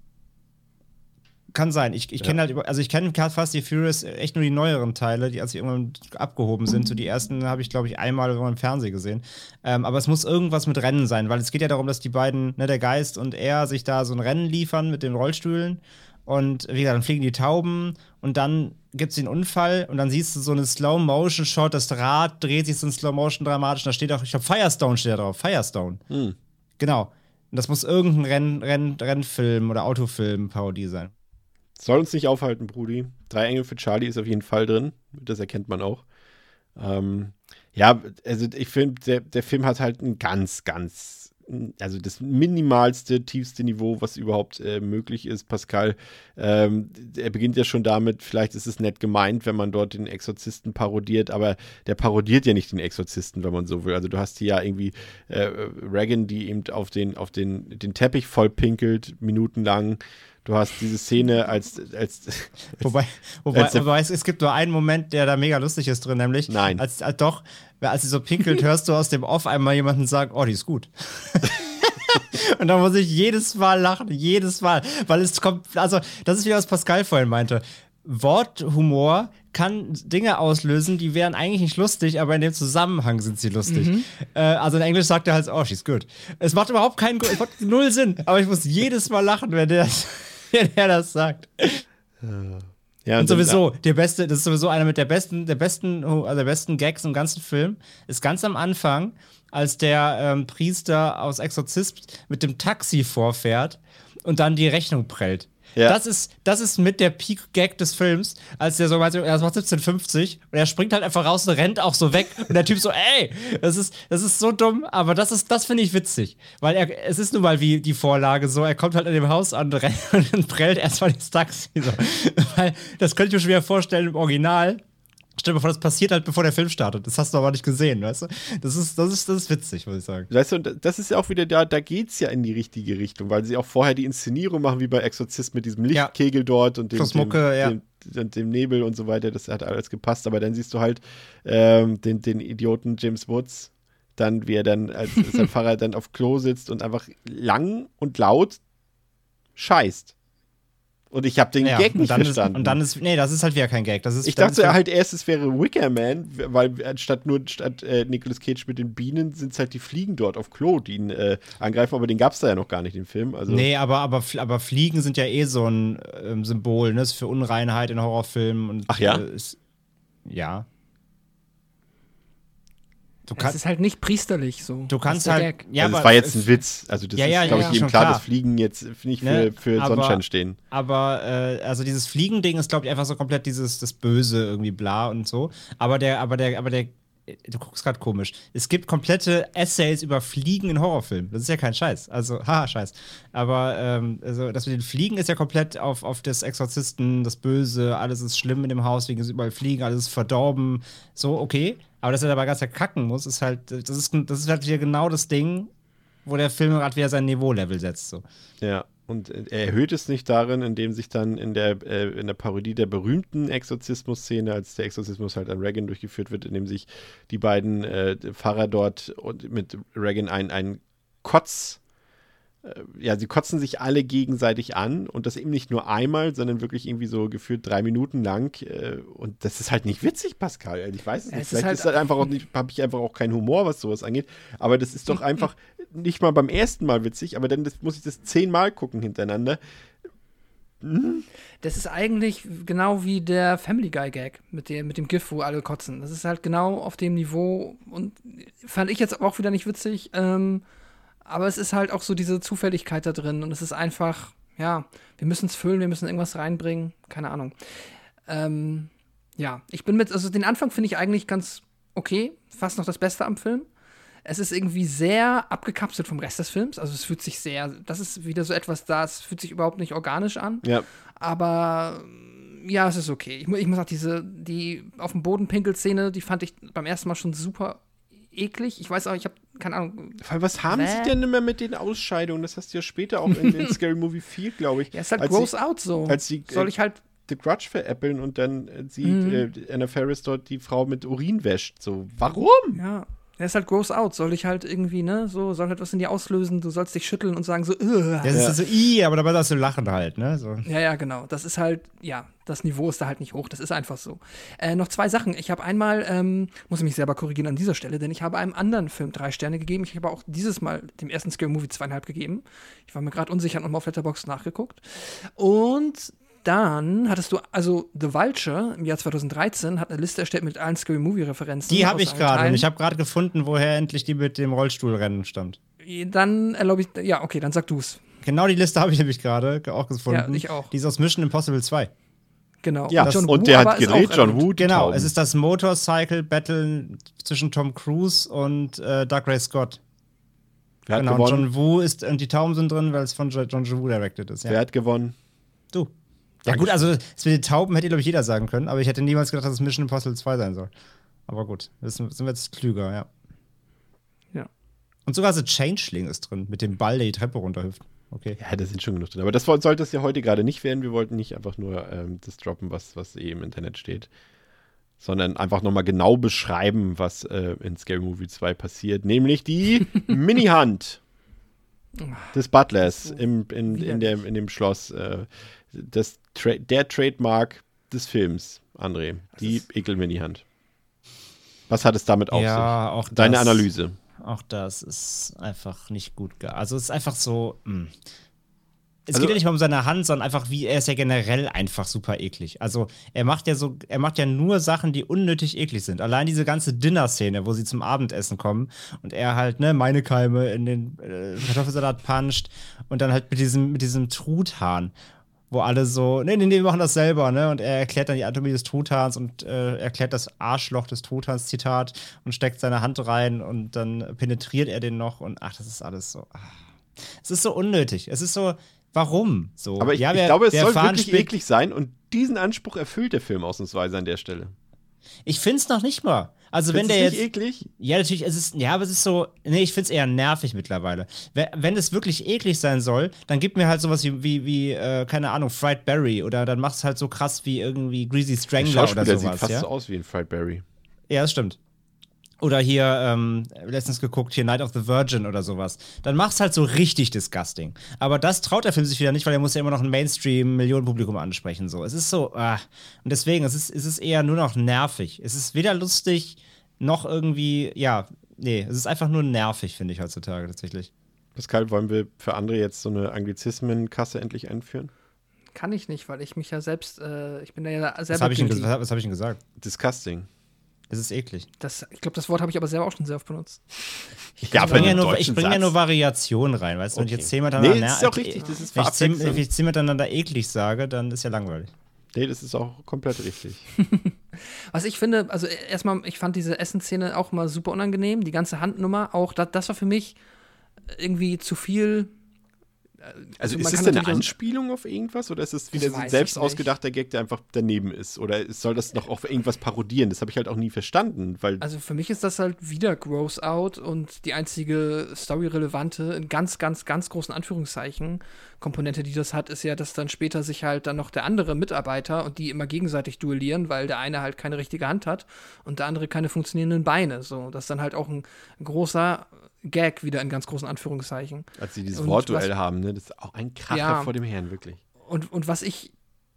Kann sein. Ich, ich Ja. kenne halt, also ich kenne Fast and Furious echt nur die neueren Teile, die als sie irgendwann abgehoben sind. So die ersten habe ich, glaube ich, einmal im Fernsehen gesehen. Ähm, aber es muss irgendwas mit Rennen sein, weil es geht ja darum, dass die beiden, ne, der Geist und er, sich da so ein Rennen liefern mit den Rollstühlen. Und wie gesagt, dann fliegen die Tauben und dann gibt es den Unfall und dann siehst du so eine Slow-Motion-Shot, das Rad dreht sich so in Slow-Motion dramatisch. Da steht auch, ich glaube, Firestone steht da drauf. Firestone. Hm. Genau. Und das muss irgendein Renn, Renn, Rennfilm oder Autofilm-Parodie sein. Soll uns nicht aufhalten, Brudi. Drei Engel für Charlie ist auf jeden Fall drin. Das erkennt man auch. Ähm, ja, also ich finde, der, der Film hat halt ein ganz, ganz, also das minimalste, tiefste Niveau, was überhaupt äh, möglich ist. Pascal, ähm, er beginnt ja schon damit, vielleicht ist es nett gemeint, wenn man dort den Exorzisten parodiert, aber der parodiert ja nicht den Exorzisten, wenn man so will. Also du hast hier ja irgendwie äh, Regan, die eben auf den, auf den, den Teppich voll pinkelt, minutenlang. Du hast diese Szene als. als, als wobei, wobei, als wobei es, es gibt nur einen Moment, der da mega lustig ist drin, nämlich. Nein. Als, als, doch, als sie so pinkelt, hörst du aus dem Off einmal jemanden sagen: Oh, die ist gut. Und da muss ich jedes Mal lachen, jedes Mal. Weil es kommt, also, das ist wie was Pascal vorhin meinte. Worthumor kann Dinge auslösen, die wären eigentlich nicht lustig, aber in dem Zusammenhang sind sie lustig. Mhm. Äh, also in Englisch sagt er halt, oh, she's good. Es macht überhaupt keinen, es macht null Sinn, aber ich muss jedes Mal lachen, wenn der, wenn der das sagt. Ja, und, und sowieso, der beste, das ist sowieso einer mit der besten, der besten, also der besten Gags im ganzen Film, ist ganz am Anfang, als der ähm, Priester aus Exorzist mit dem Taxi vorfährt und dann die Rechnung prellt. Ja. Das ist, das ist mit der Peak-Gag des Films, als der so meint, das macht siebzehn fünfzig und er springt halt einfach raus und rennt auch so weg und der Typ so, ey, das ist, das ist so dumm, aber das ist, das finde ich witzig, weil er, es ist nun mal wie die Vorlage so, er kommt halt in dem Haus an und, rennt und prellt erstmal das Taxi so. Weil, das könnte ich mir schon wieder vorstellen im Original. Stell dir mal vor, das passiert halt, bevor der Film startet. Das hast du aber nicht gesehen, weißt du? Das ist, das ist, das ist witzig, muss ich sagen. Weißt du, das ist ja auch wieder da, da geht's ja in die richtige Richtung, weil sie auch vorher die Inszenierung machen, wie bei Exorzist mit diesem Lichtkegel ja. dort und dem, Mucke, dem, ja. dem, dem Nebel und so weiter. Das hat alles gepasst. Aber dann siehst du halt ähm, den, den Idioten James Woods, dann, wie er dann als, als sein Pfarrer dann auf Klo sitzt und einfach lang und laut scheißt. Und ich habe den ja, Gag nicht verstanden. Ist, und dann ist, nee, das ist halt wieder kein Gag. Das ist, ich dachte ist halt erst, es wäre Wicker Man, weil anstatt nur statt äh, Nicolas Cage mit den Bienen sind es halt die Fliegen dort auf Klo, die ihn äh, angreifen, aber den gab es da ja noch gar nicht im Film. Also nee, aber, aber, aber Fliegen sind ja eh so ein ähm, Symbol, ne, für Unreinheit in Horrorfilmen. Und, ach ja? Äh, ist, ja. Du kann, es ist halt nicht priesterlich so. Du kannst halt. Ja, also das war jetzt ein Witz. Also das ja, ja, ist, glaube ja, ich, ja, jedem klar, klar, dass Fliegen jetzt nicht für, ne? für aber, Sonnenschein stehen. Aber äh, also dieses Fliegending ist, glaube ich, einfach so komplett dieses das Böse irgendwie bla und so. Aber der, aber der, aber der, du guckst gerade komisch. Es gibt komplette Essays über Fliegen in Horrorfilmen. Das ist ja kein Scheiß. Also, haha, Scheiß. Aber ähm, also das mit den Fliegen ist ja komplett auf, auf das Exorzisten, das Böse, alles ist schlimm in dem Haus, wegen es überall Fliegen, alles ist verdorben. So, okay. Aber dass er dabei ganz kacken muss, ist halt, das ist, das ist halt wieder genau das Ding, wo der Film gerade wieder sein Niveau-Level setzt. So. Ja, und er erhöht es nicht darin, indem sich dann in der, äh, in der Parodie der berühmten Exorzismus-Szene, als der Exorzismus halt an Regan durchgeführt wird, indem sich die beiden äh, Pfarrer dort und mit Regan ein, ein Kotz ja, sie kotzen sich alle gegenseitig an und das eben nicht nur einmal, sondern wirklich irgendwie so gefühlt drei Minuten lang und das ist halt nicht witzig, Pascal, ich weiß es nicht, es vielleicht ist, halt ist halt einfach auch nicht, habe ich einfach auch keinen Humor, was sowas angeht, aber das ist doch einfach nicht mal beim ersten Mal witzig, aber dann das, muss ich das zehnmal gucken hintereinander. Mhm. Das ist eigentlich genau wie der Family Guy Gag mit dem, mit dem GIF, wo alle kotzen. Das ist halt genau auf dem Niveau und fand ich jetzt auch wieder nicht witzig, ähm aber es ist halt auch so diese Zufälligkeit da drin und es ist einfach, ja, wir müssen es füllen, wir müssen irgendwas reinbringen, keine Ahnung. Ähm, ja, ich bin mit, also den Anfang finde ich eigentlich ganz okay, fast noch das Beste am Film. Es ist irgendwie sehr abgekapselt vom Rest des Films, also es fühlt sich sehr, das ist wieder so etwas, das fühlt sich überhaupt nicht organisch an, ja. Aber ja, es ist okay. Ich, ich muss auch diese, die auf dem Boden Pinkel-Szene, die fand ich beim ersten Mal schon super eklig. Ich weiß auch, ich habe keine Ahnung. Was haben Bäh. sie denn immer mit den Ausscheidungen? Das hast du ja später auch in, in Scary Movie vier, glaube ich. Ja, ist halt gross sie, out so. Als sie, Soll ich halt The Grudge veräppeln und dann äh, sieht mhm. äh, Anna Faris dort die Frau mit Urin wäscht. So, warum? Ja. Er ist halt gross out. Soll ich halt irgendwie, ne, so, soll halt was in dir auslösen, du sollst dich schütteln und sagen so, Ugh. Das ist ja. so, ih, aber dabei darfst du lachen halt, ne? So. Ja, ja, genau. Das ist halt, ja, das Niveau ist da halt nicht hoch. Das ist einfach so. Äh, noch zwei Sachen. Ich habe einmal, ähm, muss ich mich selber korrigieren an dieser Stelle, denn ich habe einem anderen Film drei Sterne gegeben. Ich habe auch dieses Mal dem ersten Scary Movie zweieinhalb gegeben. Ich war mir gerade unsicher und habe mal auf Letterboxd nachgeguckt. Und dann hattest du, also The Vulture im Jahr zweitausenddreizehn hat eine Liste erstellt mit allen Scary Movie-Referenzen. Die habe ich gerade und ich habe gerade gefunden, woher endlich die mit dem Rollstuhlrennen stammt. Dann erlaube ich, ja, okay, dann sag du's. Genau die Liste habe ich nämlich gerade auch gefunden. Ja, ich auch. Die ist aus Mission Impossible zwei. Genau. Ja, und, John und Woo, der hat gedreht, John Woo. Genau, Tauben. Es ist das Motorcycle-Battle zwischen Tom Cruise und äh, Douglas Scott. Wer hat genau, gewonnen? John Woo ist, und die Tauben sind drin, weil es von John Woo directed ist. Ja. Wer hat gewonnen? Du. Ja gut, also es mit den Tauben hätte, glaube ich, jeder sagen können, aber ich hätte niemals gedacht, dass es Mission Impossible zwei sein soll. Aber gut, das sind wir jetzt klüger, ja. Ja. Und sogar The Changeling ist drin, mit dem Ball, der die Treppe runterhüpft. Okay. Ja, da sind schon genug drin. Aber das sollte es ja heute gerade nicht werden. Wir wollten nicht einfach nur ähm, das droppen, was, was eh im Internet steht, sondern einfach nochmal genau beschreiben, was äh, in Scary Movie zwei passiert, nämlich die Mini-Hand. des Butlers im, in, in, der, in dem Schloss. Äh, das Tra- der Trademark des Films, André. Die ekeln mir in die Hand. Was hat es damit auf ja, sich? Auch Deine das, Analyse. Auch das ist einfach nicht gut. Ge- also es ist einfach so. Mh. Es Also- geht ja nicht mal um seine Hand, sondern einfach, wie er ist ja generell einfach super eklig. Also er macht ja so, er macht ja nur Sachen, die unnötig eklig sind. Allein diese ganze Dinner-Szene, wo sie zum Abendessen kommen und er halt, ne, meine Keime in den äh, Kartoffelsalat puncht und dann halt mit diesem, mit diesem Truthahn, wo alle so, nee, nee, nee, wir machen das selber, ne? Und er erklärt dann die Anatomie des Truthahns und äh, erklärt das Arschloch des Truthahns, Zitat, und steckt seine Hand rein und dann penetriert er den noch und ach, das ist alles so. Ach. Es ist so unnötig. Es ist so, warum? So. Aber ich, ja, ich wer, glaube, es wer soll Fahnen wirklich spielt- eklig sein und diesen Anspruch erfüllt der Film ausnahmsweise an der Stelle. Ich find's noch nicht mal. Also wenn Findest der du jetzt. nicht eklig? Ja, natürlich, es ist, ja, aber es ist so, nee, ich find's eher nervig mittlerweile. Wenn, wenn es wirklich eklig sein soll, dann gib mir halt sowas wie, wie, wie äh, keine Ahnung, Fried Berry oder dann mach's halt so krass wie irgendwie Greasy Der Strangler Schauspieler oder sieht sowas, fast ja? so aus wie ein Fried Berry. Ja, das stimmt. Oder hier, ähm, letztens geguckt, hier Night of the Virgin oder sowas. Dann mach's halt so richtig disgusting. Aber das traut der Film sich wieder nicht, weil er muss ja immer noch ein Mainstream-Millionenpublikum ansprechen. So. Es ist so, ah. Und deswegen, es ist, es ist eher nur noch nervig. Es ist weder lustig, noch irgendwie, ja, nee, es ist einfach nur nervig, finde ich heutzutage tatsächlich. Pascal, wollen wir für andere jetzt so eine Anglizismenkasse endlich einführen? Kann ich nicht, weil ich mich ja selbst, äh, ich bin da ja Was selber habe ich, denn guilty. ges- was hab- was hab ich denn gesagt? Disgusting. Es ist eklig. Das, ich glaube, das Wort habe ich aber selber auch schon sehr oft benutzt. Ja, Ich bringe ja, einen nur- ich deutschen bring ja Satz. nur Variationen rein, weißt du? Wenn ich Okay. jetzt zehn miteinander, Nee, das ist ja auch richtig, das ist wenn ich zehn, verabwechselnd. wenn ich zehn miteinander eklig sage, dann ist ja langweilig. Nee, das ist auch komplett richtig. Was ich finde, also erstmal, ich fand diese Essensszene auch mal super unangenehm. Die ganze Handnummer, auch das, das war für mich irgendwie zu viel. Also, man ist es kann denn eine natürlich auch- Anspielung auf irgendwas oder ist es wieder Das so ein weiß selbst ich nicht. ausgedachter Gag, der einfach daneben ist? Oder ist- soll das noch auf irgendwas parodieren? Das habe ich halt auch nie verstanden, weil Also für mich ist das halt wieder Gross Out und die einzige storyrelevante, in ganz, ganz, ganz großen Anführungszeichen, Komponente, die das hat, ist ja, dass dann später sich halt dann noch der andere Mitarbeiter und die immer gegenseitig duellieren, weil der eine halt keine richtige Hand hat und der andere keine funktionierenden Beine. So, das ist dann halt auch ein großer Gag wieder in ganz großen Anführungszeichen. als sie dieses Und Wortduell was- haben, ne, das ist auch ein Kracher Ja. vor dem Herrn, wirklich. Und, und was ich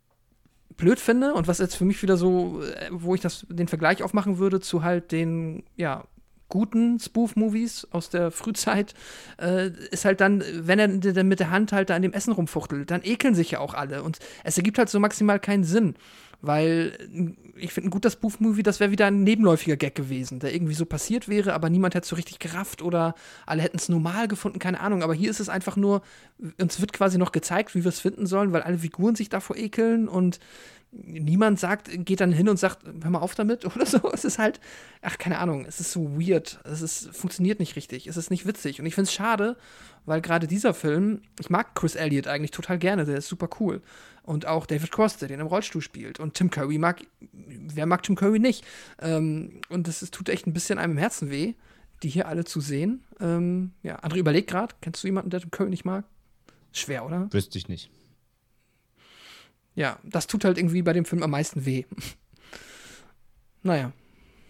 blöd finde und was jetzt für mich wieder so, äh, wo ich das, den Vergleich aufmachen würde zu halt den, ja, guten Spoof-Movies aus der Frühzeit, äh, ist halt dann, wenn er d- d- mit der Hand halt da an dem Essen rumfuchtelt, dann ekeln sich ja auch alle. Und es ergibt halt so maximal keinen Sinn. Weil äh, ich finde, ein guter Spoof-Movie, das wäre wieder ein nebenläufiger Gag gewesen, der irgendwie so passiert wäre, aber niemand hätte es so richtig gerafft oder alle hätten es normal gefunden, keine Ahnung. Aber hier ist es einfach nur, uns wird quasi noch gezeigt, wie wir es finden sollen, weil alle Figuren sich davor ekeln und niemand sagt, geht dann hin und sagt, hör mal auf damit oder so. Es ist halt, ach, keine Ahnung, es ist so weird. Es ist, funktioniert nicht richtig. Es ist nicht witzig. Und ich finde es schade, weil gerade dieser Film, ich mag Chris Elliott eigentlich total gerne, der ist super cool. Und auch David Cross, der den im Rollstuhl spielt. Und Tim Curry mag, wer mag Tim Curry nicht? Ähm, und es tut echt ein bisschen einem im Herzen weh, die hier alle zu sehen. Ähm, ja, André, überleg gerade, kennst du jemanden, der Tim Curry nicht mag? Schwer, oder? Wüsste ich nicht. Ja, das tut halt irgendwie bei dem Film am meisten weh. Naja.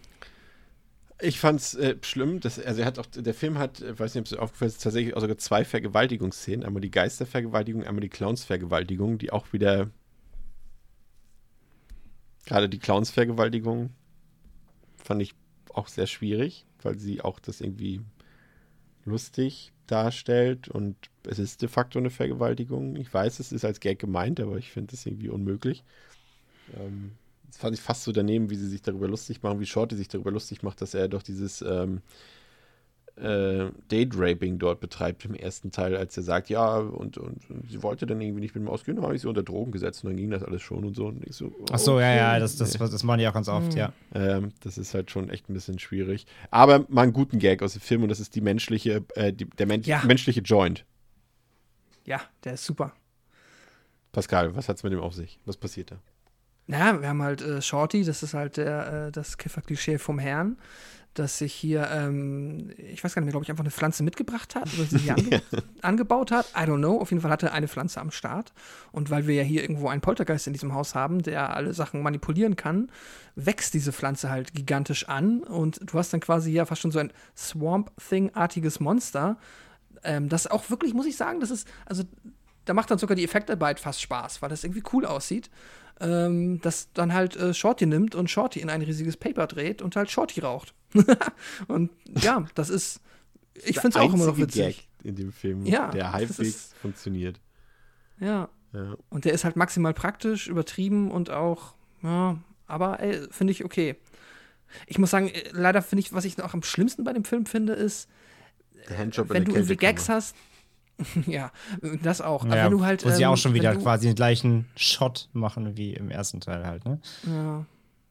Ich fand's äh, schlimm, dass, also er hat auch, der Film hat, äh, weiß nicht, ob es dir aufgefallen ist, tatsächlich auch sogar zwei Vergewaltigungsszenen. Einmal die Geistervergewaltigung, einmal die Clownsvergewaltigung, die auch wieder, gerade die Clownsvergewaltigung fand ich auch sehr schwierig, weil sie auch das irgendwie lustig darstellt und es ist de facto eine Vergewaltigung. Ich weiß, es ist als Gag gemeint, aber ich finde es irgendwie unmöglich. Ähm, das fand ich fast so daneben, wie sie sich darüber lustig machen, wie Shorty sich darüber lustig macht, dass er doch dieses ähm, äh, Date-Raping dort betreibt im ersten Teil, als er sagt, ja, und, und, und sie wollte dann irgendwie nicht mit ihm ausgehen, dann habe ich sie unter Drogen gesetzt und dann ging das alles schon und so. Und ich so, Ach so, ja, okay. ja, das, das, das machen die auch ganz oft, Mhm. ja. Ähm, das ist halt schon echt ein bisschen schwierig. Aber mal einen guten Gag aus dem Film und das ist die menschliche, äh, die, der Men Ja. menschliche Joint. Ja, der ist super. Pascal, was hat's mit dem auf sich? Was passiert da? Naja, wir haben halt äh, Shorty, das ist halt der, äh, das Kiffer-Klischee vom Herrn, dass sich hier, ähm, ich weiß gar nicht mehr, glaube ich, einfach eine Pflanze mitgebracht hat oder sie hier ange angebaut hat. I don't know. Auf jeden Fall hatte er eine Pflanze am Start. Und weil wir ja hier irgendwo einen Poltergeist in diesem Haus haben, der alle Sachen manipulieren kann, wächst diese Pflanze halt gigantisch an. Und du hast dann quasi ja fast schon so ein Swamp-Thing-artiges Monster ähm, das auch wirklich, muss ich sagen, das ist, also da macht dann sogar die Effektarbeit fast Spaß, weil das irgendwie cool aussieht. Ähm, dass dann halt äh, Shorty nimmt und Shorty in ein riesiges Paper dreht und halt Shorty raucht. Und ja, das ist, ich finde es auch immer noch witzig. Gag in dem Film, ja, der halbwegs ist, funktioniert. Ja. ja. Und der ist halt maximal praktisch, übertrieben und auch, ja, aber finde ich okay. Ich muss sagen, leider finde ich, was ich noch am schlimmsten bei dem Film finde, ist, der Handjob wenn in der du irgendwie Gags hast, ja, das auch. Aber ja, wenn du halt, wo sie ähm, auch schon wieder du, quasi den gleichen Shot machen wie im ersten Teil halt, ne? Ja.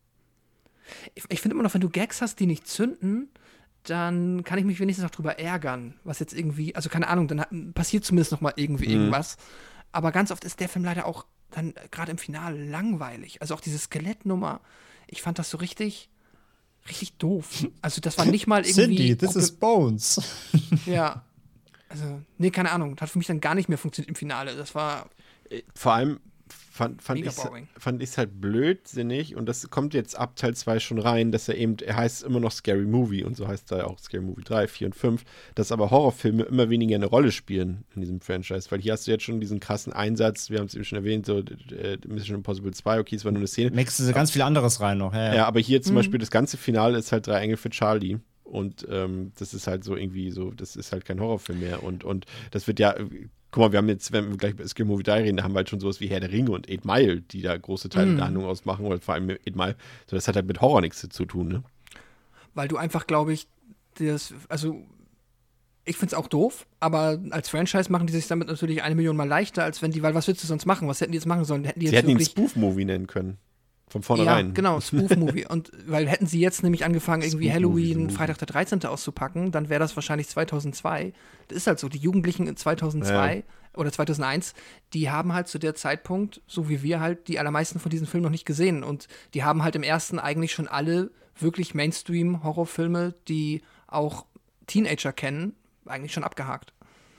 Ich, ich finde immer noch, wenn du Gags hast, die nicht zünden, dann kann ich mich wenigstens noch drüber ärgern, was jetzt irgendwie, also keine Ahnung, dann hat, passiert zumindest noch mal irgendwie mhm. irgendwas. Aber ganz oft ist der Film leider auch dann gerade im Finale langweilig. Also auch diese Skelettnummer, ich fand das so richtig, richtig doof. Also das war nicht mal irgendwie... Cindy, this is Bones. Ja. Also, nee, keine Ahnung. Das hat für mich dann gar nicht mehr funktioniert im Finale. Das war vor allem fand, fand ich fand es halt blödsinnig und das kommt jetzt ab Teil zwei schon rein, dass er eben, er heißt immer noch Scary Movie und so heißt er auch Scary Movie drei, vier und fünf, dass aber Horrorfilme immer weniger eine Rolle spielen in diesem Franchise, weil hier hast du jetzt schon diesen krassen Einsatz, wir haben es eben schon erwähnt, so äh, Mission Impossible zwei, okay, es war nur eine Szene. Mixst du ganz viel anderes rein noch. Ja, ja. ja aber hier zum mhm. Beispiel das ganze Finale ist halt Drei Engel für Charlie. Und ähm, das ist halt so irgendwie so, das ist halt kein Horrorfilm mehr. Und, und das wird ja, guck mal, wir haben jetzt, wenn wir gleich über Scary Movie drei reden, da haben wir halt schon sowas wie Herr der Ringe und Eight Mile, die da große Teile mm. der Handlung ausmachen, oder vor allem Eight Mile. So, das hat halt mit Horror nichts zu tun, ne? Weil du einfach, glaube ich, das, also ich finde es auch doof, aber als Franchise machen die sich damit natürlich eine Million Mal leichter, als wenn die, weil was willst du sonst machen? Was hätten die jetzt machen sollen? Hätten die Sie jetzt hätten ihn wirklich Spoof-Movie nennen können. Von vornherein. Ja, genau, Spoof-Movie. Und weil hätten sie jetzt nämlich angefangen, irgendwie Halloween, Freitag der dreizehnte auszupacken, dann wäre das wahrscheinlich zweitausendzwei. Das ist halt so, die Jugendlichen in zweitausendzwei ja. oder zweitausendeins, die haben halt zu der Zeitpunkt, so wie wir halt, die allermeisten von diesen Filmen noch nicht gesehen. Und die haben halt im ersten eigentlich schon alle wirklich Mainstream-Horrorfilme, die auch Teenager kennen, eigentlich schon abgehakt.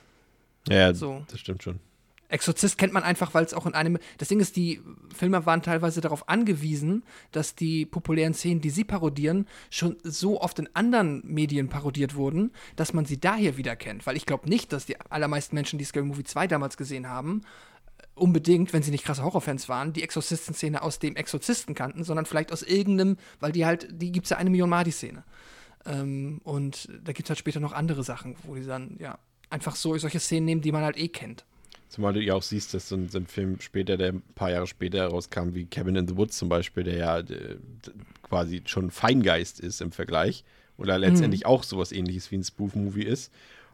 Ja, so. Das stimmt schon. Exorzist kennt man einfach, weil es auch in einem. Das Ding ist, die Filme waren teilweise darauf angewiesen, dass die populären Szenen, die sie parodieren, schon so oft in anderen Medien parodiert wurden, dass man sie daher wieder kennt. Weil ich glaube nicht, dass die allermeisten Menschen, die Scary Movie zwei damals gesehen haben, unbedingt, wenn sie nicht krasse Horrorfans waren, die Exorzisten-Szene aus dem Exorzisten kannten, sondern vielleicht aus irgendeinem, weil die halt, die gibt es ja eine Million Mal, die Szene. Ähm, und da gibt es halt später noch andere Sachen, wo die dann, ja, einfach so solche Szenen nehmen, die man halt eh kennt. Zumal du ja auch siehst, dass so ein, so ein Film später, der ein paar Jahre später herauskam, wie Cabin in the Woods zum Beispiel, der ja äh, quasi schon Feingeist ist im Vergleich oder letztendlich mhm. auch sowas ähnliches wie ein Spoof-Movie ist.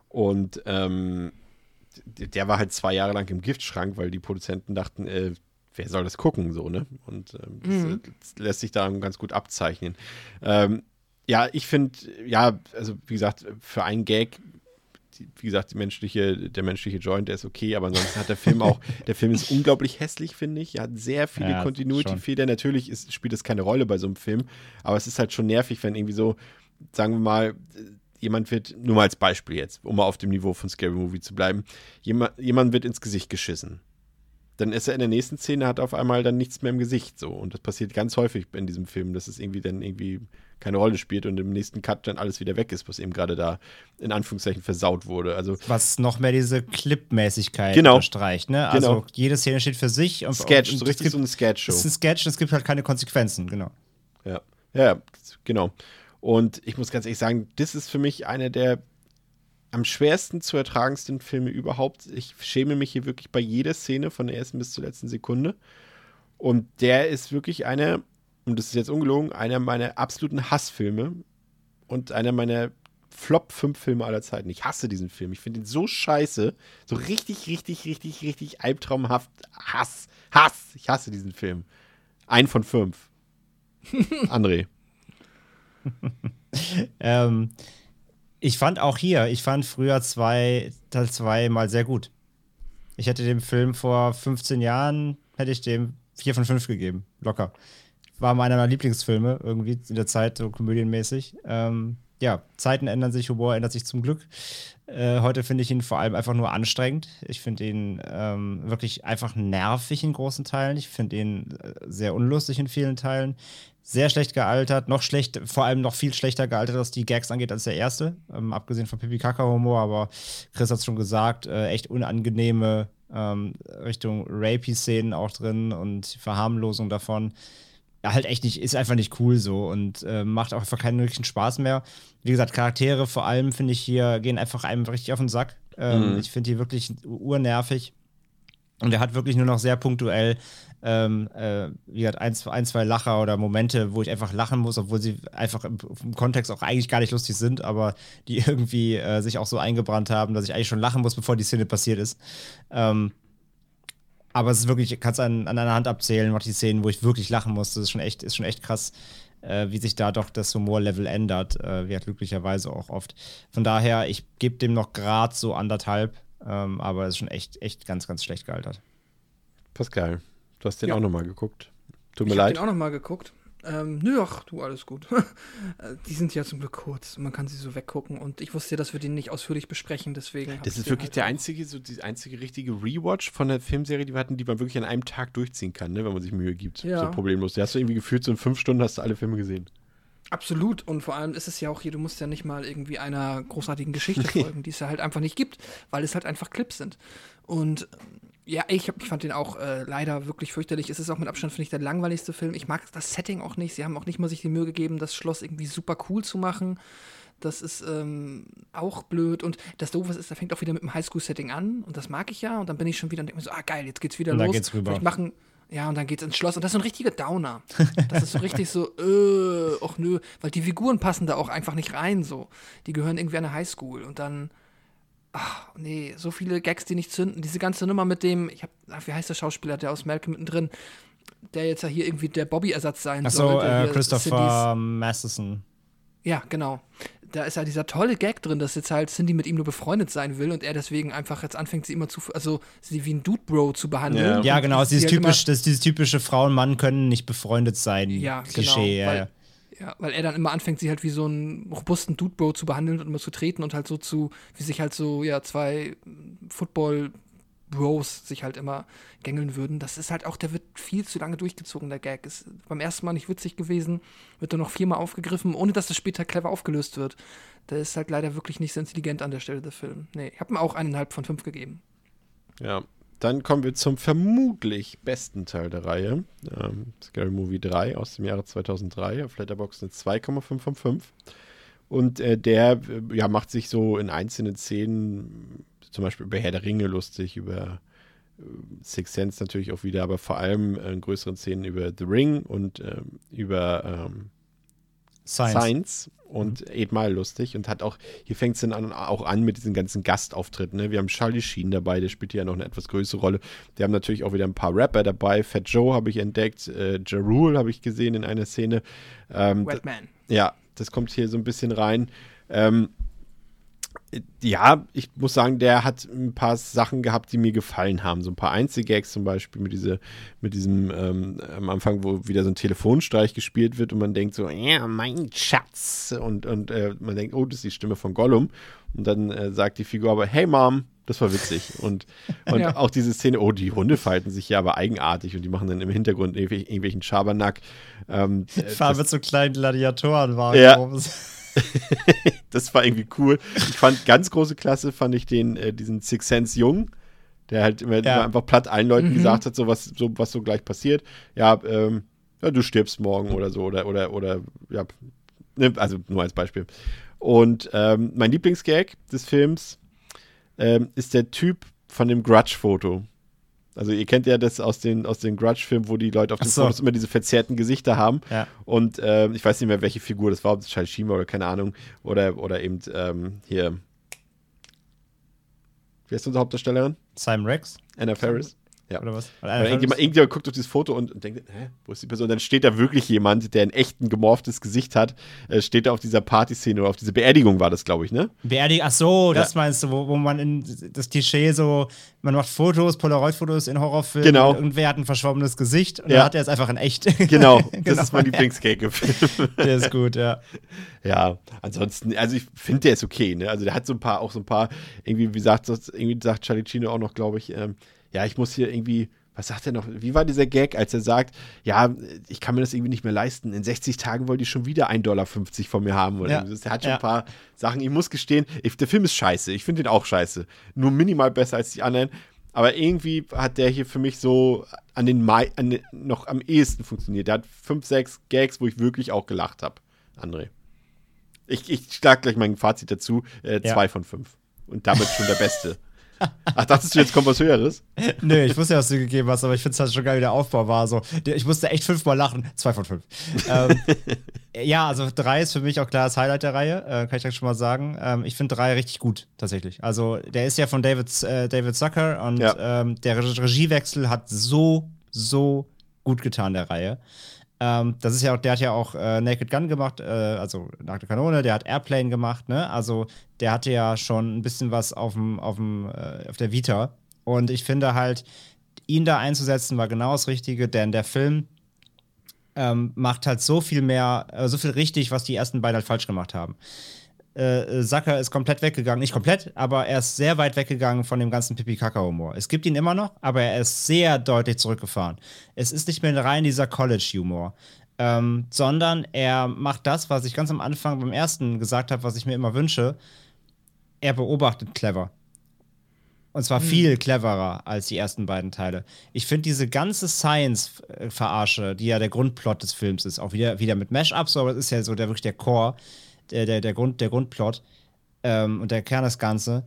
Und ähm, der war halt zwei Jahre lang im Giftschrank, weil die Produzenten dachten, äh, wer soll das gucken, so, ne? Und ähm, das, mhm. das lässt sich da ganz gut abzeichnen. Ähm, ja, ich finde, ja, also wie gesagt, für einen Gag, wie gesagt, die menschliche, der menschliche Joint, der ist okay, aber ansonsten hat der Film auch, der Film ist unglaublich hässlich, finde ich. Er hat sehr viele ja, Continuity-Fehler. Natürlich ist, spielt es keine Rolle bei so einem Film, aber es ist halt schon nervig, wenn irgendwie so, sagen wir mal, jemand wird, nur mal als Beispiel jetzt, um mal auf dem Niveau von Scary Movie zu bleiben, jemand, jemand wird ins Gesicht geschissen. Dann ist er in der nächsten Szene, hat auf einmal dann nichts mehr im Gesicht, so. Und das passiert ganz häufig in diesem Film, dass es irgendwie dann irgendwie keine Rolle spielt und im nächsten Cut dann alles wieder weg ist, was eben gerade da in Anführungszeichen versaut wurde. Also was noch mehr diese Clip-Mäßigkeit genau. unterstreicht, ne? Also genau. jede Szene steht für sich. Und, Sketch, und so richtig gibt, so eine Sketch-Show. Es ist ein Sketch und es gibt halt keine Konsequenzen, genau. Ja, ja, genau. Und ich muss ganz ehrlich sagen, das ist für mich einer der am schwersten zu ertragendsten Filme überhaupt. Ich schäme mich hier wirklich bei jeder Szene von der ersten bis zur letzten Sekunde. Und der ist wirklich einer, und das ist jetzt ungelogen, einer meiner absoluten Hassfilme und einer meiner Flop fünf Filme aller Zeiten. Ich hasse diesen Film. Ich finde ihn so scheiße. So richtig, richtig, richtig, richtig albtraumhaft. Hass. Hass. Ich hasse diesen Film. Ein von fünf. André. ähm, ich fand auch hier, ich fand früher zwei, Teil zwei mal sehr gut. Ich hätte dem Film vor fünfzehn Jahren, hätte ich dem vier von fünf gegeben. Locker. War einer meiner Lieblingsfilme irgendwie in der Zeit, so komödienmäßig. Ähm, ja, Zeiten ändern sich, Humor ändert sich zum Glück. Äh, heute finde ich ihn vor allem einfach nur anstrengend. Ich finde ihn ähm, wirklich einfach nervig in großen Teilen. Ich finde ihn äh, sehr unlustig in vielen Teilen. sehr schlecht gealtert, noch schlecht, vor allem noch viel schlechter gealtert, was die Gags angeht, als der erste. Ähm, abgesehen von Pipi-Kaka-Humor, aber Chris hat es schon gesagt, äh, echt unangenehme ähm, Richtung Rapey-Szenen auch drin und Verharmlosung davon. Ja, halt echt nicht, ist einfach nicht cool so und äh, macht auch einfach keinen wirklichen Spaß mehr. Wie gesagt, Charaktere vor allem, finde ich hier, gehen einfach einem richtig auf den Sack. Ähm, mhm. Ich finde die wirklich urnervig. Und er hat wirklich nur noch sehr punktuell, ähm, äh, wie gesagt, ein, ein, zwei Lacher oder Momente, wo ich einfach lachen muss, obwohl sie einfach im, im Kontext auch eigentlich gar nicht lustig sind, aber die irgendwie äh, sich auch so eingebrannt haben, dass ich eigentlich schon lachen muss, bevor die Szene passiert ist. Ähm, aber es ist wirklich, ich kann es an, an einer Hand abzählen, noch die Szenen, wo ich wirklich lachen muss. Das ist schon echt, ist schon echt krass, äh, wie sich da doch das Humorlevel ändert, äh, wie halt glücklicherweise auch oft. Von daher, ich gebe dem noch grad so anderthalb. Ähm, aber es ist schon echt, echt ganz, ganz schlecht gealtert. Pascal, du hast den ja. auch nochmal geguckt. Tut mir ich leid. Ich habe den auch nochmal geguckt. Ähm, nö, ach, du, alles gut. Die sind ja zum Glück kurz. Man kann sie so weggucken. Und ich wusste ja, dass wir den nicht ausführlich besprechen, deswegen. Das ist wirklich halt der einzige, so die einzige richtige Rewatch von der Filmserie, die wir hatten, die man wirklich an einem Tag durchziehen kann, ne, wenn man sich Mühe gibt. Ja. So problemlos. Da hast du irgendwie gefühlt, so in fünf Stunden hast du alle Filme gesehen. Absolut. Und vor allem ist es ja auch hier, du musst ja nicht mal irgendwie einer großartigen Geschichte folgen, die es ja halt einfach nicht gibt, weil es halt einfach Clips sind. Und ja, ich, hab, ich fand den auch äh, leider wirklich fürchterlich. Es ist auch mit Abstand, finde ich, der langweiligste Film. Ich mag das Setting auch nicht. Sie haben auch nicht mal sich die Mühe gegeben, das Schloss irgendwie super cool zu machen. Das ist ähm, auch blöd. Und das Doofe ist, da fängt auch wieder mit dem Highschool-Setting an. Und das mag ich ja. Und dann bin ich schon wieder und denke mir so, ah geil, jetzt geht's wieder und los. Dann geht's rüber. Vielleicht machen Ja, und dann geht's ins Schloss. Und das ist so ein richtiger Downer. Das ist so richtig so, äh, ach nö. Weil die Figuren passen da auch einfach nicht rein, so. Die gehören irgendwie an eine Highschool. Und dann, ach nee, so viele Gags, die nicht zünden. Diese ganze Nummer mit dem, ich hab, ach, wie heißt der Schauspieler, der aus Malcolm mittendrin, der jetzt ja hier irgendwie der Bobby-Ersatz sein ach soll. Achso, äh, Christopher Masterson. Ja, genau. Da ist ja dieser tolle Gag drin, dass jetzt halt Cindy mit ihm nur befreundet sein will und er deswegen einfach jetzt anfängt, sie immer zu, also sie wie ein Dude-Bro zu behandeln. Ja, ja genau, das ist, halt typisch, das ist dieses typische Frauen, Mann können nicht befreundet sein. Ja, Klischee, genau, ja. Weil, ja, weil er dann immer anfängt, sie halt wie so einen robusten Dude-Bro zu behandeln und immer zu treten und halt so zu, wie sich halt so, ja, zwei Football- Bros sich halt immer gängeln würden. Das ist halt auch, der wird viel zu lange durchgezogen, der Gag. Ist beim ersten Mal nicht witzig gewesen, wird dann noch viermal aufgegriffen, ohne dass das später clever aufgelöst wird. Der ist halt leider wirklich nicht so intelligent an der Stelle, der Film. Nee, ich habe ihm auch eineinhalb von fünf gegeben. Ja, dann kommen wir zum vermutlich besten Teil der Reihe. Ähm, Scary Movie drei aus dem Jahre zweitausenddrei. Auf Letterboxd eine zwei Komma fünf von fünf. Und äh, der ja, macht sich so in einzelnen Szenen zum Beispiel über Herr der Ringe lustig, über äh, Sixth Sense natürlich auch wieder, aber vor allem äh, in größeren Szenen über The Ring und äh, über ähm, Science. Science und mhm. Eight Mile lustig und hat auch, hier fängt es dann an, auch an mit diesen ganzen Gastauftritten. Ne? Wir haben Charlie Sheen dabei, der spielt hier ja noch eine etwas größere Rolle. Wir haben natürlich auch wieder ein paar Rapper dabei. Fat Joe habe ich entdeckt, äh, Ja Rule habe ich gesehen in einer Szene. Ähm, Wetman. Ja, das kommt hier so ein bisschen rein. Ähm, Ja, ich muss sagen, der hat ein paar Sachen gehabt, die mir gefallen haben. So ein paar Einzelgags zum Beispiel mit, diese, mit diesem ähm, am Anfang, wo wieder so ein Telefonstreich gespielt wird und man denkt so, ja, mein Schatz. Und, und äh, man denkt, oh, das ist die Stimme von Gollum. Und dann äh, sagt die Figur aber, hey Mom, das war witzig. Und, und ja. auch diese Szene, oh, die Hunde verhalten sich ja aber eigenartig und die machen dann im Hintergrund irgendwelchen, irgendwelchen Schabernack. Ähm, Fahren mit so kleinen Gladiatoren war. Ja. Das war irgendwie cool. Ich fand ganz große Klasse, fand ich den, äh, diesen Sixth Sense Jungen, der halt immer, ja. immer einfach platt allen Leuten mhm. gesagt hat, so was, so was so gleich passiert. Ja, ähm, ja, du stirbst morgen oder so, oder, oder, oder, ja, ne, also nur als Beispiel. Und ähm, mein Lieblingsgag des Films ähm, ist der Typ von dem Grudge-Foto. Also ihr kennt ja das aus den, aus den Grudge-Filmen, wo die Leute auf den so. Fotos immer diese verzerrten Gesichter haben. Ja. Und äh, ich weiß nicht mehr, welche Figur das war, ob es Charlie Sheen war oder keine Ahnung. Oder, oder eben ähm, hier. Wie heißt unsere Hauptdarstellerin? Simon Rex. Anna Faris. Ja. Oder was? Oder irgendjemand, irgendjemand guckt auf dieses Foto und, und denkt, hä, wo ist die Person? Dann steht da wirklich jemand, der ein echt ein gemorftes Gesicht hat, äh, steht da auf dieser Partyszene oder auf dieser Beerdigung war das, glaube ich, ne? Beerdigung, ach so, ja. das meinst du, wo, wo man in das Klischee so, man macht Fotos, Polaroid-Fotos in Horrorfilmen, genau. Und irgendwer hat ein verschwommenes Gesicht und ja. dann hat er es einfach in echt. Genau, das genau. ist mein Lieblingsgag im Film. Der ist gut, ja. Ja, ansonsten, also ich finde, der ist okay, ne? Also der hat so ein paar, auch so ein paar, irgendwie, wie sagt das, irgendwie sagt Charlie Chino auch noch, glaube ich, ähm, ja, ich muss hier irgendwie was sagt er noch? Wie war dieser Gag, als er sagt, ja, ich kann mir das irgendwie nicht mehr leisten. In sechzig Tagen wollte ich schon wieder ein Dollar fünfzig von mir haben. Oder Ja. er hat schon Ja. ein paar Sachen. Ich muss gestehen, ich, der Film ist scheiße. Ich finde den auch scheiße. Nur minimal besser als die anderen. Aber irgendwie hat der hier für mich so an den, Mai, an den noch am ehesten funktioniert. Der hat fünf, sechs Gags, wo ich wirklich auch gelacht habe. André. Ich, ich schlage gleich mein Fazit dazu. Äh, Ja. Zwei von fünf. Und damit schon der Beste. Ach, dachtest du, jetzt kommt was Höheres? Nö, ich wusste ja, was du gegeben hast, aber ich finde es halt schon geil, wie der Aufbau war. So, ich musste echt fünfmal lachen. Zwei von fünf. ähm, ja, also drei ist für mich auch klar das Highlight der Reihe, äh, kann ich direkt schon mal sagen. Ähm, ich finde drei richtig gut, tatsächlich. Also, der ist ja von David, äh, David Zucker und Ja. ähm, der Re- Regiewechsel hat so, so gut getan, der Reihe. Ähm, das ist ja auch, der hat ja auch äh, Naked Gun gemacht, äh, also Nackte Kanone, der hat Airplane gemacht, ne? Also der hatte ja schon ein bisschen was auf dem, auf dem, äh, auf der Vita. Und ich finde halt, ihn da einzusetzen, war genau das Richtige, denn der Film ähm, macht halt so viel mehr, äh, so viel richtig, was die ersten beiden halt falsch gemacht haben. Äh, Zucker ist komplett weggegangen, nicht komplett, aber er ist sehr weit weggegangen von dem ganzen Pipi-Kaka-Humor. Es gibt ihn immer noch, aber er ist sehr deutlich zurückgefahren. Es ist nicht mehr rein dieser College-Humor, ähm, sondern er macht das, was ich ganz am Anfang beim ersten gesagt habe, was ich mir immer wünsche. Er beobachtet clever. Und zwar viel cleverer als die ersten beiden Teile. Ich finde diese ganze Science-Verarsche, die ja der Grundplot des Films ist, auch wieder, wieder mit Mash-Ups, aber es ist ja so der, wirklich der Core, der, der, der, Grund, der Grundplot ähm, und der Kern des Ganzen,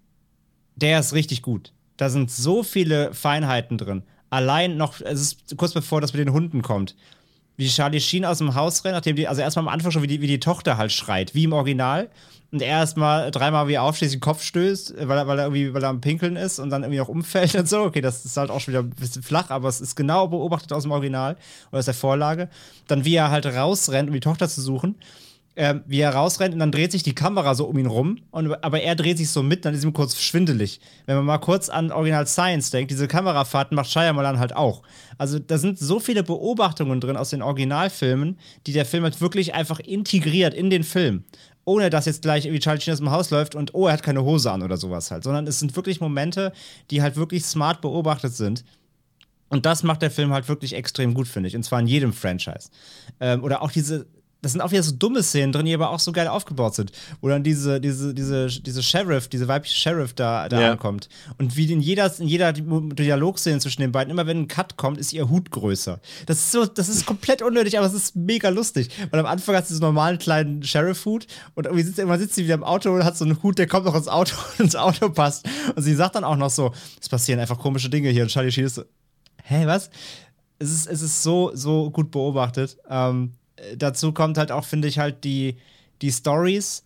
der ist richtig gut. Da sind so viele Feinheiten drin. Allein noch, es ist kurz bevor das mit den Hunden kommt, wie Charlie Sheen aus dem Haus rennt, nachdem die, also erstmal am Anfang schon, wie die, wie die Tochter halt schreit, wie im Original. Und er erstmal dreimal wie er aufsteht, den Kopf stößt, weil er, weil er irgendwie, weil er am Pinkeln ist und dann irgendwie auch umfällt und so. Okay, das ist halt auch schon wieder ein bisschen flach, aber es ist genau beobachtet aus dem Original oder aus der Vorlage. Dann wie er halt rausrennt, um die Tochter zu suchen. Ähm, wie er rausrennt und dann dreht sich die Kamera so um ihn rum, und, aber er dreht sich so mit, dann ist ihm kurz schwindelig. Wenn man mal kurz an Original Science denkt, diese Kamerafahrten macht Shyamalan halt auch. Also da sind so viele Beobachtungen drin aus den Originalfilmen, die der Film halt wirklich einfach integriert in den Film. Ohne dass jetzt gleich irgendwie Charlie Sheen aus dem Haus läuft und oh, er hat keine Hose an oder sowas halt. Sondern es sind wirklich Momente, die halt wirklich smart beobachtet sind. Und das macht der Film halt wirklich extrem gut, finde ich. Und zwar in jedem Franchise. Ähm, oder auch diese Das sind auch wieder so dumme Szenen drin, die aber auch so geil aufgebaut sind. Wo dann diese, diese, diese, diese Sheriff, diese weibliche Sheriff da, da Ja. ankommt. Und wie in jeder, in jeder Dialogszene zwischen den beiden, immer wenn ein Cut kommt, ist ihr Hut größer. Das ist so, das ist komplett unnötig, aber es ist mega lustig. Weil am Anfang hat sie so einen normalen kleinen Sheriff-Hut und irgendwie sitzt, irgendwann sitzt sie wieder im Auto und hat so einen Hut, der kommt noch ins Auto und ins Auto passt. Und sie sagt dann auch noch so, es passieren einfach komische Dinge hier. Und Charlie Sheen ist so, hä, was? Es ist, es ist so, so gut beobachtet. Ähm, Dazu kommt halt auch, finde ich, halt die, die Storys,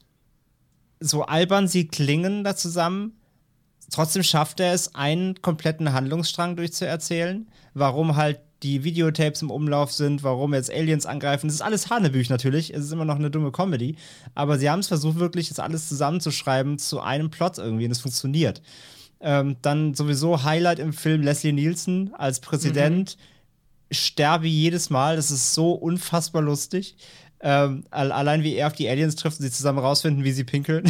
so albern sie klingen da zusammen, trotzdem schafft er es, einen kompletten Handlungsstrang durchzuerzählen, warum halt die Videotapes im Umlauf sind, warum jetzt Aliens angreifen. Das ist alles Hanebüch natürlich, es ist immer noch eine dumme Comedy, aber sie haben es versucht, wirklich das alles zusammenzuschreiben zu einem Plot irgendwie und es funktioniert. Ähm, dann sowieso Highlight im Film Leslie Nielsen als Präsident. Mhm. Sterbe jedes Mal, das ist so unfassbar lustig. Ähm, allein wie er auf die Aliens trifft und sie zusammen rausfinden, wie sie pinkeln.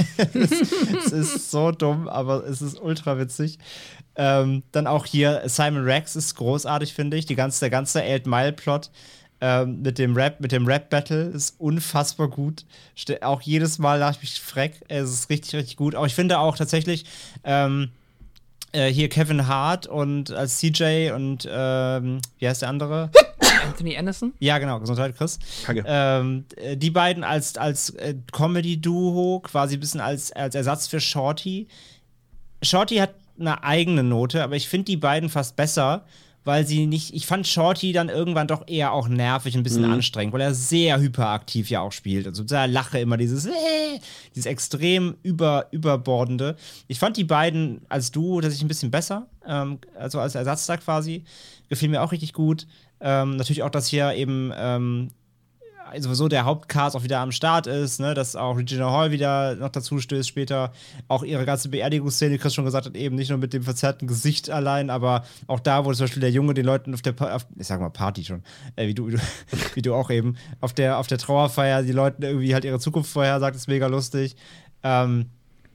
Es ist so dumm, aber es ist ultra witzig. Ähm, dann auch hier Simon Rex ist großartig, finde ich. Die ganze, der ganze Eight Mile Plot ähm, mit dem Rap, mit dem Rap-Battle ist unfassbar gut. Ste- auch jedes Mal lache ich mich freck. Es ist richtig, richtig gut. Aber ich finde auch tatsächlich, ähm, Äh, hier Kevin Hart und als C J und ähm, wie heißt der andere? Anthony Anderson? Ja, genau, Gesundheit, Chris. Danke. Ähm, die beiden als, als äh, Comedy-Duo, quasi ein bisschen als, als Ersatz für Shorty. Shorty hat eine eigene Note, aber ich finde die beiden fast besser, weil sie nicht, ich fand Shorty dann irgendwann doch eher auch nervig, ein bisschen mhm. anstrengend, weil er sehr hyperaktiv ja auch spielt. Also da lache immer dieses, äh, dieses extrem über, überbordende. Ich fand die beiden als Duo tatsächlich ein bisschen besser, ähm, also als Ersatz da quasi. Gefiel mir auch richtig gut. Ähm, natürlich auch, dass hier eben ähm, sowieso der Hauptcast auch wieder am Start ist, ne, dass auch Regina Hall wieder noch dazu stößt später. Auch ihre ganze Beerdigungsszene, die Chris schon gesagt hat, eben nicht nur mit dem verzerrten Gesicht allein, aber auch da, wo zum Beispiel der Junge den Leuten auf der, pa- auf, ich sag mal Party schon, äh, wie, du, wie, du, wie du auch eben, auf der, auf der Trauerfeier die Leuten irgendwie halt ihre Zukunft vorhersagt, ist mega lustig. Ähm,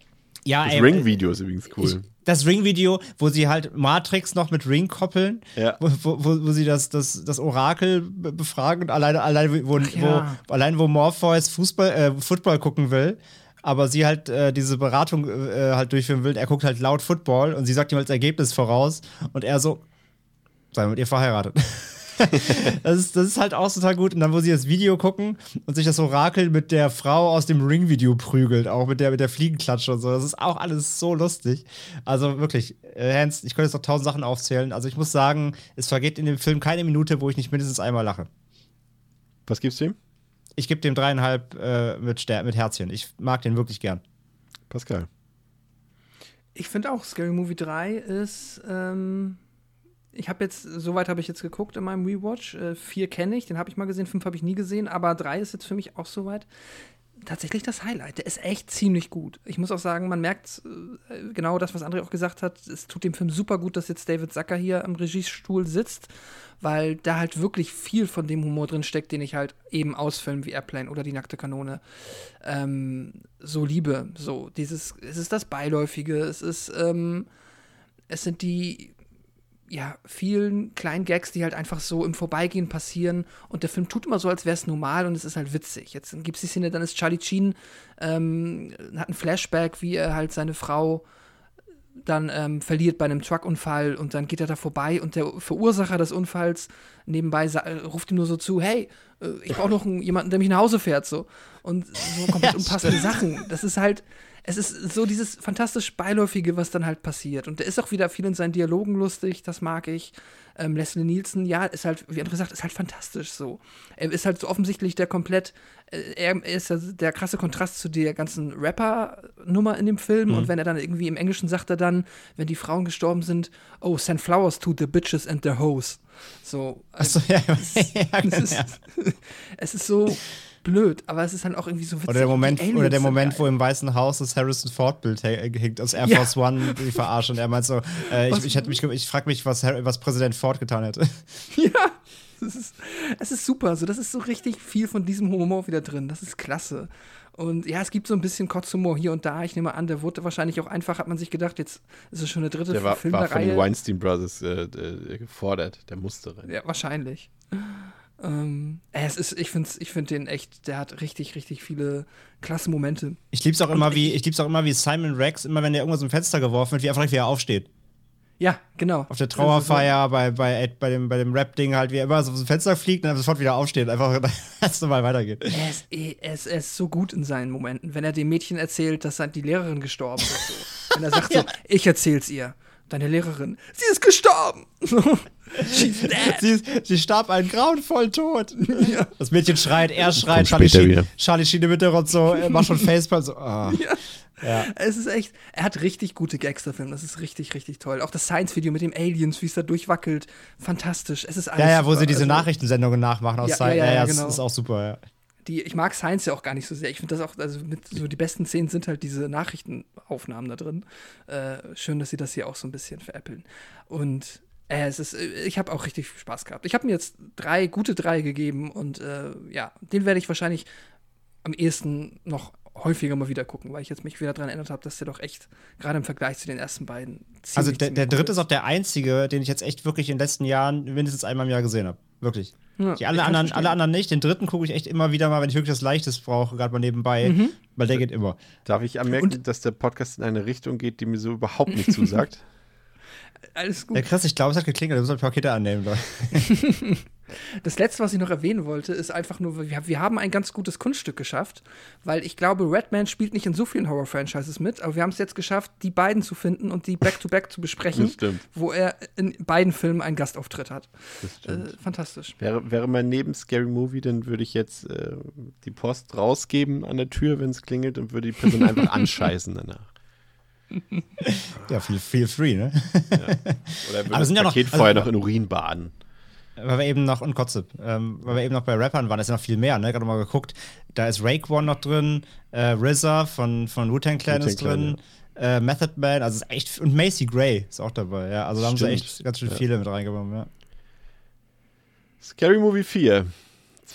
Ja, Das ey, Ring-Video ist übrigens cool. Ich, das Ring-Video, wo sie halt Matrix noch mit Ring koppeln, Ja. wo, wo, wo sie das, das, das Orakel be- befragen und alleine, alleine wo, ja. wo, allein wo Morpheus Fußball, äh, Football gucken will, aber sie halt äh, diese Beratung äh, halt durchführen will. Er guckt halt laut Football und sie sagt ihm als Ergebnis voraus und er so, sei mit ihr verheiratet. das, ist, das ist halt auch total gut. Und dann, wo sie das Video gucken und sich das Orakel mit der Frau aus dem Ring-Video prügelt, auch mit der, mit der Fliegenklatsche und so. Das ist auch alles so lustig. Also wirklich, äh, Hans, ich könnte jetzt noch tausend Sachen aufzählen. Also ich muss sagen, es vergeht in dem Film keine Minute, wo ich nicht mindestens einmal lache. Was gibst du ihm? Ich gebe dem dreieinhalb äh, mit, Ster- mit Herzchen. Ich mag den wirklich gern. Pascal. Ich finde auch, Scary Movie drei ist, ähm, ich habe jetzt, soweit habe ich jetzt geguckt in meinem Rewatch. Äh, vier kenne ich, den habe ich mal gesehen, fünf habe ich nie gesehen, aber drei ist jetzt für mich auch soweit. Tatsächlich das Highlight. Der ist echt ziemlich gut. Ich muss auch sagen, man merkt äh, genau das, was André auch gesagt hat. Es tut dem Film super gut, dass jetzt David Zucker hier am Regiestuhl sitzt, weil da halt wirklich viel von dem Humor drin steckt, den ich halt eben aus Filmen wie Airplane oder Die nackte Kanone ähm, so liebe. So, dieses, es ist das Beiläufige, es ist, ähm, es sind die ja, vielen kleinen Gags, die halt einfach so im Vorbeigehen passieren und der Film tut immer so, als wäre es normal und es ist halt witzig. Jetzt gibt es die Szene, dann ist Charlie Sheen, ähm, hat ein Flashback, wie er halt seine Frau dann ähm, verliert bei einem Truckunfall und dann geht er da vorbei und der Verursacher des Unfalls nebenbei sa- ruft ihm nur so zu, hey, äh, ich brauche noch einen, jemanden, der mich nach Hause fährt, so. Und so komplett Ja, unpassende Sachen. Das ist halt, es ist so dieses fantastisch Beiläufige, was dann halt passiert. Und der ist auch wieder viel in seinen Dialogen lustig, das mag ich. Ähm, Leslie Nielsen, ja, ist halt, wie André sagt, ist halt fantastisch so. Er ist halt so offensichtlich der komplett, äh, er ist ja der krasse Kontrast zu der ganzen Rapper-Nummer in dem Film. Mhm. Und wenn er dann irgendwie im Englischen sagt er dann, wenn die Frauen gestorben sind, oh, send flowers to the bitches and their hoes. So. Achso, ja, Es, ja, es, ist, ja. es ist so blöd, aber es ist halt auch irgendwie so witzig. Oder der Moment, Die Aliens oder der sind Moment geil. wo im Weißen Haus das Harrison Ford-Bild hä- hängt aus Air Ja. Force One, die verarschen. Und er meint so, äh, Was- ich, ich, hätte mich, ge- ich frage mich, was, Har- was Präsident Ford getan hätte. Ja, es ist, es ist super. So, das ist so richtig viel von diesem Humor wieder drin. Das ist klasse. Und ja, es gibt so ein bisschen Kotzhumor hier und da. Ich nehme an, der wurde wahrscheinlich auch einfach, hat man sich gedacht, jetzt ist es schon der dritte Der war, Film war der von den Reihe. Weinstein Brothers äh, äh, gefordert. Der musste rein. Ja, wahrscheinlich. Ähm, äh, es ist, ich finde ich find den echt, der hat richtig, richtig viele klasse Momente. Ich lieb's auch immer, Und wie, ich- ich lieb's auch immer, wie Simon Rex, immer wenn der irgendwas im Fenster geworfen wird, wie einfach wie er aufsteht. Ja, genau. Auf der Trauerfeier, bei, bei, bei dem, bei dem Rap-Ding halt, wie er immer so aus dem Fenster fliegt und dann sofort wieder aufsteht. Einfach, dass es normal weitergeht. Er ist, eh- er, ist, er ist so gut in seinen Momenten, wenn er dem Mädchen erzählt, dass die Lehrerin gestorben ist. So. Wenn er sagt so, ich erzähl's ihr. Deine Lehrerin, sie ist gestorben. She's dead. Sie, sie starb einen grauenvollen Tod. Das Mädchen schreit, er schreit, Kommt Charlie später Sheen, wieder. Charlie Sheen im Hintergrund so, er macht schon Facepalm, so, ah. Ja. Es ist echt, er hat richtig gute Gags, der Film. Das ist richtig, richtig toll. Auch das Science-Video mit dem Aliens, wie es da durchwackelt. Fantastisch. Es ist alles Ja, ja, wo super. sie diese Also, Nachrichtensendungen nachmachen aus Ja, Zeit. ja, Ja, ja, ja, genau. das ist auch super, ja. Die, ich mag Science ja auch gar nicht so sehr. Ich finde das auch, also mit so die besten Szenen sind halt diese Nachrichtenaufnahmen da drin. Äh, schön, dass sie das hier auch so ein bisschen veräppeln. Und äh, es ist, äh, ich habe auch richtig viel Spaß gehabt. Ich habe mir jetzt drei, gute drei gegeben und äh, ja, den werde ich wahrscheinlich am ehesten noch häufiger mal wieder gucken, weil ich jetzt mich wieder daran erinnert habe, dass der doch echt, gerade im Vergleich zu den ersten beiden, ziemlich, Also der, der ziemlich dritte cool ist auch der einzige, den ich jetzt echt wirklich in den letzten Jahren mindestens einmal im Jahr gesehen habe. Wirklich. Ja, Die alle ich kann's anderen, verstehen. alle anderen nicht. Den dritten gucke ich echt immer wieder mal, wenn ich wirklich was Leichtes brauche, gerade mal nebenbei, Mhm. weil der geht immer. Darf ich anmerken, Und- dass der Podcast in eine Richtung geht, die mir so überhaupt nicht zusagt? Alles gut. Ja, Chris, ich glaube, es hat geklingelt, du musst ein Pakete annehmen. Leute. Das Letzte, was ich noch erwähnen wollte, ist einfach nur, wir, wir haben ein ganz gutes Kunststück geschafft, weil ich glaube, Redman spielt nicht in so vielen Horror-Franchises mit, aber wir haben es jetzt geschafft, die beiden zu finden und die back-to-back zu besprechen, Das stimmt. wo er in beiden Filmen einen Gastauftritt hat. Das stimmt. Äh, fantastisch. Wäre, wäre mein neben Scary Movie, dann würde ich jetzt äh, die Post rausgeben an der Tür, wenn es klingelt, und würde die Person einfach anscheißen danach. Ja, feel, feel free, ne? Oder würde Aber das sind ja noch- Paket also- vorher noch in Urin baden. Weil wir eben noch, und Kotze, ähm, weil wir eben noch bei Rappern waren, ist ja noch viel mehr, ne? Gerade mal geguckt. Da ist Raekwon noch drin, äh, R Z A von, von Wu-Tang Clan Wu-Tang ist Clan, drin, äh, Method Man, also ist echt, und Macy Gray ist auch dabei, ja. Also da haben sie Stimmt. echt ganz schön Ja. viele mit reingenommen, ja. Scary Movie vier,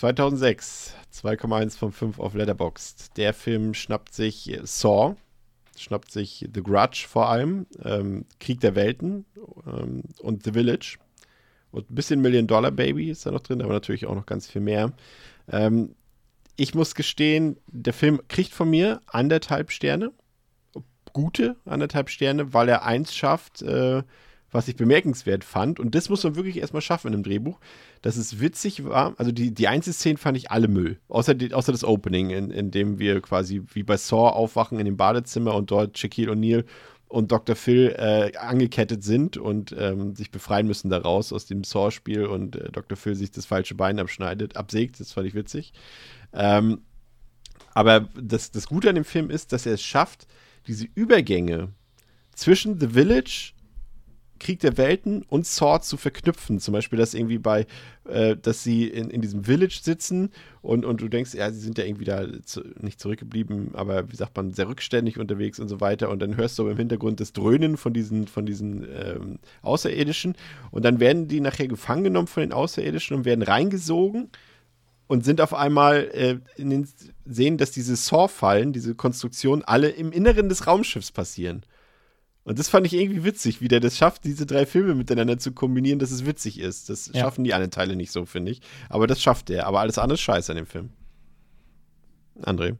zweitausendsechs, zwei Komma eins von fünf auf Letterboxd. Der Film schnappt sich äh, Saw, schnappt sich The Grudge vor allem, ähm, Krieg der Welten ähm, und The Village. Und ein bisschen Million Dollar Baby ist da noch drin, aber natürlich auch noch ganz viel mehr. Ähm, ich muss gestehen, der Film kriegt von mir anderthalb Sterne. Gute anderthalb Sterne, weil er eins schafft, äh, was ich bemerkenswert fand. Und das muss man wirklich erstmal schaffen in einem Drehbuch, dass es witzig war. Also die, die Einzelszenen fand ich alle Müll. Außer, die, außer das Opening, in, in dem wir quasi wie bei Saw aufwachen in dem Badezimmer und dort Shaquille O'Neal und Doktor Phil äh, angekettet sind und ähm, sich befreien müssen daraus aus dem Saw-Spiel und äh, Doktor Phil sich das falsche Bein abschneidet, absägt. Das fand ich witzig. Ähm, aber das, das Gute an dem Film ist, dass er es schafft, diese Übergänge zwischen The Village, Krieg der Welten und Saw zu verknüpfen. Zum Beispiel, dass irgendwie bei, äh, dass sie in, in diesem Village sitzen und, und du denkst, ja, sie sind ja irgendwie da zu, nicht zurückgeblieben, aber wie sagt man, sehr rückständig unterwegs und so weiter. Und dann hörst du aber im Hintergrund das Dröhnen von diesen, von diesen ähm, Außerirdischen. Und dann werden die nachher gefangen genommen von den Außerirdischen und werden reingesogen und sind auf einmal äh, in den, sehen, dass diese Saw-Fallen, diese Konstruktionen, alle im Inneren des Raumschiffs passieren. Und das fand ich irgendwie witzig, wie der das schafft, diese drei Filme miteinander zu kombinieren, dass es witzig ist. Das Ja. schaffen die anderen Teile nicht so, finde ich. Aber das schafft er. Aber alles andere ist scheiße an dem Film. André?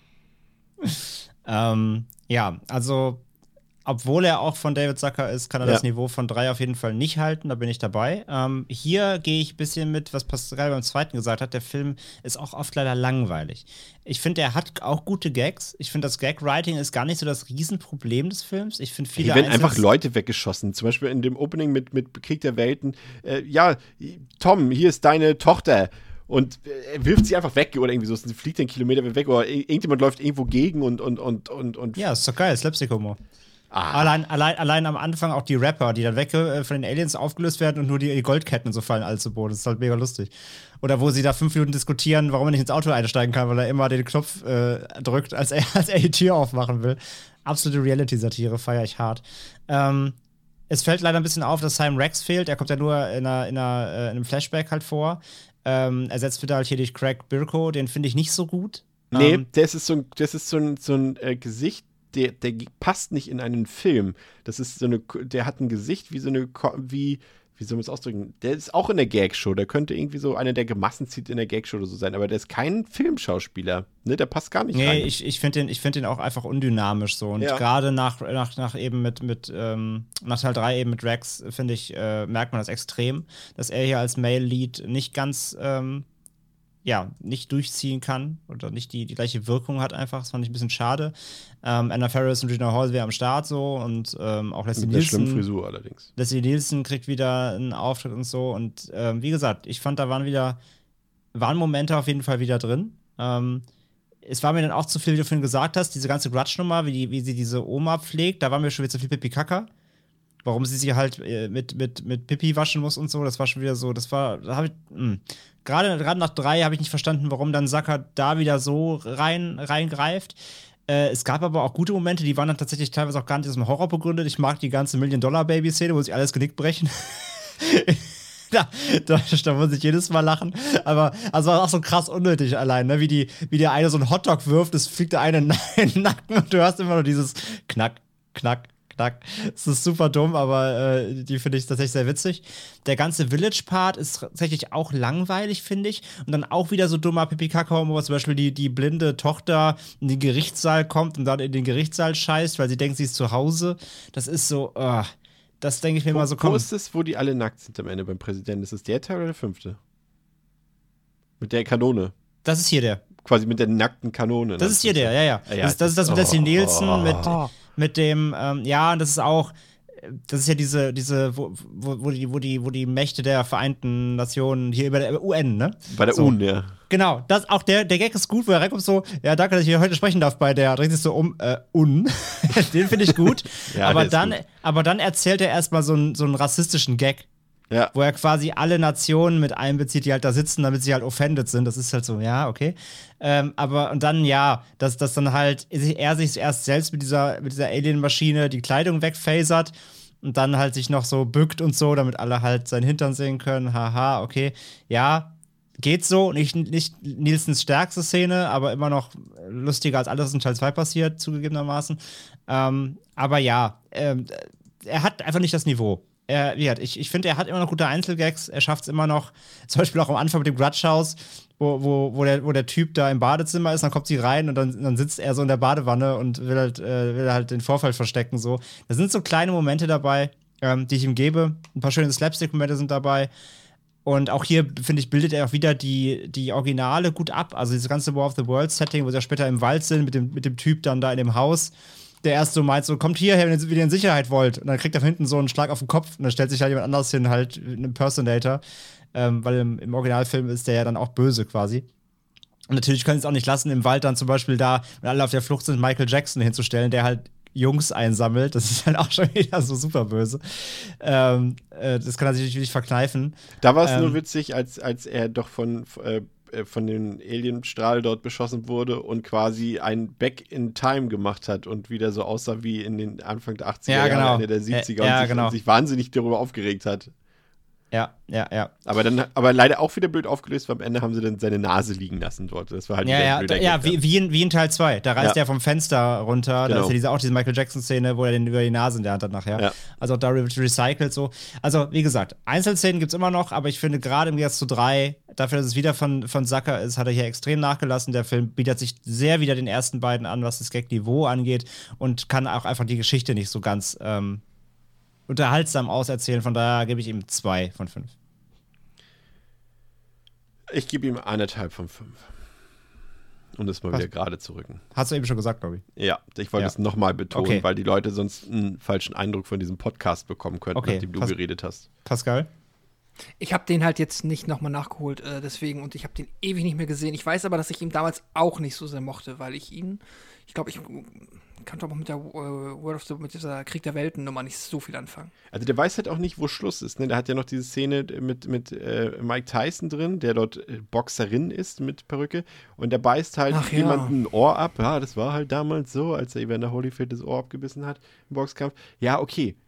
Ähm, ja, also, obwohl er auch von David Zucker ist, kann er Ja. das Niveau von drei auf jeden Fall nicht halten, da bin ich dabei. Ähm, hier gehe ich ein bisschen mit, was Pascal beim zweiten gesagt hat, der Film ist auch oft leider langweilig. Ich finde, er hat auch gute Gags. Ich finde, das Gag-Writing ist gar nicht so das Riesenproblem des Films. Ich finde, viele Hier werden einzelne- einfach Leute weggeschossen. Zum Beispiel in dem Opening mit, mit Krieg der Welten. Äh, ja, Tom, hier ist deine Tochter. Und er wirft sie einfach weg oder irgendwie so. Sie fliegt einen Kilometer weg oder irgendjemand läuft irgendwo gegen und und und und. und Ja, ist doch geil, Slapstick-Humor. ah. Allein, allein, allein am Anfang auch die Rapper, die dann weg äh, von den Aliens aufgelöst werden und nur die, die Goldketten und so fallen alle zu Boden. Das ist halt mega lustig. Oder wo sie da fünf Minuten diskutieren, warum er nicht ins Auto einsteigen kann, weil er immer den Knopf äh, drückt, als er, als er die Tür aufmachen will. Absolute Reality-Satire, feiere ich hart. Ähm, es fällt leider ein bisschen auf, dass Simon Rex fehlt. Er kommt ja nur in, einer, in, einer, äh, in einem Flashback halt vor. Ähm, ersetzt wird halt hier durch Craig Birko, den finde ich nicht so gut. Nee, Ähm, das ist so ein, das ist so ein, so ein äh, Gesicht, der, der passt nicht in einen Film. Das ist so eine, der hat ein Gesicht wie so eine, Ko- wie, wie soll man es ausdrücken? Der ist auch in der Gagshow. Der könnte irgendwie so einer, der Gemassen zieht in der Gagshow oder so sein. Aber der ist kein Filmschauspieler. Ne, der passt gar nicht Nee, rein. ich, ich finde den, ich find den auch einfach undynamisch so. Und Ja. gerade nach, nach, nach eben mit, mit ähm, nach Teil drei eben mit Rex, finde ich, äh, merkt man das extrem, dass er hier als Male-Lead nicht ganz, ähm, ja, nicht durchziehen kann oder nicht die, die gleiche Wirkung hat einfach. Das fand ich ein bisschen schade. Ähm, Anna Faris und Gina Hall wäre am Start so und ähm, auch Leslie Mit der schlimmen Nielsen. Frisur allerdings. Leslie Nielsen kriegt wieder einen Auftritt und so. Und ähm, wie gesagt, ich fand, da waren wieder, waren Momente auf jeden Fall wieder drin. Ähm, es war mir dann auch zu viel, wie du vorhin gesagt hast, diese ganze Grudge-Nummer, wie, die, wie sie diese Oma pflegt, da war mir schon wieder zu viel Pipi-Kaka. Warum sie sie halt äh, mit, mit, mit Pipi waschen muss und so, das war schon wieder so, das war, da habe ich, mh. Gerade gerade nach drei habe ich nicht verstanden, warum dann Zucker da wieder so rein, reingreift. Äh, es gab aber auch gute Momente, die waren dann tatsächlich teilweise auch gar nicht aus dem Horror begründet. Ich mag die ganze Million-Dollar-Baby-Szene, wo sich alles Genick brechen. Da, da, da muss ich jedes Mal lachen. Aber also war auch so krass unnötig allein, ne? Wie, die, wie der eine so einen Hotdog wirft, es fliegt der eine in den Nacken und du hörst immer nur dieses Knack, Knack, Knack. Es ist super dumm, aber äh, die finde ich tatsächlich sehr witzig. Der ganze Village-Part ist tatsächlich auch langweilig, finde ich. Und dann auch wieder so dummer Pipi-Kaka-Humor, wo zum Beispiel die, die blinde Tochter in den Gerichtssaal kommt und dann in den Gerichtssaal scheißt, weil sie denkt, sie ist zu Hause. Das ist so, uh, das denke ich mir Wo, mal so, wo komm. ist es, wo die alle nackt sind am Ende beim Präsidenten? Ist es der Teil oder der fünfte? Mit der Kanone. Das ist hier der. Quasi mit der nackten Kanone. Das ist hier der, ja, ja. Ah, ja, das, das ist das mit oh, Leslie Nielsen, oh. mit, mit dem, ähm, ja, und das ist auch, das ist ja diese, diese, wo, wo, wo, die, wo, die, wo die Mächte der Vereinten Nationen hier über der U N, ne? Bei der So. U N, ja. Genau, das, auch der, der Gag ist gut, wo er reinkommt so, ja, danke, dass ich hier heute sprechen darf bei der, dreht sich so um, äh, Un. Den finde ich gut. Ja, aber, der ist dann, gut. aber dann erzählt er erstmal so einen, so einen rassistischen Gag. Ja. Wo er quasi alle Nationen mit einbezieht, die halt da sitzen, damit sie halt offended sind. Das ist halt so, ja, okay. Ähm, aber und dann, ja, dass, dass dann halt er sich erst selbst mit dieser, mit dieser Alien-Maschine die Kleidung wegphasert und dann halt sich noch so bückt und so, damit alle halt seinen Hintern sehen können. Haha, okay. Ja, geht so, nicht, nicht Nielsens stärkste Szene, aber immer noch lustiger als alles, was in Teil zwei passiert, zugegebenermaßen. Ähm, aber ja, ähm, er hat einfach nicht das Niveau. Er, wie hat, ich ich finde, er hat immer noch gute Einzelgags, er schafft es immer noch, zum Beispiel auch am Anfang mit dem Grudge-Haus, wo, wo, wo, der, wo der Typ da im Badezimmer ist, dann kommt sie rein und dann, dann sitzt er so in der Badewanne und will halt, äh, will halt den Vorfall verstecken. So. Da sind so kleine Momente dabei, ähm, die ich ihm gebe. Ein paar schöne Slapstick-Momente sind dabei. Und auch hier, finde ich, bildet er auch wieder die, die Originale gut ab. Also dieses ganze War of the Worlds-Setting, wo sie ja später im Wald sind, mit dem, mit dem Typ dann da in dem Haus, der erst so meint, so, kommt hierher, wenn ihr in Sicherheit wollt. Und dann kriegt er von hinten so einen Schlag auf den Kopf und dann stellt sich halt jemand anders hin, halt ein Impersonator. Ähm, weil im, im Originalfilm ist der ja dann auch böse quasi. Und natürlich können sie es auch nicht lassen, im Wald dann zum Beispiel da, wenn alle auf der Flucht sind, Michael Jackson hinzustellen, der halt Jungs einsammelt. Das ist halt auch schon wieder so super böse. Ähm, äh, das kann er sich natürlich nicht verkneifen. Da war es ähm, nur witzig, als, als er doch von, äh, von den Alienstrahl dort beschossen wurde und quasi ein Back in Time gemacht hat und wieder so aussah wie in den Anfang der achtziger Ja, Jahre, genau. Ende der siebziger Äh, ja, und, sich, genau. und sich wahnsinnig darüber aufgeregt hat. Ja, ja, ja. Aber dann, aber leider auch wieder blöd aufgelöst, weil am Ende haben sie dann seine Nase liegen lassen dort. Das war halt Ja, wieder ein ja, blöder da, ja Gag wie, dann. wie, in, wie in Teil zwei. Da reißt Ja. er vom Fenster runter. Da Genau. ist ja diese, auch diese Michael Jackson-Szene, wo er den über die Nase in der Hand hat nachher. Ja. Also auch da re- recycelt so. Also, wie gesagt, Einzelszenen gibt es immer noch, aber ich finde gerade im Gegensatz zu drei, dafür, dass es wieder von, von Zucker ist, hat er hier extrem nachgelassen. Der Film bietet sich sehr wieder den ersten beiden an, was das Gag-Niveau angeht und kann auch einfach die Geschichte nicht so ganz ähm, unterhaltsam auserzählen. Von daher gebe ich ihm zwei von fünf. Ich gebe ihm eineinhalb von fünf. Um das mal Was? wieder gerade zu rücken. Hast du eben schon gesagt, glaube ich. Ja, ich wollte Ja. es nochmal betonen, Okay. weil die Leute sonst einen falschen Eindruck von diesem Podcast bekommen könnten, Okay, nachdem du pass- geredet hast. Pascal? Ich habe den halt jetzt nicht nochmal nachgeholt, äh, deswegen, und ich habe den ewig nicht mehr gesehen. Ich weiß aber, dass ich ihn damals auch nicht so sehr mochte, weil ich ihn, ich glaube, ich kann doch auch mit der äh, World of the, mit dieser Krieg der Welten Nummer nicht so viel anfangen. Also der weiß halt auch nicht, wo Schluss ist. Ne? Der hat ja noch diese Szene mit, mit äh, Mike Tyson drin, der dort äh, Boxerin ist mit Perücke und der beißt halt Ach ja. jemanden ein Ohr ab. Ja, das war halt damals so, als er Evander Holyfield das Ohr abgebissen hat im Boxkampf. Ja, okay.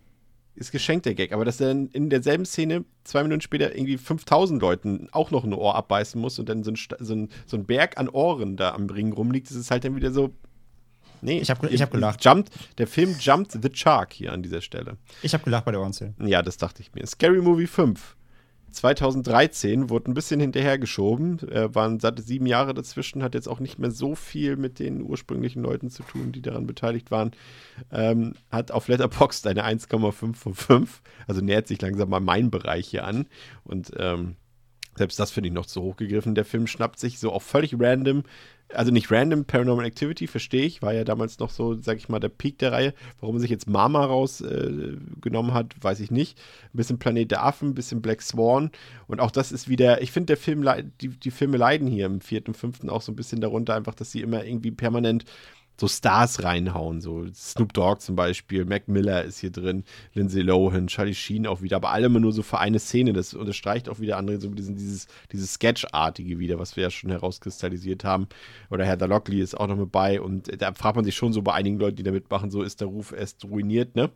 Ist geschenkt, der Gag. Aber dass er dann in derselben Szene zwei Minuten später irgendwie fünftausend Leuten auch noch ein Ohr abbeißen muss und dann so ein, Sta- so ein, so ein Berg an Ohren da am Ring rumliegt, das ist halt dann wieder so. Nee, Ich hab ge- ich hab gelacht. Jumped, der Film jumpt the shark hier an dieser Stelle. Ich habe gelacht bei der Ohrenzählung. Ja, das dachte ich mir. Scary Movie fünf. zweitausenddreizehn wurde ein bisschen hinterhergeschoben. Äh, waren satte sieben Jahre dazwischen, hat jetzt auch nicht mehr so viel mit den ursprünglichen Leuten zu tun, die daran beteiligt waren. Ähm, hat auf Letterboxd eine eins Komma fünf von fünf. Also nähert sich langsam mal mein Bereich hier an. Und ähm, selbst das finde ich noch zu hoch gegriffen. Der Film schnappt sich so auch völlig random. Also nicht random, Paranormal Activity, verstehe ich. War ja damals noch so, sag ich mal, der Peak der Reihe. Warum er sich jetzt Mama rausgenommen äh, hat, weiß ich nicht. Ein bisschen Planet der Affen, ein bisschen Black Swan. Und auch das ist wieder, ich finde, der Film, die, die Filme leiden hier im vierten, fünften auch so ein bisschen darunter, einfach, dass sie immer irgendwie permanent so Stars reinhauen, so Snoop Dogg zum Beispiel, Mac Miller ist hier drin, Lindsay Lohan, Charlie Sheen auch wieder, aber alle immer nur so für eine Szene, das unterstreicht auch wieder andere, so diesen, dieses, dieses Sketch-artige wieder, was wir ja schon herauskristallisiert haben, oder Heather Locklear ist auch noch mit bei und da fragt man sich schon so bei einigen Leuten, die da mitmachen, so ist der Ruf erst ruiniert, ne?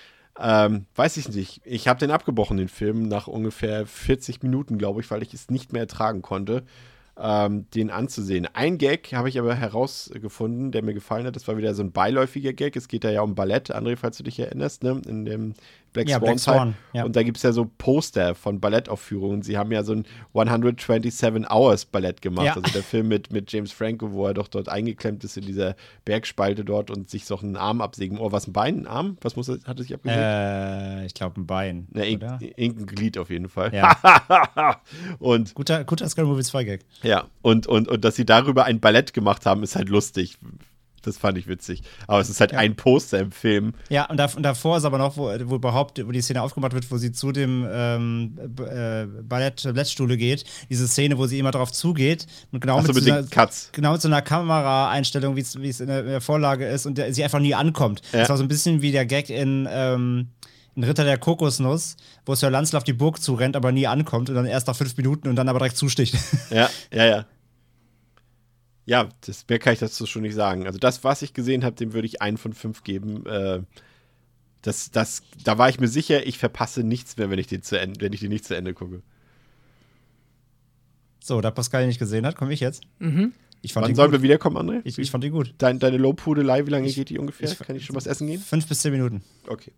Ähm, weiß ich nicht. Ich habe den abgebrochen, den Film, nach ungefähr vierzig Minuten, glaube ich, weil ich es nicht mehr ertragen konnte. Ähm, den anzusehen. Ein Gag habe ich aber herausgefunden, der mir gefallen hat. Das war wieder so ein beiläufiger Gag. Es geht da ja um Ballett, André, falls du dich erinnerst, ne? In dem Black Ja, Swan. Black Swan, ja. Und da gibt es ja so Poster von Ballettaufführungen. Sie haben ja so ein hundertsiebenundzwanzig Hours Ballett gemacht. Ja. Also der Film mit, mit James Franco, wo er doch dort eingeklemmt ist in dieser Bergspalte dort und sich so einen Arm absägen. Oh, was, ein Bein, ein Arm? Was muss er, hat er sich abgesägt? Äh, ich glaube, ein Bein. Na, irg- oder? irgendein Glied auf jeden Fall. Ja. Und Guter, guter Scary Movie zwei Gag. ja, und, und, und dass sie darüber ein Ballett gemacht haben, ist halt lustig. Das fand ich witzig. Aber es ist halt Ja. ein Poster im Film. Ja, und, da, und davor ist aber noch, wo, wo überhaupt, wo die Szene aufgemacht wird, wo sie zu dem ähm, B- äh, Ballett, Ballettstuhle geht. Diese Szene, wo sie immer drauf zugeht. Und genau Achso, mit, mit so einer, den Cuts. genau mit so einer Kameraeinstellung, wie es wie es in der, in der Vorlage ist und der, sie einfach nie ankommt. Ja. Das war so ein bisschen wie der Gag in, ähm, in Ritter der Kokosnuss, wo Sir Lancelot auf die Burg zurennt, aber nie ankommt und dann erst nach fünf Minuten und dann aber direkt zusticht. Ja, ja, ja. Ja, das, mehr kann ich dazu schon nicht sagen. Also das, was ich gesehen habe, dem würde ich einen von fünf geben. Äh, das, das, da war ich mir sicher, ich verpasse nichts mehr, wenn ich den, zu Ende, wenn ich den nicht zu Ende gucke. So, da Pascal ihn nicht gesehen hat, komme ich jetzt. Mhm. Ich fand Wann ihn sollen gut. wir wiederkommen, André? Ich, ich fand ihn gut. Dein, deine Lobhudelei, wie lange Ich- geht die ungefähr? ich- Kann ich schon was essen gehen? Fünf bis zehn Minuten. Okay.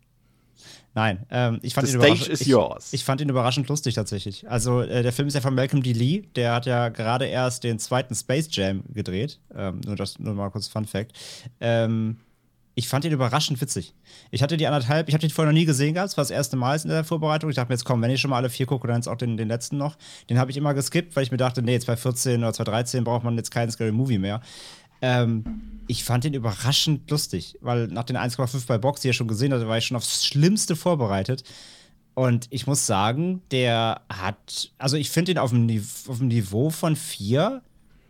Nein, ähm, ich fand The ihn stage überraschend. is ich, yours. Ich fand ihn überraschend lustig tatsächlich. Also äh, der Film ist ja von Malcolm D. Lee. Der hat ja gerade erst den zweiten Space Jam gedreht. Ähm, nur das, nur mal kurz Fun Fact. Ähm, ich fand ihn überraschend witzig. Ich hatte die anderthalb, ich habe den vorher noch nie gesehen gehabt. Es war das erste Mal in der Vorbereitung. Ich dachte mir jetzt, komm, wenn ich schon mal alle vier gucke, dann jetzt auch den, den letzten noch. Den habe ich immer geskippt, weil ich mir dachte, nee, zwanzig vierzehn oder zwanzig dreizehn braucht man jetzt keinen Scary Movie mehr. Ähm, ich fand den überraschend lustig, weil nach den eins Komma fünf bei Box, die ihr schon gesehen habt, war ich schon aufs Schlimmste vorbereitet. Und ich muss sagen, der hat, also ich finde ihn auf dem, Nive- auf dem Niveau von vier,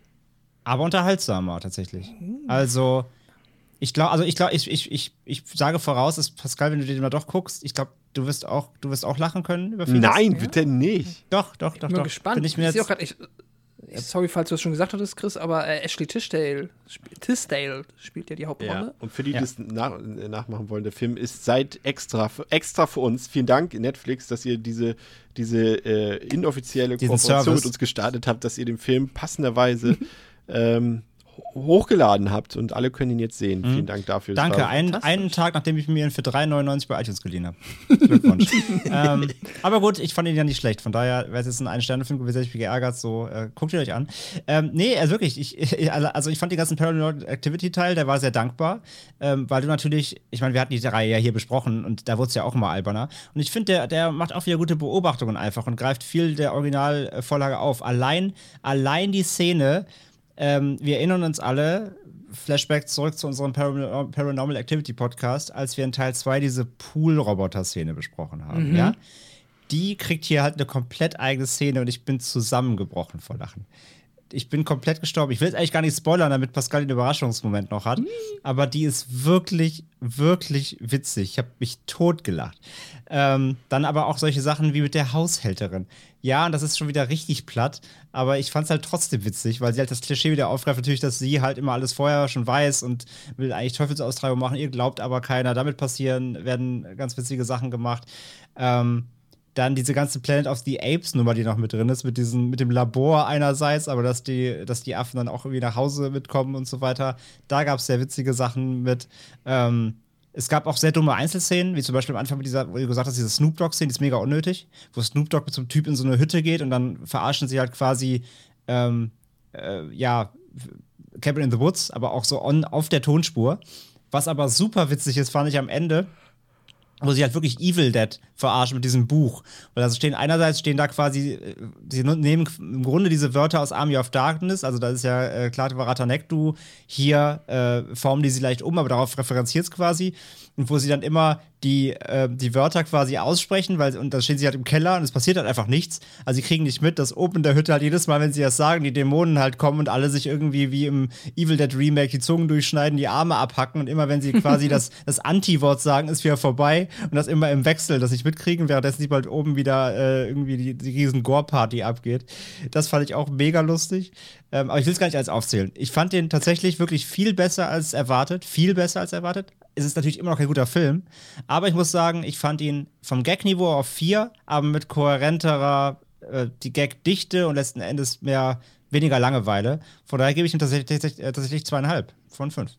aber unterhaltsamer tatsächlich. Also, ich glaube, also ich glaube, ich, ich, ich, ich sage voraus, dass Pascal, wenn du den mal doch guckst, ich glaube, du wirst auch, du wirst auch lachen können über vieles. Nein, bitte nicht. Doch, doch, doch, Ich bin doch. gespannt. Bin ich mir ich sehe jetzt, auch grad, ich, sorry, falls du es schon gesagt hattest, Chris, aber äh, Ashley Tisdale, sp- Tisdale spielt ja die Hauptrolle. Ja. Und für die, Ja. die es nach, nachmachen wollen, der Film ist seit extra, extra für uns. Vielen Dank, Netflix, dass ihr diese, diese äh, inoffizielle Diesen Kooperation Service. mit uns gestartet habt, dass ihr den Film passenderweise ähm, ho- hochgeladen habt und alle können ihn jetzt sehen. Vielen Dank dafür. Das Danke, war- einen, einen Tag, nachdem ich mir ihn für drei neunundneunzig bei iTunes geliehen habe. Glückwunsch. ähm, aber gut, ich fand ihn ja nicht schlecht. Von daher, wäre es jetzt ein Ein-Sterne-Film gewesen, hätte ich mich geärgert. So, äh, guckt ihr euch an. Ähm, nee, also wirklich, ich, ich, also ich fand den ganzen Paranormal Activity-Teil, der war sehr dankbar. Ähm, weil du natürlich, ich meine, wir hatten die Reihe ja hier besprochen und da wurde es ja auch immer alberner. Und ich finde, der, der macht auch wieder gute Beobachtungen einfach und greift viel der Originalvorlage auf. Allein, allein die Szene, ähm, wir erinnern uns alle, Flashback zurück zu unserem Paran- Paranormal Activity Podcast, als wir in Teil zwei diese Pool-Roboter-Szene besprochen haben, ja? Die kriegt hier halt eine komplett eigene Szene und ich bin zusammengebrochen vor Lachen. Ich bin komplett gestorben. Ich will jetzt eigentlich gar nicht spoilern, damit Pascal den Überraschungsmoment noch hat. Aber die ist wirklich, wirklich witzig. Ich habe mich totgelacht. Ähm, dann aber auch solche Sachen wie mit der Haushälterin. Ja, und das ist schon wieder richtig platt, aber ich fand es halt trotzdem witzig, weil sie halt das Klischee wieder aufgreift, natürlich, dass sie halt immer alles vorher schon weiß und will eigentlich Teufelsaustreibung machen. Ihr glaubt aber keiner. Damit passieren, werden ganz witzige Sachen gemacht. Ähm, Dann diese ganze Planet of the Apes-Nummer, die noch mit drin ist, mit, diesen, mit dem Labor einerseits, aber dass die, dass die Affen dann auch irgendwie nach Hause mitkommen und so weiter. Da gab es sehr witzige Sachen mit. Ähm, es gab auch sehr dumme Einzelszenen, wie zum Beispiel am Anfang mit dieser, wo du gesagt hast, diese Snoop Dogg-Szene, die ist mega unnötig, wo Snoop Dogg mit so einem Typ in so eine Hütte geht und dann verarschen sie halt quasi, ähm, äh, ja, Cabin in the Woods, aber auch so on, auf der Tonspur. Was aber super witzig ist, fand ich am Ende, wo sie halt wirklich Evil Dead verarschen mit diesem Buch. Weil also stehen einerseits stehen da quasi, äh, sie nehmen im Grunde diese Wörter aus Army of Darkness, also da ist ja äh, Klaatu Nektu, hier äh, formen die sie leicht um, aber darauf referenziert es quasi. Und wo sie dann immer die, äh, die Wörter quasi aussprechen, weil, und dann stehen sie halt im Keller und es passiert halt einfach nichts. Also sie kriegen nicht mit, dass oben in der Hütte halt jedes Mal, wenn sie das sagen, die Dämonen halt kommen und alle sich irgendwie wie im Evil Dead Remake die Zungen durchschneiden, die Arme abhacken und immer wenn sie quasi das, das Anti-Wort sagen, ist wieder vorbei und das immer im Wechsel, das nicht mitkriegen, währenddessen sie bald oben wieder äh, irgendwie die, die riesen Gore-Party abgeht. Das fand ich auch mega lustig. Ähm, aber ich will es gar nicht alles aufzählen. Ich fand den tatsächlich wirklich viel besser als erwartet, viel besser als erwartet. Es ist natürlich immer noch kein guter Film, aber ich muss sagen, ich fand ihn vom Gag-Niveau auf vier, aber mit kohärenterer äh, die Gag-Dichte und letzten Endes mehr, weniger Langeweile. Von daher gebe ich ihm tatsächlich, tatsächlich, äh, tatsächlich zweieinhalb von fünf.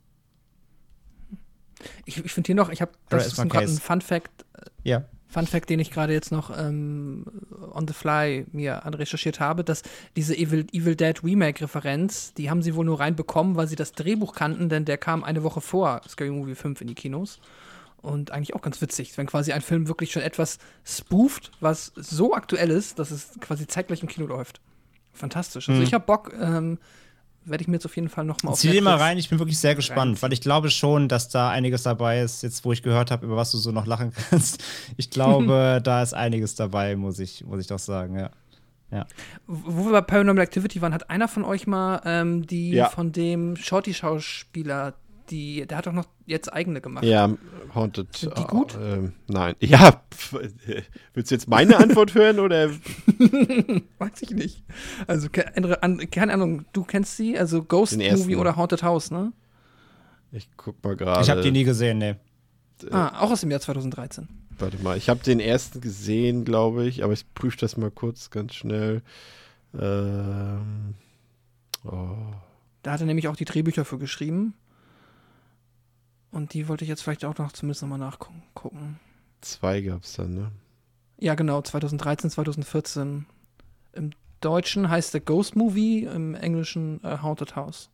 Ich, ich finde hier noch, ich habe, das Rest ist my gerade ein case. Fun Fact, Ja. Fun Fact, den ich gerade jetzt noch ähm, on the fly mir recherchiert habe, dass diese Evil, Evil Dead Remake-Referenz, die haben sie wohl nur reinbekommen, weil sie das Drehbuch kannten, denn der kam eine Woche vor Scary Movie fünf in die Kinos. Und eigentlich auch ganz witzig, wenn quasi ein Film wirklich schon etwas spooft, was so aktuell ist, dass es quasi zeitgleich im Kino läuft. Fantastisch. Also Mhm. ich habe Bock, ähm, werde ich mir jetzt auf jeden Fall noch mal auf Zieh dir mal Netflix- rein, ich bin wirklich sehr gespannt, reinziehen. weil ich glaube schon, dass da einiges dabei ist, jetzt wo ich gehört habe, über was du so noch lachen kannst. Ich glaube, da ist einiges dabei, muss ich, muss ich doch sagen, ja. Ja. Wo wir bei Paranormal Activity waren, hat einer von euch mal ähm, die Ja. von dem Shorty-Schauspieler, die, der hat doch noch jetzt eigene gemacht. Ja, Haunted. Sind die gut? Äh, ähm, nein. Ja, pf, äh, willst du jetzt meine Antwort hören oder? Weiß ich nicht. Also, ke- andere, an, keine Ahnung, du kennst sie, also Ghost Den ersten. Movie oder Haunted House, ne? Ich guck mal gerade. Ich habe die nie gesehen, nee. Ah, auch aus dem Jahr zwanzig dreizehn. Warte mal, ich habe den ersten gesehen, glaube ich, aber ich prüfe das mal kurz ganz schnell. Ähm, oh. Da hat er nämlich auch die Drehbücher für geschrieben. Und die wollte ich jetzt vielleicht auch noch zumindest nochmal nachgucken. Zwei gab's dann, ne? Ja, genau, zweitausenddreizehn, zweitausendvierzehn. Im Deutschen heißt der Ghost Movie, im Englischen äh, Haunted House.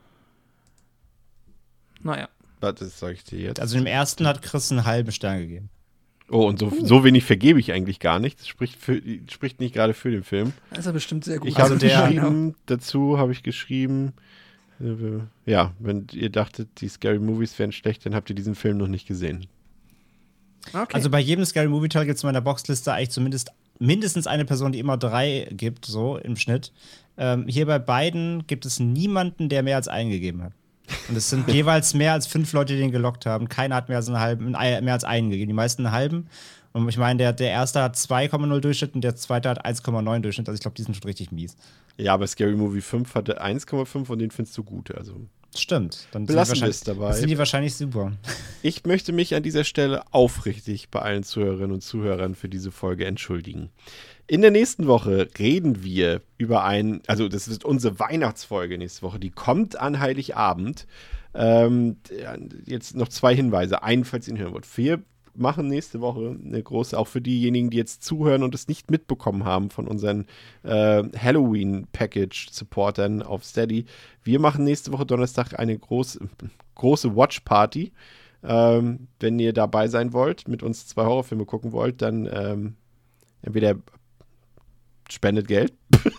Naja. Was sag ich dir jetzt? Also dem ersten hat Chris einen halben Stern gegeben. Oh, und so, so wenig vergebe ich eigentlich gar nicht. Das spricht, für, spricht nicht gerade für den Film. Das ist ja bestimmt sehr gut. Ich Also habe der- geschrieben, dazu habe ich geschrieben, äh, ja, wenn ihr dachtet, die Scary Movies wären schlecht, dann habt ihr diesen Film noch nicht gesehen. Okay. Also bei jedem Scary Movie Teil gibt es in meiner Boxliste eigentlich zumindest mindestens eine Person, die immer drei gibt, so im Schnitt. Ähm, hier bei beiden gibt es niemanden, der mehr als einen gegeben hat. Und es sind jeweils mehr als fünf Leute, die den gelockt haben. Keiner hat mehr als einen halben, mehr als einen gegeben. Die meisten einen halben. Und ich meine, der, der erste hat zwei Komma null Durchschnitt und der zweite hat eins Komma neun Durchschnitt. Also ich glaube, die sind schon richtig mies. Ja, aber Scary Movie fünf hatte eins Komma fünf und den findest du gut. Also Stimmt. Dann Belassen sind die wir es wahrscheinlich- dabei. Dann sind die wahrscheinlich super. ich möchte mich an dieser Stelle aufrichtig bei allen Zuhörerinnen und Zuhörern für diese Folge entschuldigen. In der nächsten Woche reden wir über ein, also das ist unsere Weihnachtsfolge nächste Woche, die kommt an Heiligabend. Ähm, jetzt noch zwei Hinweise. Einen, falls ihr ihn hören wollt. Wir machen nächste Woche eine große, auch für diejenigen, die jetzt zuhören und es nicht mitbekommen haben von unseren äh, Halloween-Package-Supportern auf Steady. Wir machen nächste Woche Donnerstag eine groß, große Watch-Party. Ähm, wenn ihr dabei sein wollt, mit uns zwei Horrorfilme gucken wollt, dann ähm, entweder spendet Geld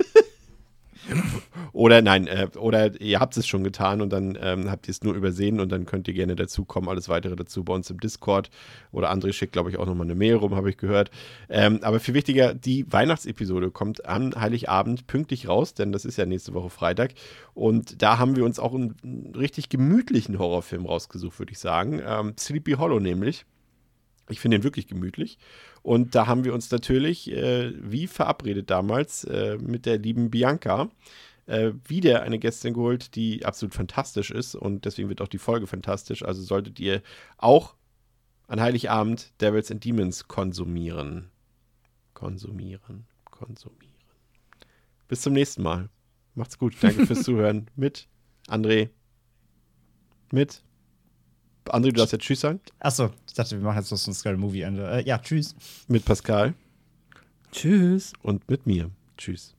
oder nein, äh, oder ihr habt es schon getan und dann ähm, habt ihr es nur übersehen und dann könnt ihr gerne dazukommen. Alles weitere dazu bei uns im Discord oder André schickt, glaube ich, auch nochmal eine Mail rum, habe ich gehört. Ähm, aber viel wichtiger, die Weihnachtsepisode kommt am Heiligabend pünktlich raus, denn das ist ja nächste Woche Freitag und da haben wir uns auch einen, einen richtig gemütlichen Horrorfilm rausgesucht, würde ich sagen. Ähm, Sleepy Hollow nämlich. Ich finde ihn wirklich gemütlich. Und da haben wir uns natürlich, äh, wie verabredet damals, äh, mit der lieben Bianca äh, wieder eine Gästin geholt, die absolut fantastisch ist. Und deswegen wird auch die Folge fantastisch. Also solltet ihr auch an Heiligabend Devils and Demons konsumieren. Konsumieren. Konsumieren. Bis zum nächsten Mal. Macht's gut. Danke fürs Zuhören. Mit André. Mit André, du darfst jetzt Tschüss sagen. Achso, ich dachte, wir machen jetzt noch so ein Scary Movie Ende. Äh, ja, tschüss. Mit Pascal Tschüss. und mit mir. Tschüss.